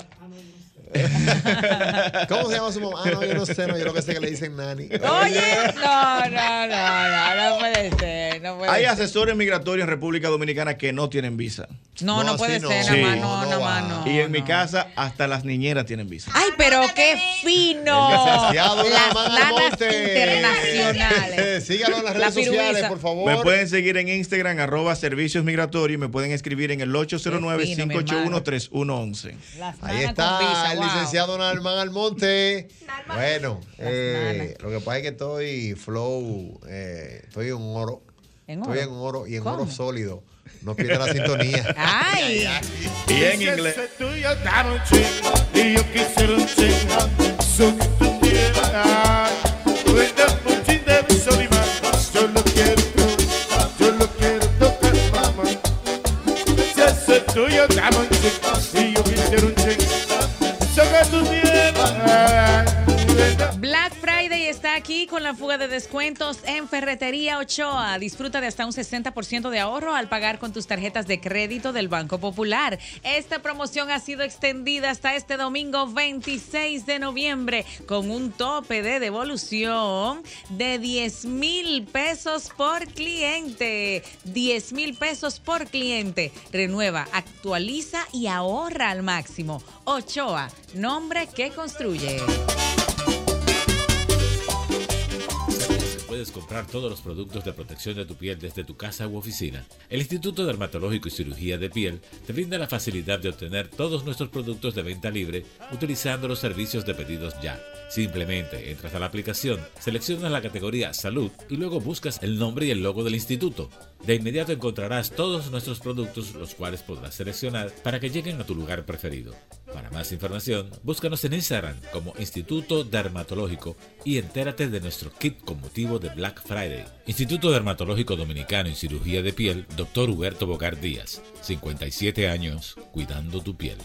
¿Cómo se llama su mamá? Ah, no, yo no sé, yo lo que sé que le dicen nani. Oye, no puede ser, no puede hay ser. asesores migratorios en República Dominicana que no tienen visa. No puede ser, Sí. nada más, Y en mi casa, hasta las niñeras tienen visa. Ay, pero qué fino. El licenciado Las Lamán nanas Almonte. internacionales. Síganlo en las La redes sociales, piruisa. por favor. Me pueden seguir en Instagram, @servicios migratorios, y me pueden escribir en el 809-581-3111. Ahí está el licenciado Nalman Almonte. Bueno, lo que pasa es que estoy flow, estoy en oro. Estoy en oro y en oro sólido. No pierda la sintonía. Ay. Y en inglés. Y yo quisiera un chingo, eso que tú quieras. Cuenta un chin de beso y más. Yo lo quiero tocar, mamá. Si eso es tuyo, dame un chingo. Y yo quisiera un chingo, eso que tú quieras. Black Friday está aquí con la fuga de descuentos en Ferretería Ochoa. Disfruta de hasta un 60% de ahorro al pagar con tus tarjetas de crédito del Banco Popular. Esta promoción ha sido extendida hasta este domingo 26 de noviembre con un tope de devolución de 10,000 pesos por cliente. 10,000 pesos por cliente. Renueva, actualiza y ahorra al máximo. Ochoa, nombre que construye. Puedes comprar todos los productos de protección de tu piel desde tu casa u oficina. El Instituto Dermatológico y Cirugía de Piel te brinda la facilidad de obtener todos nuestros productos de venta libre utilizando los servicios de pedidos ya. Simplemente entras a la aplicación, seleccionas la categoría Salud y luego buscas el nombre y el logo del instituto. De inmediato encontrarás todos nuestros productos, los cuales podrás seleccionar para que lleguen a tu lugar preferido. Para más información, búscanos en Instagram como Instituto Dermatológico y entérate de nuestro kit con motivo de Black Friday. Instituto Dermatológico Dominicano y Cirugía de Piel, Dr. Huberto Bogar Díaz, 57 años, cuidando tu piel.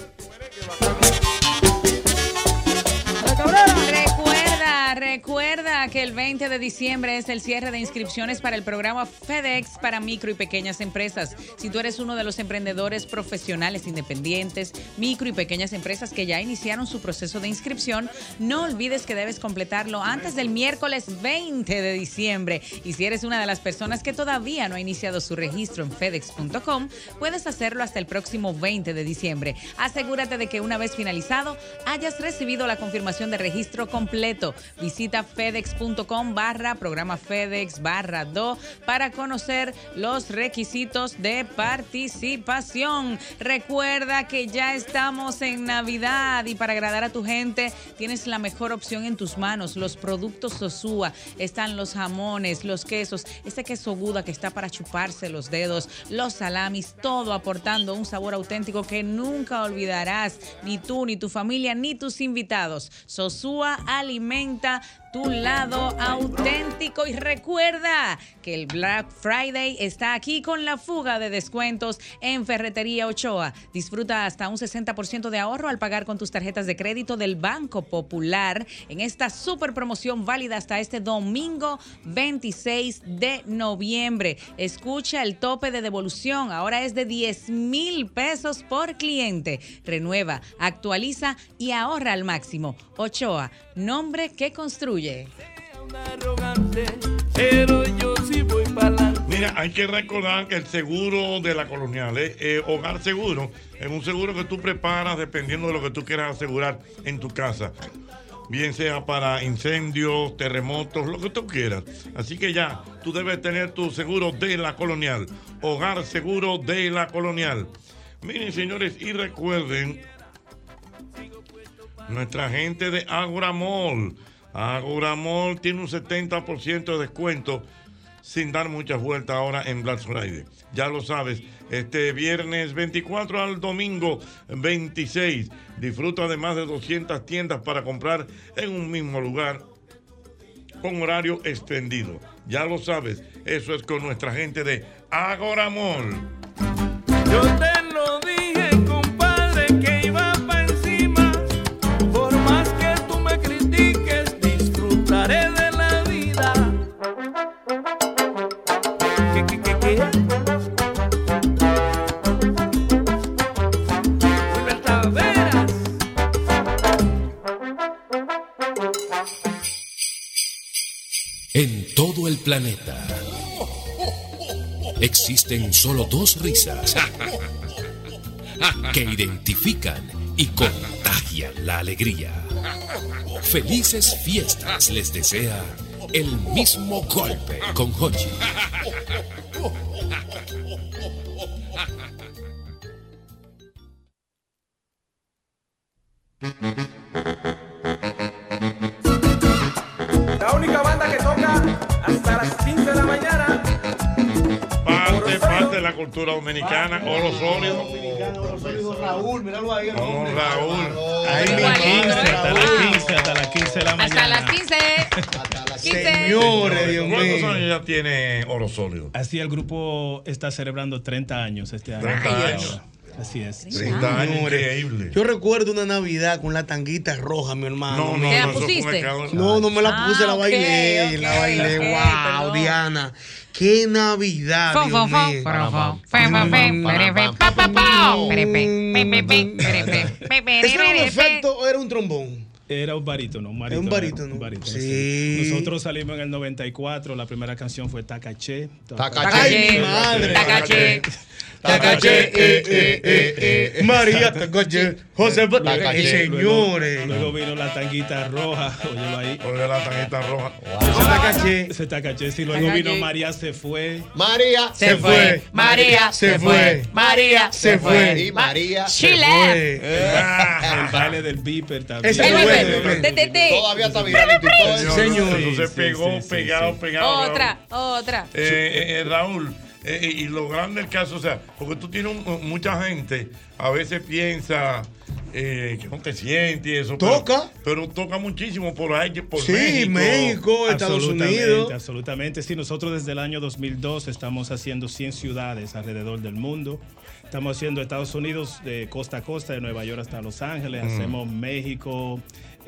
Recuerda que el 20 de diciembre es el cierre de inscripciones para el programa FedEx para micro y pequeñas empresas. Si tú eres uno de los emprendedores profesionales independientes, micro y pequeñas empresas que ya iniciaron su proceso de inscripción, no olvides que debes completarlo antes del miércoles 20 de diciembre. Y si eres una de las personas que todavía no ha iniciado su registro en fedex.com, puedes hacerlo hasta el próximo 20 de diciembre. Asegúrate de que una vez finalizado, hayas recibido la confirmación de registro completo. Visita fedex.com/programa FedEx/2 para conocer los requisitos de participación. Recuerda que ya estamos en Navidad y para agradar a tu gente tienes la mejor opción en tus manos. Los productos Sosúa, están los jamones, los quesos, ese queso Gouda que está para chuparse los dedos, los salamis, todo aportando un sabor auténtico que nunca olvidarás, ni tú, ni tu familia, ni tus invitados. Sosúa alimenta tu lado auténtico y recuerda que el Black Friday está aquí con la fuga de descuentos en Ferretería Ochoa. Disfruta hasta un 60% de ahorro al pagar con tus tarjetas de crédito del Banco Popular en esta super promoción válida hasta este domingo 26 de noviembre. Escucha el tope de devolución, ahora es de 10,000 pesos por cliente. Renueva, actualiza y ahorra al máximo. Ochoa, nombre que construye. Pero yo sí voy para adelante. Mira, hay que recordar que el seguro de la Colonial, Hogar Seguro, es un seguro que tú preparas dependiendo de lo que tú quieras asegurar en tu casa. Bien sea para incendios, terremotos, lo que tú quieras. Así que ya, tú debes tener tu seguro de la Colonial. Hogar Seguro de la Colonial. Miren, señores, y recuerden, nuestra gente de Agora Mall. Agora Mall tiene un 70% de descuento sin dar muchas vueltas ahora en Black Friday. Ya lo sabes, este viernes 24 al domingo 26. Disfruta de más de 200 tiendas para comprar en un mismo lugar con horario extendido. Ya lo sabes, eso es con nuestra gente de Agora Mall. Yo te lo dije, compadre, que iba pa' encima. Por más que tú me critiques, disfrutaré de la vida. ¿Qué? Taveras. En todo el planeta existen solo dos risas que identifican y contagian la alegría. Felices fiestas les desea el mismo golpe con Hochi. La única banda que toca hasta las 15 de la mañana. Parte de la cultura dominicana, oro sólido. Raúl, míralo ahí. Vamos, Raúl. Hasta las 15 de la mañana. Hasta las 15. Señores, Dios mío. ¿Cuántos años ya tiene oro sólido? Así el grupo está celebrando 30 años este año. 30 años. Así es. 30 años, increíble. Yo recuerdo una Navidad con la tanguita roja, mi hermano. ¿Te la pusiste? No me la puse, la bailé. La bailé. Wow, Diana. Qué Navidad, Dios mío. ¿Eso era un efecto o era un trombón? Era un barítono. Un barítono. Sí. Nosotros salimos en el 94. La primera canción fue Tacaché. ¡Ay, mi madre! Tacaché. Tacaché. María Tacaché. José Tacaché. Señores. Luego vino la tanguita roja. Óyelo ahí. Oye, la tanguita roja. Se Tacaché. Sí, luego vino María se fue. María se fue. María se fue. María se fue. Y María se fue. El baile del Viper también. Todavía está viral en TikTok. Señor, eso se pegó, pegado. Otra. Raúl, y lo grande del caso, o sea, porque tú tienes mucha gente, a veces piensa que no te sientes y eso. Toca. Pero toca muchísimo por ahí, por sí, México, Estados Unidos. Absolutamente, sí. Nosotros desde el año 2002 estamos haciendo 100 ciudades alrededor del mundo. Estamos haciendo Estados Unidos de costa a costa, de Nueva York hasta Los Ángeles. Hacemos México,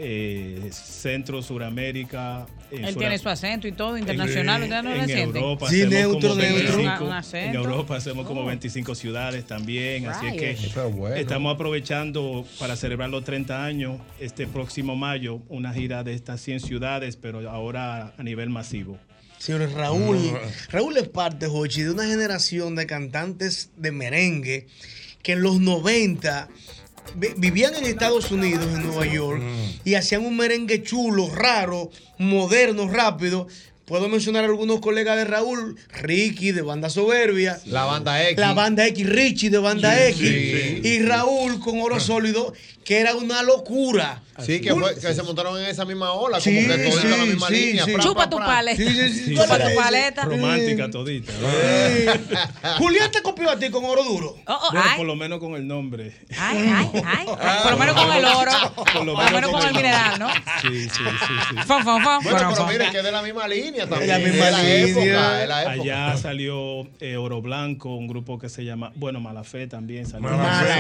Centro, Suramérica. Él tiene su acento y todo, internacional. ¿Usted no lo siente? Europa, sí, neutro. En Europa hacemos como 25 ciudades también. Así es que estamos aprovechando para celebrar los 30 años este próximo mayo, una gira de estas 100 ciudades, pero ahora a nivel masivo. Señores, Raúl es parte, Jochi, de una generación de cantantes de merengue que en los 90 vivían en Estados Unidos, en Nueva York, y hacían un merengue chulo, raro, moderno, rápido. Puedo mencionar a algunos colegas de Raúl, Ricky de Banda Soberbia, la Banda X, Richie de Banda X, y Raúl con Oro Sólido, que era una locura. Sí, que se montaron en esa misma ola, como que todos en la misma línea. Chupa tu paleta. Chupa tu paleta. Romántica todita. Julián te copió a ti con Oro Duro. Bueno, por lo menos con el nombre. Por lo menos con el oro. Por lo menos con el mineral, ¿no? Sí. Bueno, pero miren que es de la misma línea también. La misma línea. Es la época. Allá salió Oro Blanco, un grupo que se llama, Mala Fe también salió.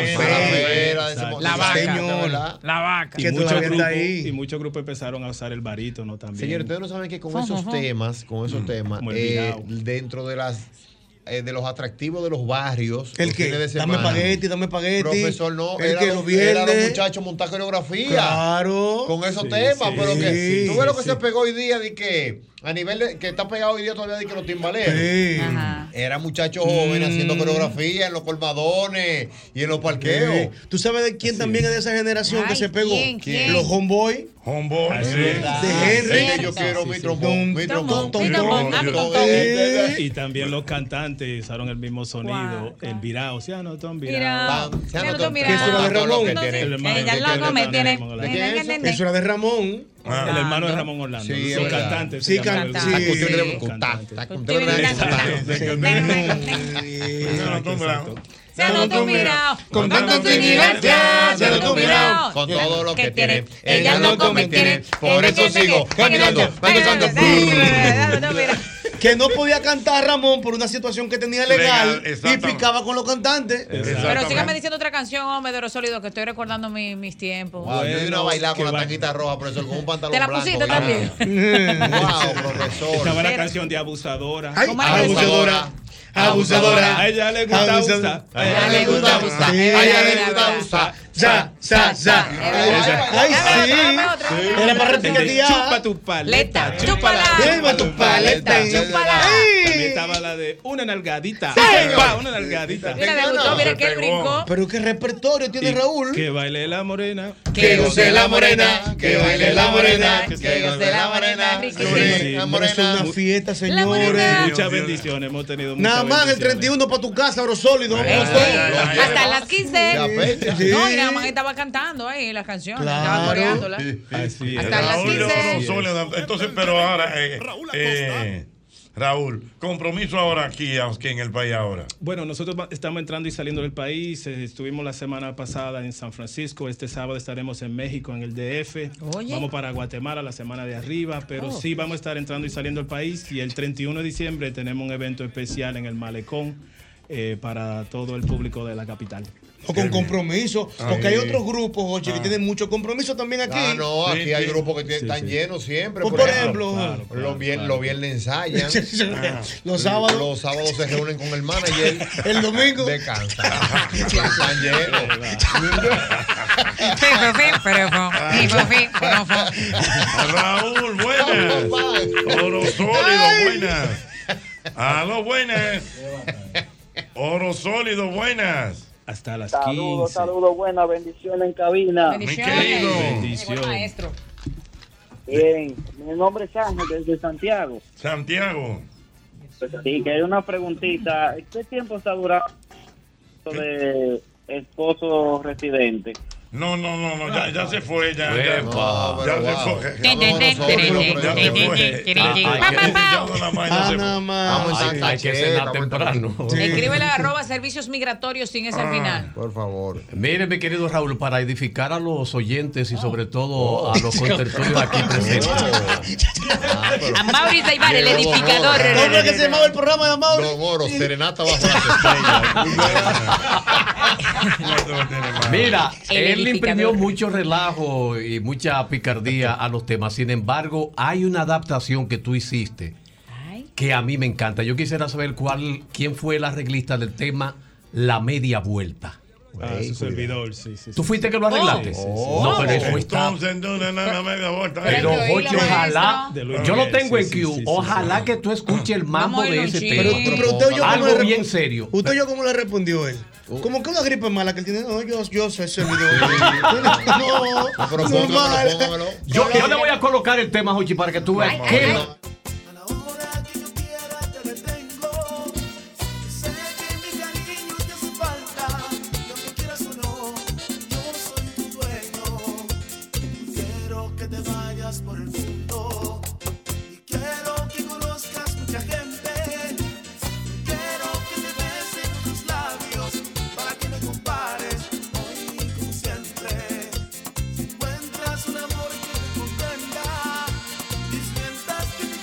La Vaca. La Vaca. Y muchos grupos empezaron a usar el barítono también. Señor, ustedes no saben que con esos temas, dentro de las de los atractivos de los barrios. ¿El los qué? fines de Dame semana. espagueti. Profesor, no, El era que los los viernes. muchachos montar coreografía. Claro. Con esos Sí, temas, sí, pero que sí, tú ves lo que sí. se pegó hoy día de que a nivel de, que está pegado hoy día todavía de que los timbaleros. Sí. Ajá. Eran muchachos jóvenes haciendo coreografía en los colmadones y en los parqueos. Sí. ¿Tú sabes de quién también es de esa generación que Ay, se pegó? ¿quién? Los Homeboy. Homeboy. De Henry. Yo quiero mi trombón, mi trombón. Y también los cantantes usaron el mismo sonido, el virao, ¿sí? No, Tom Virao. Virao. Ya no Tom Que eso era de Ramón. Ella loco me tiene. Eso era de Ramón. El hermano de Ramón Orlando. Sí, Los es verdad. cantantes. Sí, se llaman Ya no tú mirado, contando tu inivencia, ya no tú mirado. Con todo lo que tiene, ella loco me tiene. Por eso sigo caminando, Que no podía cantar Ramón por una situación que tenía legal y exactamente. picaba con los cantantes. Pero sígame diciendo otra canción, hombre, de Oro Sólido, que estoy recordando mis tiempos. Wow, yo vine a bailar con la tanguita roja, profesor, con un pantalón ¿Te la blanco. pusiste también? Wow, profesor. Estaba la canción de Abusadora. Ay, abusadora. Abusadora. A ella le gusta abusar. A ella le gusta abusar. A ella le gusta abusar. Ya. Ay, sí. Era para repiquetear. Chupa tu paleta. Chúpala. Chupa tu paleta. Chúpala. También estaba la de una nalgadita. Una nalgadita. Mira, debutó, mira que él brincó. Pero qué repertorio tiene Raúl. Que baile la morena. Que goce la morena, que baile la morena, que goce la morena. Pero eso es una fiesta, señores. Muchas bendiciones, hemos tenido muchas Nada más el bendiciones. 31 para tu casa, Oro Sólido. Hasta las 15. Sí. No, y nada más estaba cantando ahí las canciones. Claro. Estaba coreándola. Así es. Hasta las Raúl de 15. Oro Sólido. Entonces, pero ahora, Raúl, compromiso ahora aquí en el país ahora. Bueno, nosotros estamos entrando y saliendo del país. Estuvimos la semana pasada en San Francisco. Este sábado estaremos en México, en el DF. Oye. Vamos para Guatemala la semana de arriba. Pero sí vamos a estar entrando y saliendo del país. Y el 31 de diciembre tenemos un evento especial en el Malecón para todo el público de la capital. O con compromiso, porque hay otros grupos, Jochi, que tienen mucho compromiso también aquí. Ah, no, aquí hay grupos que están llenos siempre. Por ejemplo, los viernes ensayan. Los sábados. Los sábados se reúnen con el manager. El domingo. Descansan. Están llenos. Raúl, buenas. Oro Sólido, buenas. Aló, buenas. Oro Sólido, buenas. Hasta las Saludos, 15. saludos, buenas, bendiciones en cabina. Bendiciones. Maestro. Bien, mi nombre es Ángel, desde Santiago. Santiago. Y que hay una preguntita. ¿Qué tiempo está durando de esposo residente? No, ya se fue, ya se fue. Hay que cenar temprano. Escríbele @ servicios migratorios sin ese al final. Por favor. Mire, mi querido Raúl, para edificar a los oyentes y sobre todo a los contertulios aquí presentes. A Mauri Zaibar, el edificador. ¿Cómo es que se llamaba el programa de Mauri? Don Oro, Serenata bajo las estrellas. Mira, El él le imprimió edificador. mucho relajo y mucha picardía a los temas. Sin embargo, hay una adaptación que tú hiciste que a mí me encanta. Yo quisiera saber quién fue el arreglista del tema La Media Vuelta. Su servidor, sí. ¿Tú fuiste que lo arreglaste? No, pero eso está. Pero, Jochi, ojalá. Yo lo tengo en Q. Ojalá que tú escuches el mambo de ese tema. Pero usted oyó Algo cómo le bien serio. ¿Usted oyó cómo le respondió él? Como que una gripe mala que él tiene. No, yo soy servidor. Pero póngamelo. Yo le voy a colocar el tema, Jochi, para que tú veas que por el mundo y quiero que conozcas mucha gente. Quiero que te besen tus labios para que me compares hoy como siempre. Si encuentras un amor que te comprenda y sientas que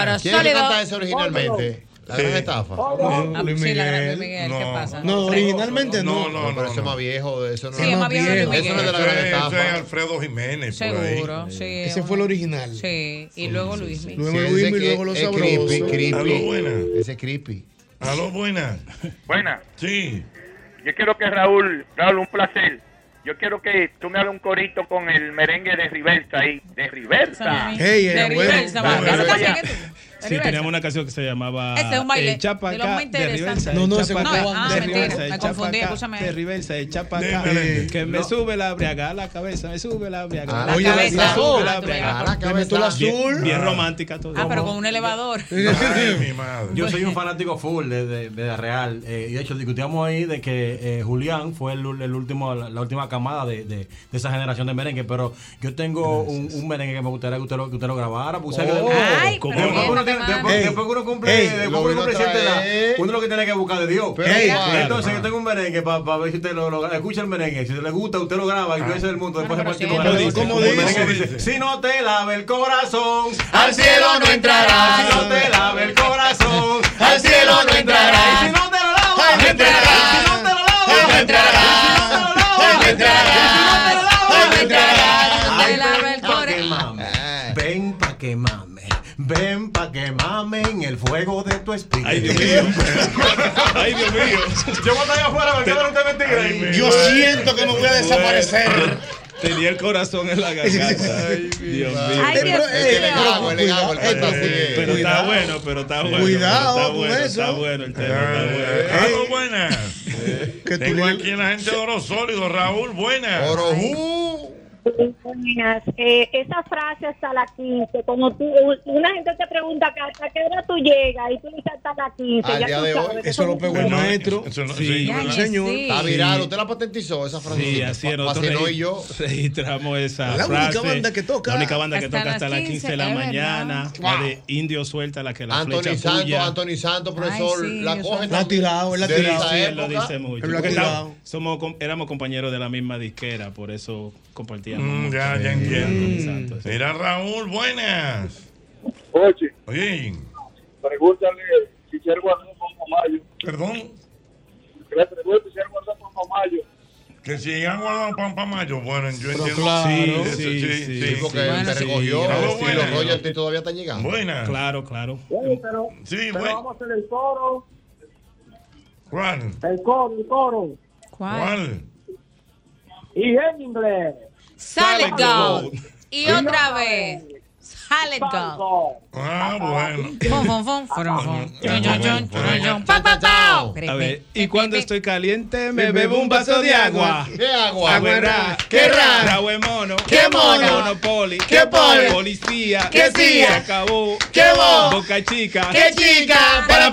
Pero ¿Quién sólido. canta eso originalmente? La gran estafa. Sí, la gran Luis Miguel, ¿qué pasa? No, originalmente no. Pero eso es más viejo. Eso no Sí, es más viejo de Luis Eso no es de la gran Ese es estafa. Alfredo Jiménez. por ahí. Seguro, sí. Ese fue el original. Sí, y luego Luis Miguel. Luego Luis y luego los sabrosos. Aló, buena. Ese es creepy. Aló, buena. Buena. Sí. Yo quiero que Raúl, un placer. Yo quiero que tú me hagas un corito con el merengue de Riversa ahí. De Riversa. Hey, De Riversa, Bueno, esa bueno, canción ya. que tú- Sí, teníamos una canción que se llamaba Ese es un baile Echa pa' de los acá, más interesantes. Riversa, No, no, echa ese pa' no, acá, mentira, Riversa, me echa confundí, pa' acá, escúchame. de Riversa, echa pa' acá, Dímele. que me sube la briaga a la cabeza, me sube la briaga A la cabeza. me sube la Ah, briaga a la cabeza. La azul. Bien romántica todo. Ah, pero con un elevador. Ay, mi madre. Yo soy un fanático full de Real. Y de hecho, discutíamos ahí de que Julián fue el último, la última camada de esa generación de merengue. Pero yo tengo un merengue que me gustaría que usted lo grabara. Pues, Ay, después pero que uno bien, tiene- mamá. después que uno cumple, lo vino a cierta edad, traer. uno lo que tiene que buscar de Dios. Pero, Entonces, yo tengo un merengue para ver si usted lo escucha el merengue. Si le gusta, usted lo graba y tú ese el mundo. Después se partimos ¿Cómo dice? como ¿Cómo el merengue dice? dice, si no te lave el corazón, Al cielo no entrarás. Si no te lave el corazón, Al cielo no entrarás. Y si no te lo lavas, Ay, no entrarás. Y si no te lo lavas, Ay, no entrarás. Y si no te lo lavas, Ay, no entrarás. Y si no te lo lavas, Ay, no entrarás. Te lava el ven pa' core. que mame, ven pa' que mame, ven pa' que mame en el fuego de tu espíritu. Ay, Dios mío. Ay, Dios mío. Yo voy a estar allá afuera, me quedo usted mentira. Yo siento que me voy a desaparecer. Tenía el corazón en la garganta. Ay, Dios mío. Ay, Dios mío. Pero está bueno, pero está bueno. Cuidado está con bueno, eso. está bueno el tema, está bueno. Aló, buenas. Tengo aquí a la gente de Oro Sólido. Raúl, buenas. Buenas. Esa frase hasta la 15, cuando una gente te pregunta que hasta qué hora tú llegas y tú dices hasta la 15, Al ya día tú de sabes hoy. que Eso lo pegó el maestro. Eso no, Sí, sí, Ya, ¿verdad? señor. sí. Está viral. ¿Usted la patentizó esa frase? Sí, así es. Nosotros Fascinó y yo. registramos esa La frase. única banda que toca. La única banda que Hasta toca hasta las las 15 de la 15, es mañana. verdad. La de Indio Suelta, la que la Anthony flecha Santos, puya. Anthony Santos, profesor, Ay, sí, la Dios coge. La ha tirado, él la ha desde tirado. esa Sí, él lo época. dice mucho. Él lo ha Porque tirado. éramos compañeros de la misma disquera, por eso compartíamos. Ya, mucho. ya entiendo. Santos, sí. Mira, Raúl, buenas. Oye, Oye, pregúntale si quiere guardar por Mamayo. perdón, Que le pregunte si quiere guardar por Mamayo. que si han guardado pan para mayo. Bueno, yo Pero entiendo. claro. Eso, Sí, Porque Bueno, te sí. recogió. Aló, Y buenas. los royalties todavía están llegando. Buenas. Claro, claro. Oye, pero Sí, bueno. vamos a hacer el coro. ¿Cuál? El coro. ¿Cuál? ¿Cuál? Y en inglés. Solid Gold. Y otra vez. Solid Gold. Ah, bueno. Fum, fum, fum, furum, fum. Chun, chun, chun, chun, chun. Pa, pa, pa. A ver, y cuando estoy caliente me bebo un vaso de agua. ¿Qué agua? Agua, ¿Qué ra? Agua mono. ¿Qué mono? Monopoly. ¿Qué poli? Policía. ¿Qué Se tía? acabó. ¿Qué bo? Boca chica. ¡Qué chica! Para.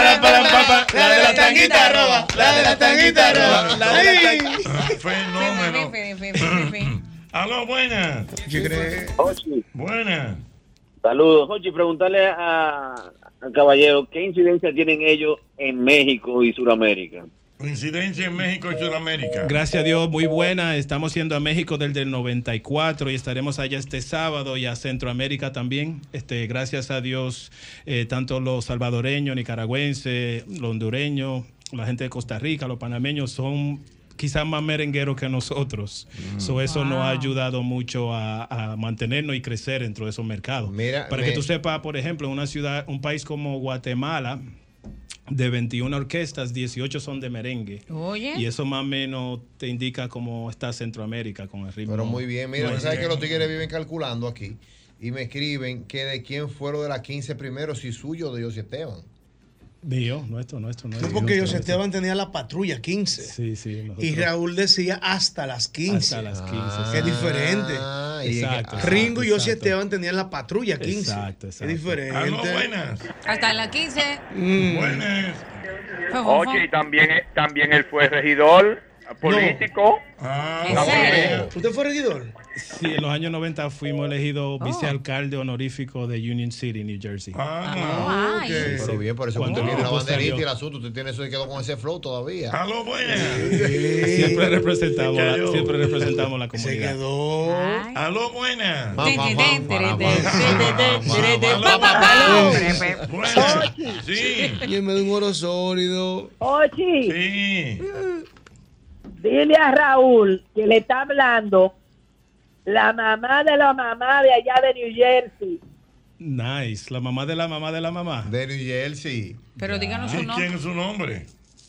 La de la tanguita roba. La de la tanguita roba. La de la Ay. Fenómeno. Fin, fin, fin, fin. Aló, buenas. ¿Qué crees? Ochi, Buenas. saludos. Ochi, preguntarle al caballero qué incidencia tienen ellos en México y Sudamérica. Incidencia en México y Sudamérica. Gracias a Dios, muy buena. Estamos yendo a México desde el 94 y estaremos allá este sábado y a Centroamérica también. Gracias a Dios, tanto los salvadoreños, nicaragüenses, los hondureños, la gente de Costa Rica, los panameños son quizás más merengueros que nosotros. Eso nos ha ayudado mucho a mantenernos y crecer dentro de esos mercados. Mira, Para que tú sepas, por ejemplo, en una ciudad, un país como Guatemala, de 21 orquestas, 18 son de merengue. Oye. Y eso más o menos te indica cómo está Centroamérica con el ritmo. Pero muy bien. Mira, Muy tú sabes bien. que los tigres viven calculando aquí y me escriben que de quién fueron de las 15 primeros, si suyo o de José Esteban. Mío, nuestro. Sí, porque José Esteban tenía la patrulla 15. Sí, sí. nosotros- Y Raúl decía hasta las 15. Hasta las 15. Que es diferente. Exacto. Ringo y José exacto. Esteban tenían la patrulla 15. Exacto, exacto. Es diferente. Aló, buenas. Hasta las 15. Buenas. Fum, fum, Oye, y también él fue regidor político. Ah, ¿En serio? ¿Usted fue regidor? Sí, en los años 90 fuimos elegidos vicealcalde honorífico de Union City, New Jersey. Ah, pero bien, por eso cuando Cuando tiene la pues banderita salió. y el asunto, usted tiene eso y quedó con ese flow todavía. ¡Aló, buenas! Siempre representamos la comunidad. Se quedó. ¡Aló, buenas! Sí. Y me da un oro sólido. Ochi, Sí. dile a Raúl que le está hablando la mamá de la mamá de allá de New Jersey. Nice. La mamá de la mamá de la mamá. De New Jersey. Pero díganos ¿Y su nombre. quién es su nombre?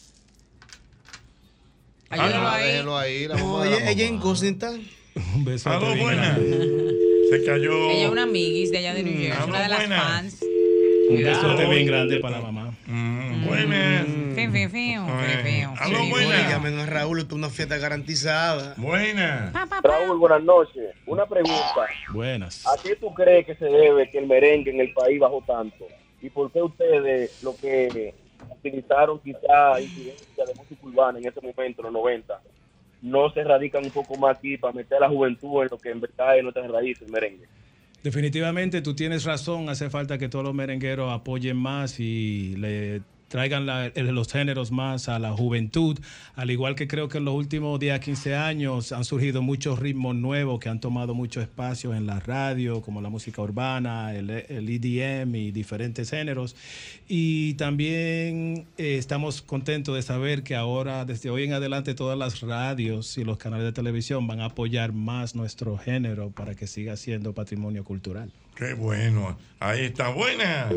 Ayúdalo ahí. Déjelo ahí, la No, mamá de la ella es mamá. incógnita. Un beso. ¡Aló, buenas! Se cayó. Ella es una amiguis de allá de New Jersey, una de las buena. fans. Un besote bien grande para la mamá. Buenas. Aló, buenas. Llamen a Raúl, esto es una fiesta garantizada. Buenas. Raúl, buenas noches. Una pregunta. Buenas. ¿A qué tú crees que se debe que el merengue en el país bajó tanto? ¿Y por qué ustedes, lo que utilizaron quizá incidencia de música urbana en ese momento, en los 90, no se radican un poco más aquí para meter a la juventud en lo que en verdad es nuestra raíz, el merengue? Definitivamente tú tienes razón, hace falta que todos los merengueros apoyen más y le traigan los géneros más a la juventud, al igual que creo que en los últimos 10 a 15 años han surgido muchos ritmos nuevos que han tomado mucho espacio en la radio, como la música urbana, el EDM y diferentes géneros. Y también estamos contentos de saber que ahora, desde hoy en adelante, todas las radios y los canales de televisión van a apoyar más nuestro género para que siga siendo patrimonio cultural. Qué bueno. Ahí está. Buenas.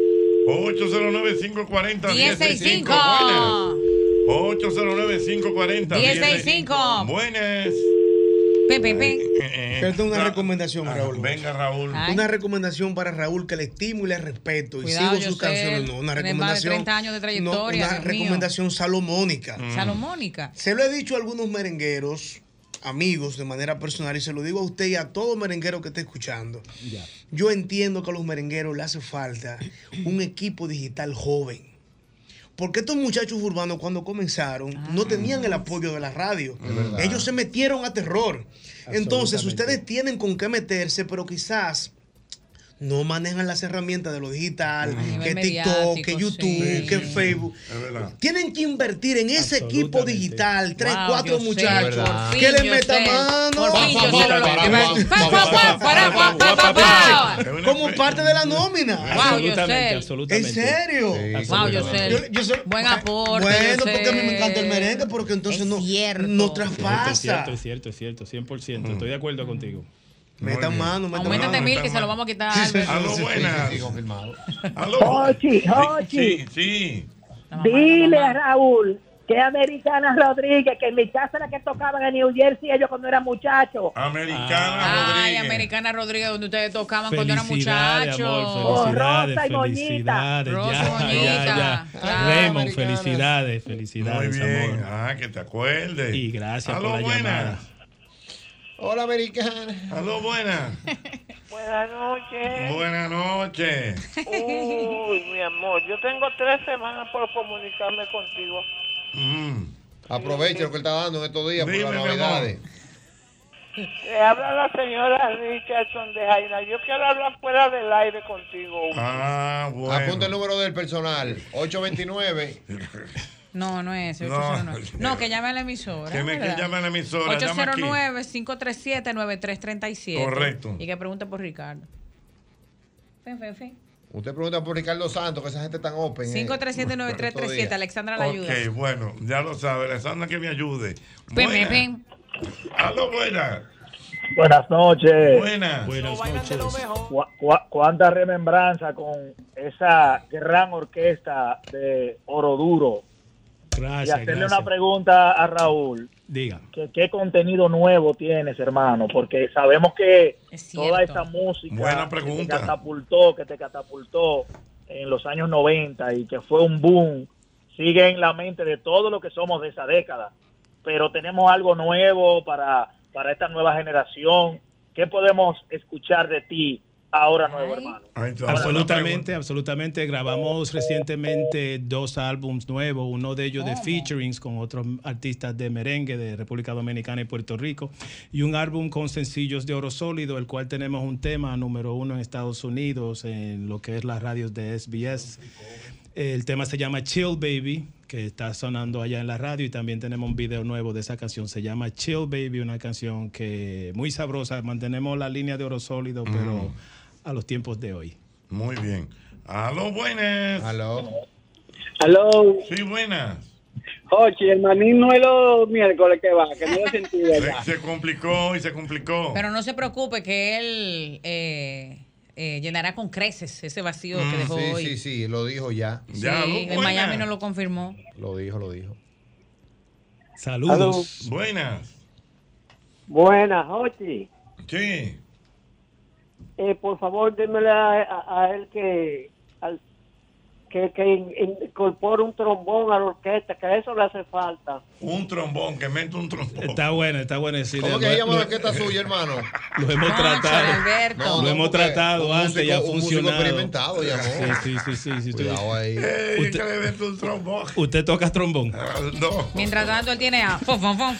809-540-1065. 809-540-1065. Buenas. Esta es una recomendación, Raúl. Venga, Raúl. Una recomendación para Raúl que le estimo y le respeto y Cuidado, sigo sus canciones. No, una tiene más de recomendación. 30 años de trayectoria, Una Dios mío. recomendación salomónica. Salomónica. Se lo he dicho a algunos merengueros, amigos, de manera personal, y se lo digo a usted y a todo merenguero que esté escuchando. Yo entiendo que a los merengueros le hace falta un equipo digital joven. Porque estos muchachos urbanos cuando comenzaron no tenían el apoyo de la radio. Ellos se metieron a terror. Entonces ustedes tienen con qué meterse, pero quizás no manejan las herramientas de lo digital, que TikTok, que YouTube, que Facebook. Tienen que invertir en ese equipo digital, 3, 4 muchachos, que le metan mano. Como parte de la nómina. Absolutamente. ¿En serio? Wow, yo sé. Buen aporte. Bueno, porque a mí me encanta el merengue, porque entonces no traspasa. Es cierto, 100%. Estoy de acuerdo contigo. Metan mano, Auméntate 1000 que se lo vamos a quitar a Albert. Aló, buenas. Ochi. Sí. Dile a Raúl que Americana Rodríguez, que en mi casa la que tocaban en New Jersey ellos cuando eran muchachos. Ay, Americana Rodríguez, donde ustedes tocaban cuando eran Felicidades, muchachos. amor, felicidades, Rosa y Moñita. felicidades. Rosa y Moñita. Claro, Raymond, felicidades, Muy bien. amor. Que te acuerdes. Y gracias Aló, por la buenas. llamada. Hola, americana. Aló, buenas. Buenas noches. Buenas noches. Uy, mi amor, yo tengo 3 semanas por comunicarme contigo. Aproveche lo que él está dando en estos días por Dime, las mi amor. navidades. Le habla la señora Richardson de Jaina. Yo quiero hablar fuera del aire contigo. Bueno. Apunta el número del personal. 829. No, no es ese. No. 809. No, que llame a la emisora. Que ¿verdad? llame a la emisora. llama aquí. 809-537-9337. Correcto. Y que pregunte por Ricardo. Fin. Usted pregunta por Ricardo Santos, que esa gente tan open. 537-9337. Alexandra la ayuda. Ok, bueno, ya lo sabe. Alexandra, que me ayude. Pim. Aló, buenas. Buenas noches. Buenas. ¿Cuánta remembranza con esa gran orquesta de Oro Duro? Gracias. Y hacerle una pregunta a Raúl. Diga. ¿Qué contenido nuevo tienes, hermano? Porque sabemos que toda esa música Buena pregunta. que te catapultó en los años 90 y que fue un boom, sigue en la mente de todos los que somos de esa década. Pero tenemos algo nuevo para esta nueva generación. ¿Qué podemos escuchar de ti ahora nuevo, hermano. Absolutamente. Grabamos recientemente 2 álbums nuevos, uno de ellos de featurings con otros artistas de merengue de República Dominicana y Puerto Rico, y un álbum con sencillos de Oro Sólido, el cual tenemos un tema número 1 en Estados Unidos, en lo que es las radios de SBS. El tema se llama Chill Baby, que está sonando allá en la radio, y también tenemos un video nuevo de esa canción. Se llama Chill Baby, una canción que muy sabrosa. Mantenemos la línea de Oro Sólido, pero a los tiempos de hoy. Muy bien. Aló, buenas. Aló. Aló. Sí, buenas. Oye, el manín no es los miércoles que va, que no tiene sentido ya. Se complicó. Pero no se preocupe que él llenará con creces ese vacío que dejó hoy. Sí, lo dijo ya. Sí, en Miami no lo confirmó. Lo dijo. Saludos. Buenas. Buenas, Jochi. Sí. Por favor, démele a él que incorpore un trombón a la orquesta, que a eso le hace falta. Un trombón, que mete un trombón. Está bueno decirle. ¿Cómo que se llama la orquesta suya, hermano? Lo hemos tratado. Lo hemos tratado antes y ha funcionado. Experimentado, llamó. Sí. Cuidado ahí. Que le mete un trombón. ¿Usted toca trombón? No. Mientras tanto, él tiene a... Yo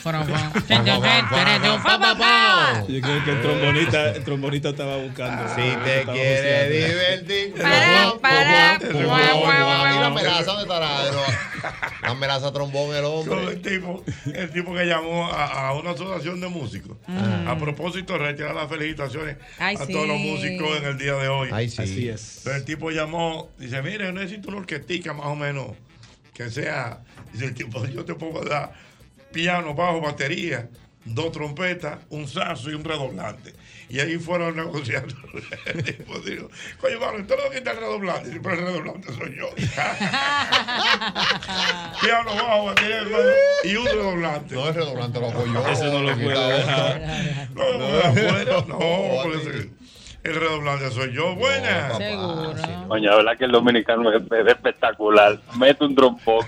creo que el trombonista estaba buscando. Si te quieres divertir. ¿Y la melaza dónde estará? La melaza trombón el hombre. El tipo que llamó a una asociación de músicos. A propósito, retirar las felicitaciones a todos los músicos en el día de hoy. Así es. Pero el tipo llamó, dice, mire, yo necesito una orquestica más o menos que sea. Dice el tipo, yo te puedo dar piano, bajo, batería, 2 trompetas, un saxo y un redoblante. Y ahí fueron negociando. El tipo dijo, oye, mano, usted no quita el redoblante. Dice, pero el redoblante soy yo. Piano, bajo, batería y un redoblante. No, el redoblante lo hago yo. Ese no lo puedo dejar. No, el redoblante soy yo. Buena. Seguro. Coño, la verdad que el dominicano es espectacular. Mete un trombón.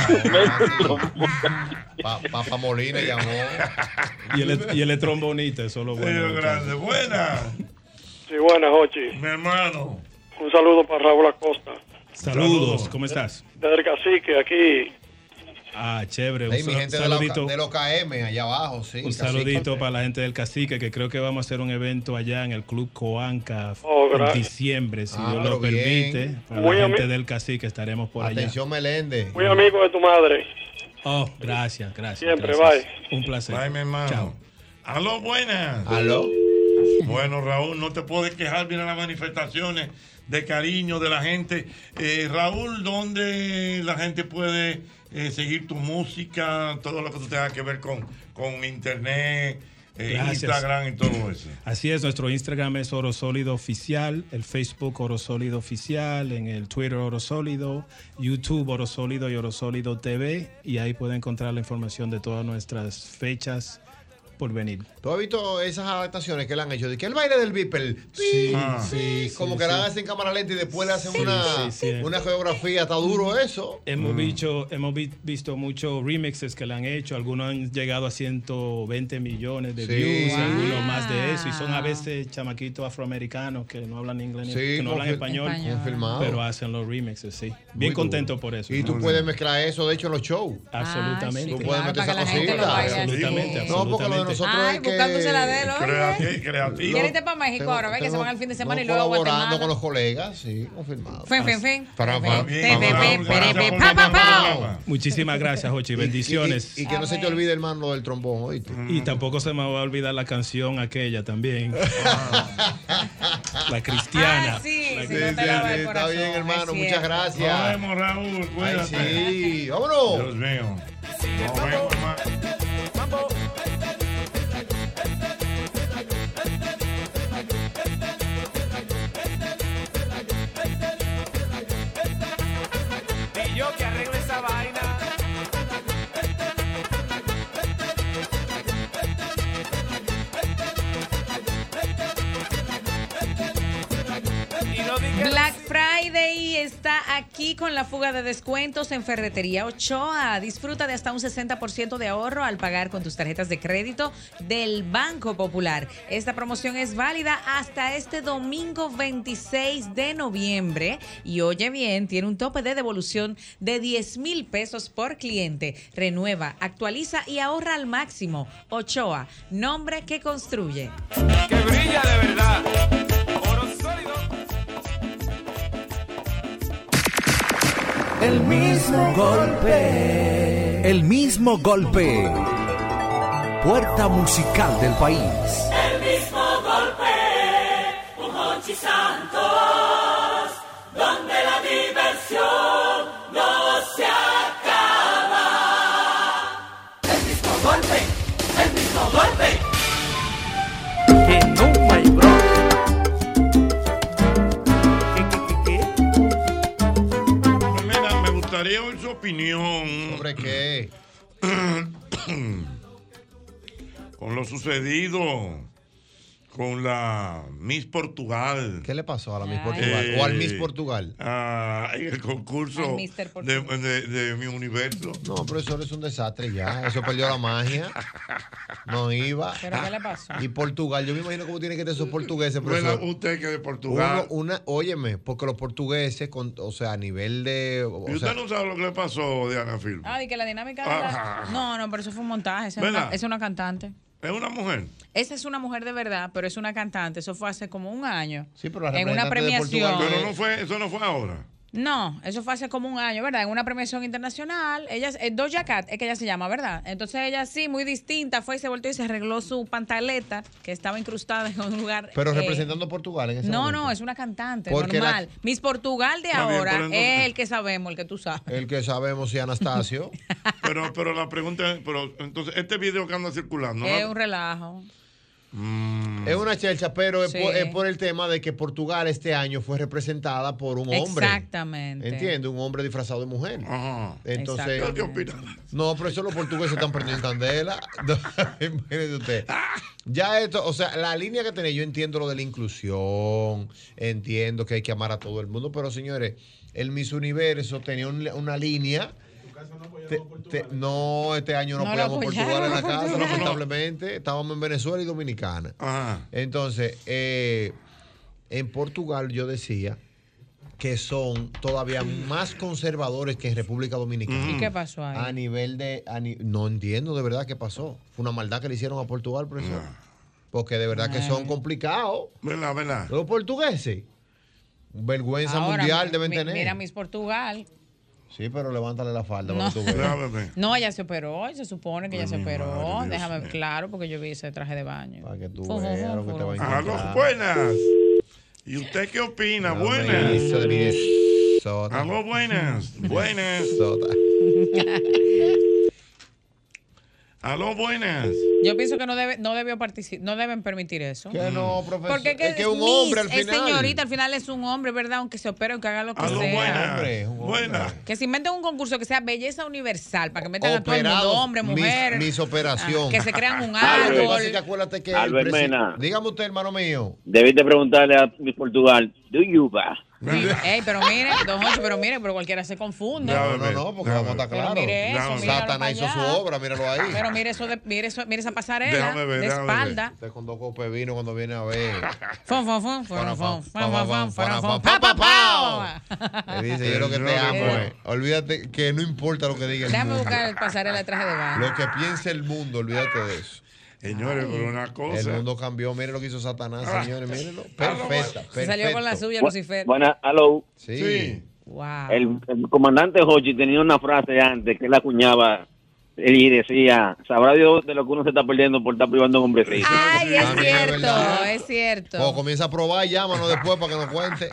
Papa Molina llamó. Y él es trombonista, eso es lo bueno. Grande. Buena. Sí, buenas, Jochi. Mi hermano. Un saludo para Raúl Acosta. Saludos, ¿cómo estás? Desde el Cacique, aquí. Chévere. Mi gente saludito de los KM, allá abajo, sí. Un saludito para la gente del Cacique, que creo que vamos a hacer un evento allá en el Club Coanca en diciembre, si Dios lo permite. Para la gente del Cacique estaremos por allá. Atención, Meléndez. Muy amigo de tu madre. Oh, gracias. Siempre, gracias. Bye. Un placer. Bye, mi hermano. Chao. Aló, buenas. Aló. Bueno, Raúl, no te puedes quejar, vienen las manifestaciones de cariño de la gente. Raúl, ¿dónde la gente puede seguir tu música, todo lo que tú tengas que ver con internet, Instagram y todo eso? Así es, nuestro Instagram es Oro Sólido Oficial, el Facebook Oro Sólido Oficial, en el Twitter Oro Sólido, YouTube Oro Sólido y Oro Sólido TV, y ahí pueden encontrar la información de todas nuestras fechas por venir. ¿Tú has visto esas adaptaciones que le han hecho? De que el baile del Beeple. Sí. Como que la hacen en cámara lenta y después le hacen una coreografía. Está duro eso. Hemos visto muchos remixes que le han hecho. Algunos han llegado a 120 millones de views, algunos más de eso. Y son a veces chamaquitos afroamericanos que no hablan inglés, que no hablan español, pero hacen los remixes, sí. Bien contento por eso. Y tú puedes mezclar eso, de hecho, en los shows. Absolutamente. Tú puedes meter esa cosita. Absolutamente. No, porque lo de nosotros es que... buscándose la de él, oye. Creativo. ¿Quieres irte para México ahora? Ve que se van el fin de semana y luego a colaborando Guatemala. con los colegas, sí, confirmado. Muchísimas gracias, Jochi. Bendiciones. Y que no se te olvide, hermano, del trombón, ¿oíste? Y tampoco se me va a olvidar la canción aquella también. La cristiana. Está bien, hermano. Muchas gracias. Nos vemos, Raúl. Cuídate. Sí, vámonos. Dios mío. Nos vemos, hermano. Y yo que arreglo esa vaina. Black Friday está aquí con la fuga de descuentos en Ferretería Ochoa. Disfruta de hasta un 60% de ahorro al pagar con tus tarjetas de crédito del Banco Popular. Esta promoción es válida hasta este domingo 26 de noviembre. Y oye bien, tiene un tope de devolución de 10,000 pesos por cliente. Renueva, actualiza y ahorra al máximo. Ochoa, nombre que construye. Que brilla de verdad. Oro sólido. El mismo golpe. El mismo golpe. Puerta musical del país. El mismo golpe. Un Hochi Santos. Donde la diversión no se acaba. El mismo golpe. El mismo golpe. Que no, my bro. Mira, me gustaría oír su opinión. ¿Sobre qué? Con lo sucedido con la Miss Portugal. ¿Qué le pasó a la Miss Portugal? ¿O al Miss Portugal? En el concurso de mi universo. No, profesor, es un desastre ya. Eso perdió la magia. No iba. ¿Pero qué le pasó? Y Portugal, yo me imagino cómo tiene que ser esos portugueses, profesor. Bueno, usted que de Portugal. Óyeme, porque los portugueses, o sea, a nivel de... ¿Y usted no sabe lo que le pasó, Diana Film? Ah, y que la dinámica de la... No, pero eso fue un montaje. Es una cantante. ¿Es una mujer? Esa es una mujer de verdad, pero es una cantante. Eso fue hace como un año. Sí, pero la en una premiación. Pero eso no fue ahora. No, eso fue hace como un año, ¿verdad? En una premiación internacional. Ella, Doja Cat, es que ella se llama, ¿verdad? Entonces ella sí, muy distinta, fue y se volteó y se arregló su pantaleta, que estaba incrustada en un lugar. Pero representando a Portugal en ese momento. No, es una cantante, Porque normal. Miss Portugal de ahora es el que sabemos, el que tú sabes. El que sabemos, sí, Anastasio. pero la pregunta es, entonces, este video que anda circulando, ¿no? Es un relajo. Es una chelcha, pero Sí. es por el tema de que Portugal este año fue representada por un hombre. Exactamente. ¿Entiendes? Un hombre disfrazado de mujer. Entonces, no, pero eso los portugueses están perdiendo en candela. Imagínese usted. Ya esto, o sea, la línea que tenés, yo entiendo lo de la inclusión, entiendo que hay que amar a todo el mundo, pero señores, el Miss Universo tenía una línea. No, este año no apoyamos Portugal en la casa, lamentablemente. Estábamos en Venezuela y Dominicana. Entonces, en Portugal yo decía que son todavía más conservadores que en República Dominicana. ¿Y qué pasó ahí? A nivel de... no entiendo de verdad qué pasó. Fue una maldad que le hicieron a Portugal, profesor. Porque de verdad que son complicados. ¿Verdad? Los portugueses. Vergüenza Ahora, mundial deben tener. Mira Miss Portugal. Sí, pero levántale la falda. No. Para que tú veas. No, ella se operó, se supone que ella se operó. madre, Déjame, Dios claro, porque yo vi ese traje de baño. Para que tú veas lo que te va a encontrar. Aló, buenas. ¿Y usted qué opina? Buenas. Aló, buenas. Buenas. Aló, buenas. Yo pienso que no debió participar, no deben permitir eso. Que no, profesor. Porque es que es un hombre al final. Es señorita, al final es un hombre, ¿verdad? Aunque se opere, aunque haga lo que sea. Buena. Que se inventen un concurso que sea belleza universal, para que metan a todo el mundo, hombre, mujer. Mis operación. Que se crean un árbol. Así que acuérdate que Albert Mena. Dígame usted, hermano mío. Debiste preguntarle a Miss Portugal, ¿do you va? Ey, pero mire, don Jocho, pero cualquiera se confunde. No, porque vamos a estar claros. Mire eso, Satanás hizo su obra, míralo ahí. Pero mire esa pasarela de espalda. Usted con 2 copes de vino cuando viene a ver. Le dice, yo lo que te amo es, olvídate que no importa lo que diga el mundo. Déjame buscar el pasarela de traje de baño. Lo que piense el mundo, olvídate de eso. Señores, pero una cosa. El mundo cambió. Miren lo que hizo Satanás, señores. Mírenlo. Perfecta. Se salió con la suya, Lucifer. Buena, hello. Sí. Wow. El comandante Hochi tenía una frase antes que él acuñaba y decía, sabrá Dios de lo que uno se está perdiendo por estar privando a un hombrecito. Ay, es cierto, es cierto. O comienza a probar y llámanos después para que nos cuente.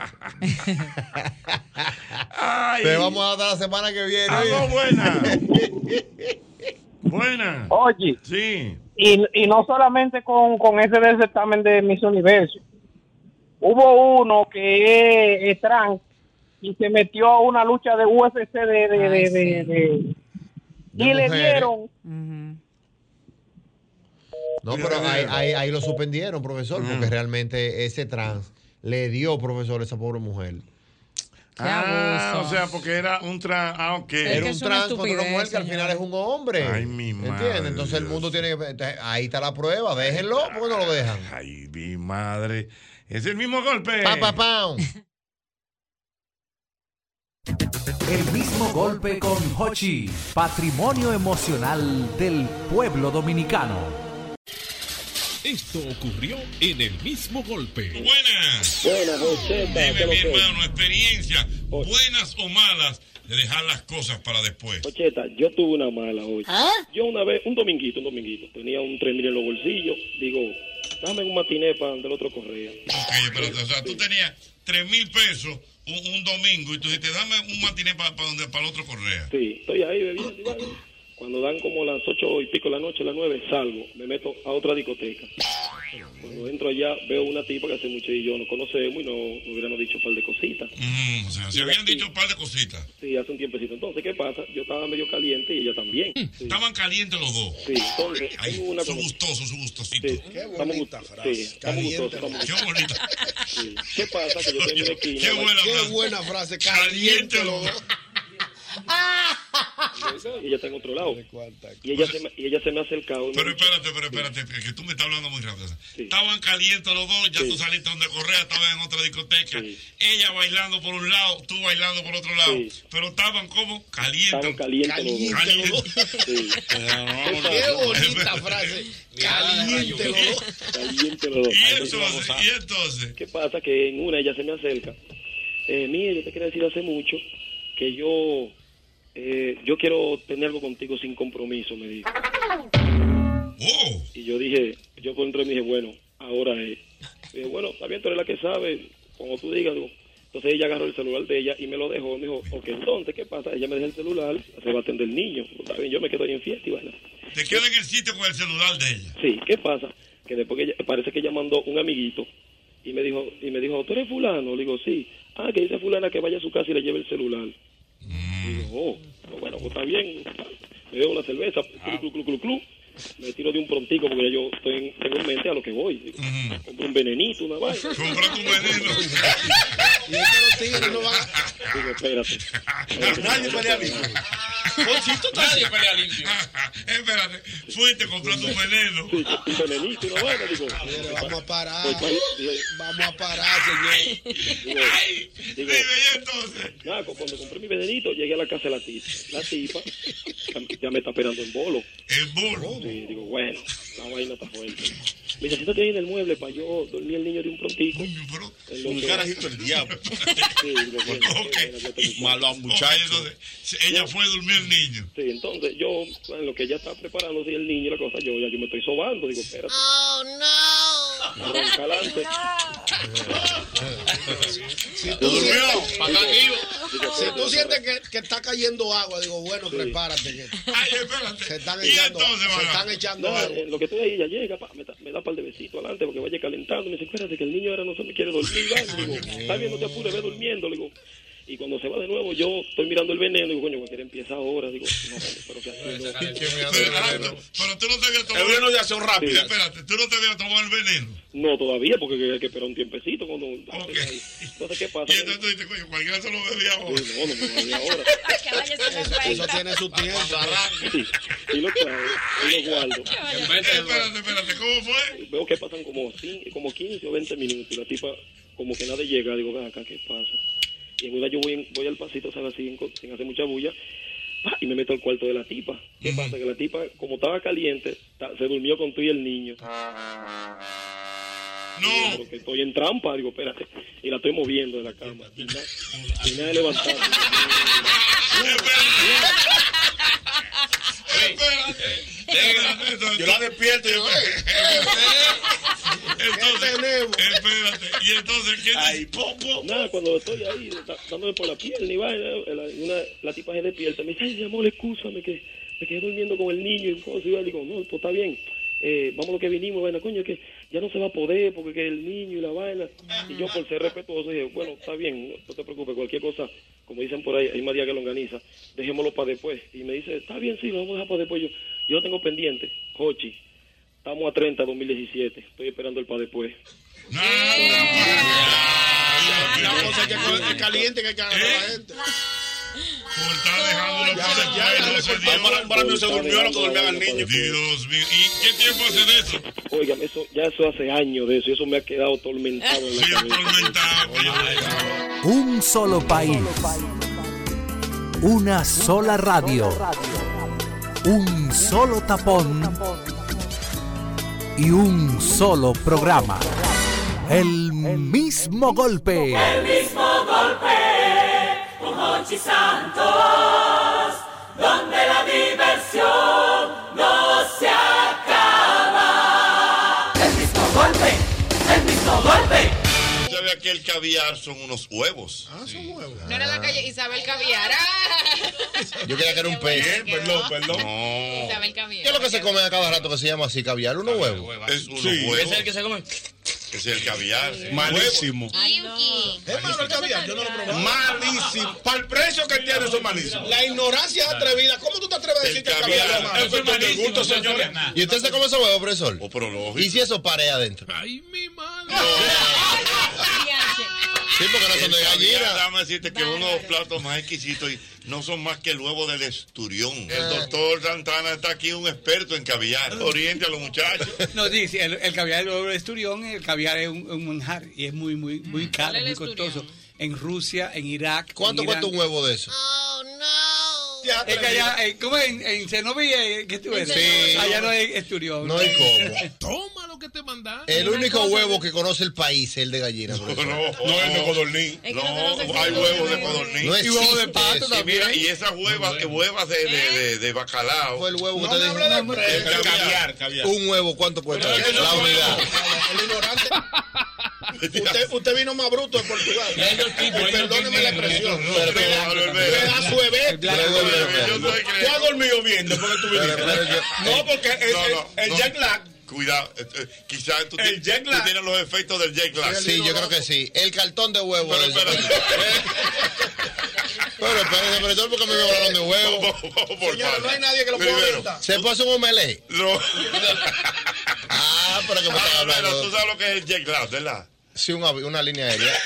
Te vamos a dar la semana que viene. Aló, buena. Buena. Oye. Sí. Y no solamente con ese del certamen de Miss Universo. Hubo uno que es trans y se metió a una lucha de UFC y le dieron. No, pero ahí lo suspendieron, profesor, porque realmente ese trans le dio, profesor, a esa pobre mujer. O sea, porque era un ok. Era un trans contra una mujer que al final es un hombre. Ay, mi madre. ¿Entiendes? Entonces el mundo tiene que... Ahí está la prueba. Déjenlo, ¿por qué no lo dejan? Ay, mi madre. Es el mismo golpe. Pa, pa, pa. El mismo golpe con Hochi, patrimonio emocional del pueblo dominicano. Esto ocurrió en el mismo golpe. Buenas. Buenas, Jocheta. Dime, mi hermano, experiencia, buenas o malas, de dejar las cosas para después. Jocheta, yo tuve una mala hoy. Yo una vez, un dominguito, tenía un 3.000 en los bolsillos. Digo, dame un matiné para del otro correa. Ok, espérate, o sea, tú tenías 3.000 pesos un domingo y tú dijiste, dame un matiné para el otro correa. Sí, estoy ahí bebiendo y vale. Cuando dan como las 8 y pico de la noche, las 9, salgo, me meto a otra discoteca. Cuando entro allá, veo una tipa que hace mucho y yo no conocemos y no hubiéramos dicho un par de cositas. O sea, se habían dicho un par de cositas. Sí, hace un tiempecito. Entonces, ¿qué pasa? Yo estaba medio caliente y ella también. Sí. Estaban calientes los dos. Sí, entonces, ay, su gustosito. Sí. Qué bonita frase. Sí, estamos gustosos. Qué bonita. Sí. ¿Qué pasa? Que yo estoy en la esquina. Qué buena frase. Caliente los dos. Y ella está en otro lado. Y ella se me ha acercado. Pero espérate, que tú me estás hablando muy rápido. Sí. Estaban calientes los dos, ya tú saliste donde Correa, estaban en otra discoteca. Sí. Ella bailando por un lado, tú bailando por otro lado. Sí. Pero estaban como calientes. Estaban calientes los dos. Sí. Qué bonita frase. Caliente los dos. Caliente los dos. ¿Y entonces? ¿Qué pasa? Que en una ella se me acerca. Mira, yo te quería decir hace mucho que yo quiero tener algo contigo sin compromiso, me dijo. Y yo por dentro me dije, bueno, ahora es. Dije, bueno, está bien, tú eres la que sabe, como tú digas. Digo. Entonces ella agarró el celular de ella y me lo dejó. Me dijo, ok, entonces, ¿qué pasa? Ella me deja el celular, se va a atender el niño. Está bien, yo me quedo ahí en fiesta y bueno. ¿Te quedas en el sitio con el celular de ella? Sí, ¿qué pasa? Que después parece que ella mandó un amiguito y me dijo, ¿tú eres fulano? Le digo, sí. Ah, que dice fulana que vaya a su casa y le lleve el celular. Digo, bueno, pues está bien. Me bebo una cerveza, clu. Me tiro de un prontico porque yo tengo en mente a lo que voy. Digo, compro un venenito, una vaina. Compra tu veneno. Y es que los tigres no van a... Digo, espérate. Nadie pelea limpio. Nadie pelea limpio. Espérate, fuiste comprando un veneno. Sí, un venenito, una vaina. Digo, vamos a parar. Vamos a parar, señor. Digo, ¿y entonces? Nada, cuando compré mi venenito, llegué a la casa de la tipa. La tipa ya me está esperando en bolo. ¿En bolo? Sí, digo, bueno, la vaina está fuerte. Me dice, siéntate ahí en el mueble para yo dormir el niño de un prontico. Un carajito del diablo. Sí, digo, bueno, malo muchacho. Entonces, ella fue a dormir el niño. Sí, entonces yo, en lo que ella está preparando, si el niño y la cosa, yo me estoy sobando. Digo, espérate. Oh, no. Adelante. Si tú sientes que está cayendo agua, digo, bueno, prepárate. Se están echando agua. Lo que estoy ahí, ella llega, me da un par de besitos adelante porque vaya calentando. Me dice, espérate, que el niño ahora no se me quiere dormir. Digo, está bien, no te apures, ve durmiendo. Digo, y cuando se va de nuevo, yo estoy mirando el veneno. Digo, coño, cualquiera empieza ahora. Digo, no, pero que pero tú no te habías tomado el veneno, ya son rápido. Espérate, tú no te habías tomado el veneno. No, todavía, porque hay que esperar un tiempecito. Entonces, ¿qué pasa? Y entonces tú dices, coño, cualquiera se lo bebía ahora. No me bebía ahora. Eso tiene su tiempo. Sí, y lo trae, y lo guardo. Espérate, ¿cómo fue? Veo que pasan como 15 o 20 minutos y la tipa como que nadie llega. Digo, ven acá, ¿qué pasa? Y en una yo voy al pasito, ¿sabes? Sin hacer mucha bulla, y me meto al cuarto de la tipa. ¿Qué pasa? Que la tipa, como estaba caliente, se durmió con tú y el niño. No. Porque estoy en trampa, digo, espérate. Y la estoy moviendo de la cama. Y nada de levantar. Espérate. Yo la despierto y digo, espérate. Y entonces, ¿qué dice? Nada, cuando estoy ahí, dándome por la pierna y vaina, la tipa se despierta. Me dice, ay, mi amor, excúsame, que me quedé durmiendo con el niño y cosas. Y yo digo, no, pues está bien. Vamos lo que vinimos, vaina, coño, que ya no se va a poder porque que el niño y la vaina. Y yo, por ser respetuoso, dije, bueno, está bien, no te preocupes, cualquier cosa, como dicen por ahí, hay más días que lo organiza, dejémoslo para después. Y me dice, está bien, sí, lo vamos a dejar para después. Yo lo tengo pendiente, Jochi, estamos a 30, 2017, estoy esperando el para después. No, La cosa es que es caliente que hay que agarrar a la gente. Por estar dejándolo para mí se durmió lo que dormían al niño. Dios mío. ¿Y qué tiempo hace de eso? Oigan, eso hace años de eso. Y eso me ha quedado atormentado en la cabeza. Un solo país. Una sola radio. Un solo tapón. Y un solo programa. El mismo golpe. El mismo golpe, con Hochi Santos, donde la diversión no se acaba. El mismo golpe, el mismo golpe. ¿Sabe que el caviar son unos huevos? Ah, son huevos. No era la calle Isabel Caviar. Yo creía que era un pez. Perdón. Isabel Caviar. ¿Qué es lo que se come a cada rato que se llama así caviar? ¿Unos huevos? Es unos Sí, huevos. ese es el que se come. Es el caviar. Malísimo. Es malo el caviar, yo no lo probé. Malísimo. Para el precio que tiene, eso es malísimo. La ignorancia es atrevida. ¿Cómo tú te atreves a decir que el caviar es malo? Eso es mal gusto, señores. ¿Y usted se come esos huevos, profesor? ¿Y si eso parea adentro? Ay, mi madre. Sí, porque no son de gallina. Déjame decirte que uno de los platos más exquisitos y no son más que el huevo del esturión. El doctor Santana está aquí, un experto en caviar. Oriente a los muchachos. No, sí, el caviar es el huevo del esturión. El caviar es un manjar y es muy caro, muy costoso. En Rusia, en Irak. ¿Cuánto cuesta un huevo de eso? Es que allá, ¿cómo es? En Cenoví, ¿qué tú eres? Sí. Allá no hay esturión. No hay cómo. Toma lo que te mandaron. El único huevo que conoce el país es el de gallina. No es el de codorniz. No, hay huevos de codorniz. No existe. Y huevo de pato también. Mira, y esas huevas de bacalao. Fue el huevo que No me hable de precio. Caviar. Un huevo, ¿cuánto cuesta? La unidad. El ignorante. Usted vino más bruto de Portugal. Perdóneme la expresión. Pedazo de bestia. ¿Tú has dormido bien después que tú viniste? No, porque el jet lag. Cuidado, quizás tú tienes los efectos del jet lag. Sí, yo creo que sí. El cartón de huevo. Pero espérate, profesor, porque me hablaron de huevo. Señora, no hay nadie que lo pueda orientar. ¿Se puede hacer un omelette? No. Pero que me están hablando. Tú sabes lo que es el jet lag, ¿verdad? Sí, una línea aérea.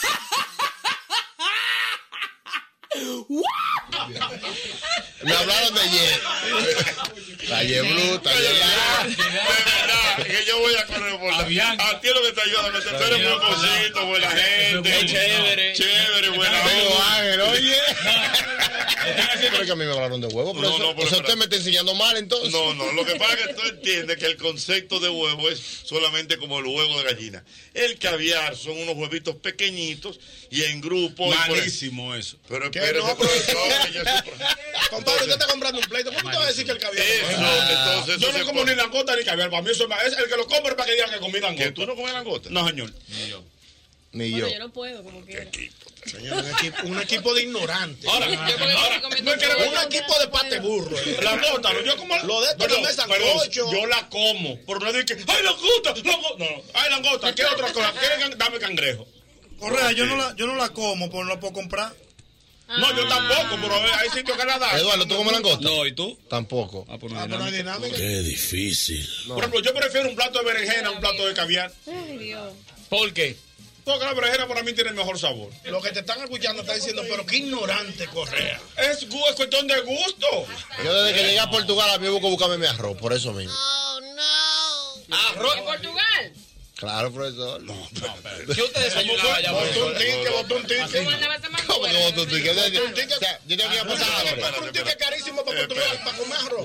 Me hablaron de Jet. La Jet Blue, la Jet Lag. De verdad, que yo voy a correr por a ti lo que te ayuda, no te eres muy cosito, buena gente. Chévere, buena Ángel, oye. Pero que a mí me hablaron de huevo. Pero o sea, usted me está enseñando mal entonces. No, lo que pasa es que tú entiendes que el concepto de huevo es solamente como el huevo de gallina. El caviar son unos huevitos pequeñitos y en grupo. Malísimo eso. Pero espérate, compadre, usted está comprando un pleito. ¿Cómo te vas a decir que el caviar entonces, yo no como ni langosta ni caviar. Para mí eso es el que lo compre para que diga que comí langosta. ¿Que tú no comes langosta? No, señor. Ni yo. Yo no puedo, como quiera. Señor, un equipo de ignorantes. Ahora, un equipo de pate burro. Langosta, yo como lo de esto no me sancocho. Yo la como. Por no decir que, ¡ay, langosta! No, ¡ay, langosta! ¿Qué otra cosa? Dame cangrejo. Correa, yo no la como, pero no la puedo comprar. No, yo tampoco, pero hay sitios que la dan. Eduardo, ¿tú comes langosta? No, ¿y tú? Tampoco. No hay dinámica. Qué difícil. Por ejemplo, yo prefiero un plato de berenjena a un plato de caviar. Ay, Dios. ¿Por qué? Porque la berenjena para mí tiene el mejor sabor. Lo que te están escuchando están diciendo, pero qué ignorante, Correa. Es cuestión de gusto. Yo desde que llegué a Portugal a mí busco buscarme mi arroz, por eso mismo. ¿Arroz? ¿En Portugal? Claro, profesor. No, ¿Qué usted desayunaba allá? Botó un tique. ¿Cómo que botó un tique? O sea, yo tengo que ir a pasar hambre. Botó un tique carísimo para Portugal, para comer arroz.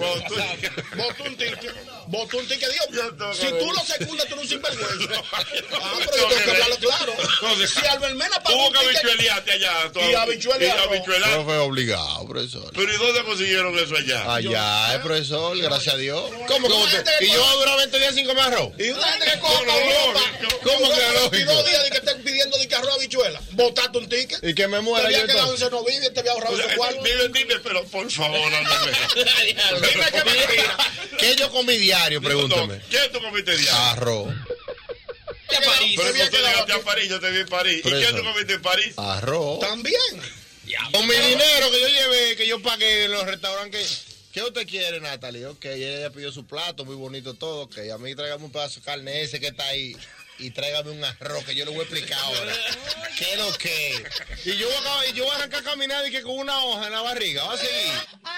Botó un tique. Dios, si tú lo secundas, tú no sinvergüenza. Pero yo tengo que hablarlo claro. Si Albermena pagó un tique... habichueleaste allá. Y habichueleaste. No fue obligado, profesor. ¿Pero y dónde consiguieron eso allá? Allá, profesor, gracias a Dios. ¿Cómo que usted? ¿Y yo voy a durar 20 días sin comer arroz? Y una gente que come ¿Cómo que lógico? Y 2 días de que estén pidiendo de que arroz habichuela. Botaste un ticket. Y que me muera yo entonces. No vive, te había ahorrado su cuarto. Dime, pero por favor, Dime que mentira. ¿Qué yo comí diario? Pregúntame. ¿Qué tú comiste diario? Arroz. Pero tú llegaste a París, yo te vi en París. ¿Y qué tú comiste en París? Arroz. También. Con mi dinero que yo llevé, que yo pagué en los restaurantes. ¿Qué usted quiere, Natalie? Ok, ella pidió su plato, muy bonito todo. Ok, a mí tráigame un pedazo de carne ese que está ahí. y tráigame un arroz que yo le voy a explicar ahora. ¿Qué es lo que? Y yo voy a arrancar a caminar y que con una hoja en la barriga. ¿Va a seguir?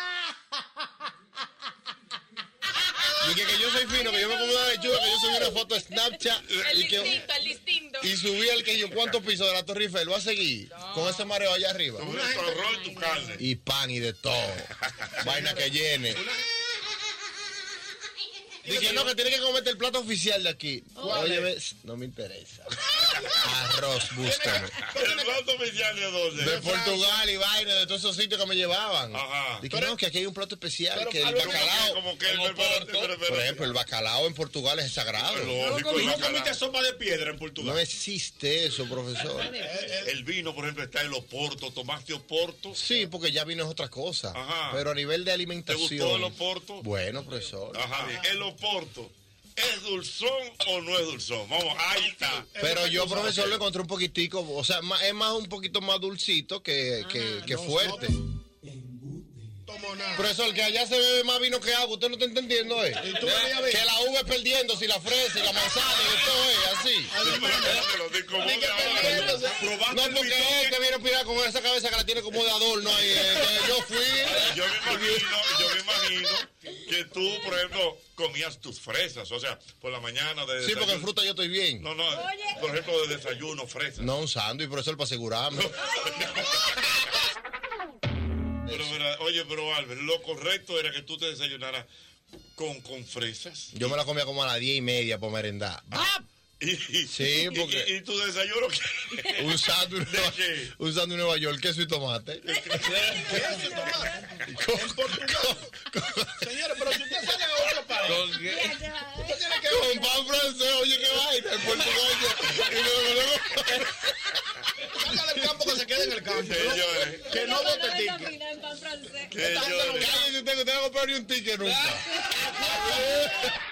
Y que yo soy fino, que yo me como una lechuga, que yo subí una foto de Snapchat. El distinto. Y subí al que yo cuántos pisos de la Torre Eiffel. ¿Va a seguir? Con ese mareo allá arriba. Tu arroz y tu carne. Y pan y de todo. Vaina que llene. Dije, no, que tiene que comerte el plato oficial de aquí. Oye, no me interesa. Arroz, búscame. ¿El plato oficial de dónde? De Portugal y vaina, de todos esos sitios que me llevaban. Ajá. Dije, no, que aquí hay un plato especial, que el bacalao. Por ejemplo, el bacalao en Portugal es sagrado. ¿No comiste sopa de piedra en Portugal? No existe eso, profesor. El vino, por ejemplo, está en Oporto. ¿Tomaste Oporto? Sí, porque ya vino es otra cosa. Ajá. Pero a nivel de ¿Te alimentación. gustó el Oporto? Bueno, profesor. Ajá. El Oporto, ¿es dulzón o no es dulzón? Vamos, ahí está. Pero yo, profesor, lo encontré un poquitico, o sea, es más un poquito más dulcito que fuerte. Profesor, que allá se bebe más vino que agua, usted no está entendiendo, ¿eh? Que la uva es perdiendo, si la fresa y la manzana y todo es así. No, porque es que viene a pirar con esa cabeza que la tiene como de adorno ahí. Yo fui. Yo me imagino que tú, por ejemplo, comías tus fresas, o sea, por la mañana de desayuno. Sí, porque en fruta yo estoy bien. No, por ejemplo, de desayuno, fresas. No, un sándwich, profesor, para asegurarme. Pero Albert, lo correcto era que tú te desayunaras con fresas. Yo me la comía como a las 10:30 para merendar. Sí, porque... ¿Y tu desayuno qué? Un sándwich en Nueva York, queso y tomate. ¿Queso y tomate? En Portugal. Señores, pero si usted sale a otro país, usted tiene que... Con pan francés, oye, qué vaina. En Portugal Saca del campo que se quede en el campo. Que no vote ticket. Cállese usted, que usted no va a comprar ni un ticket nunca.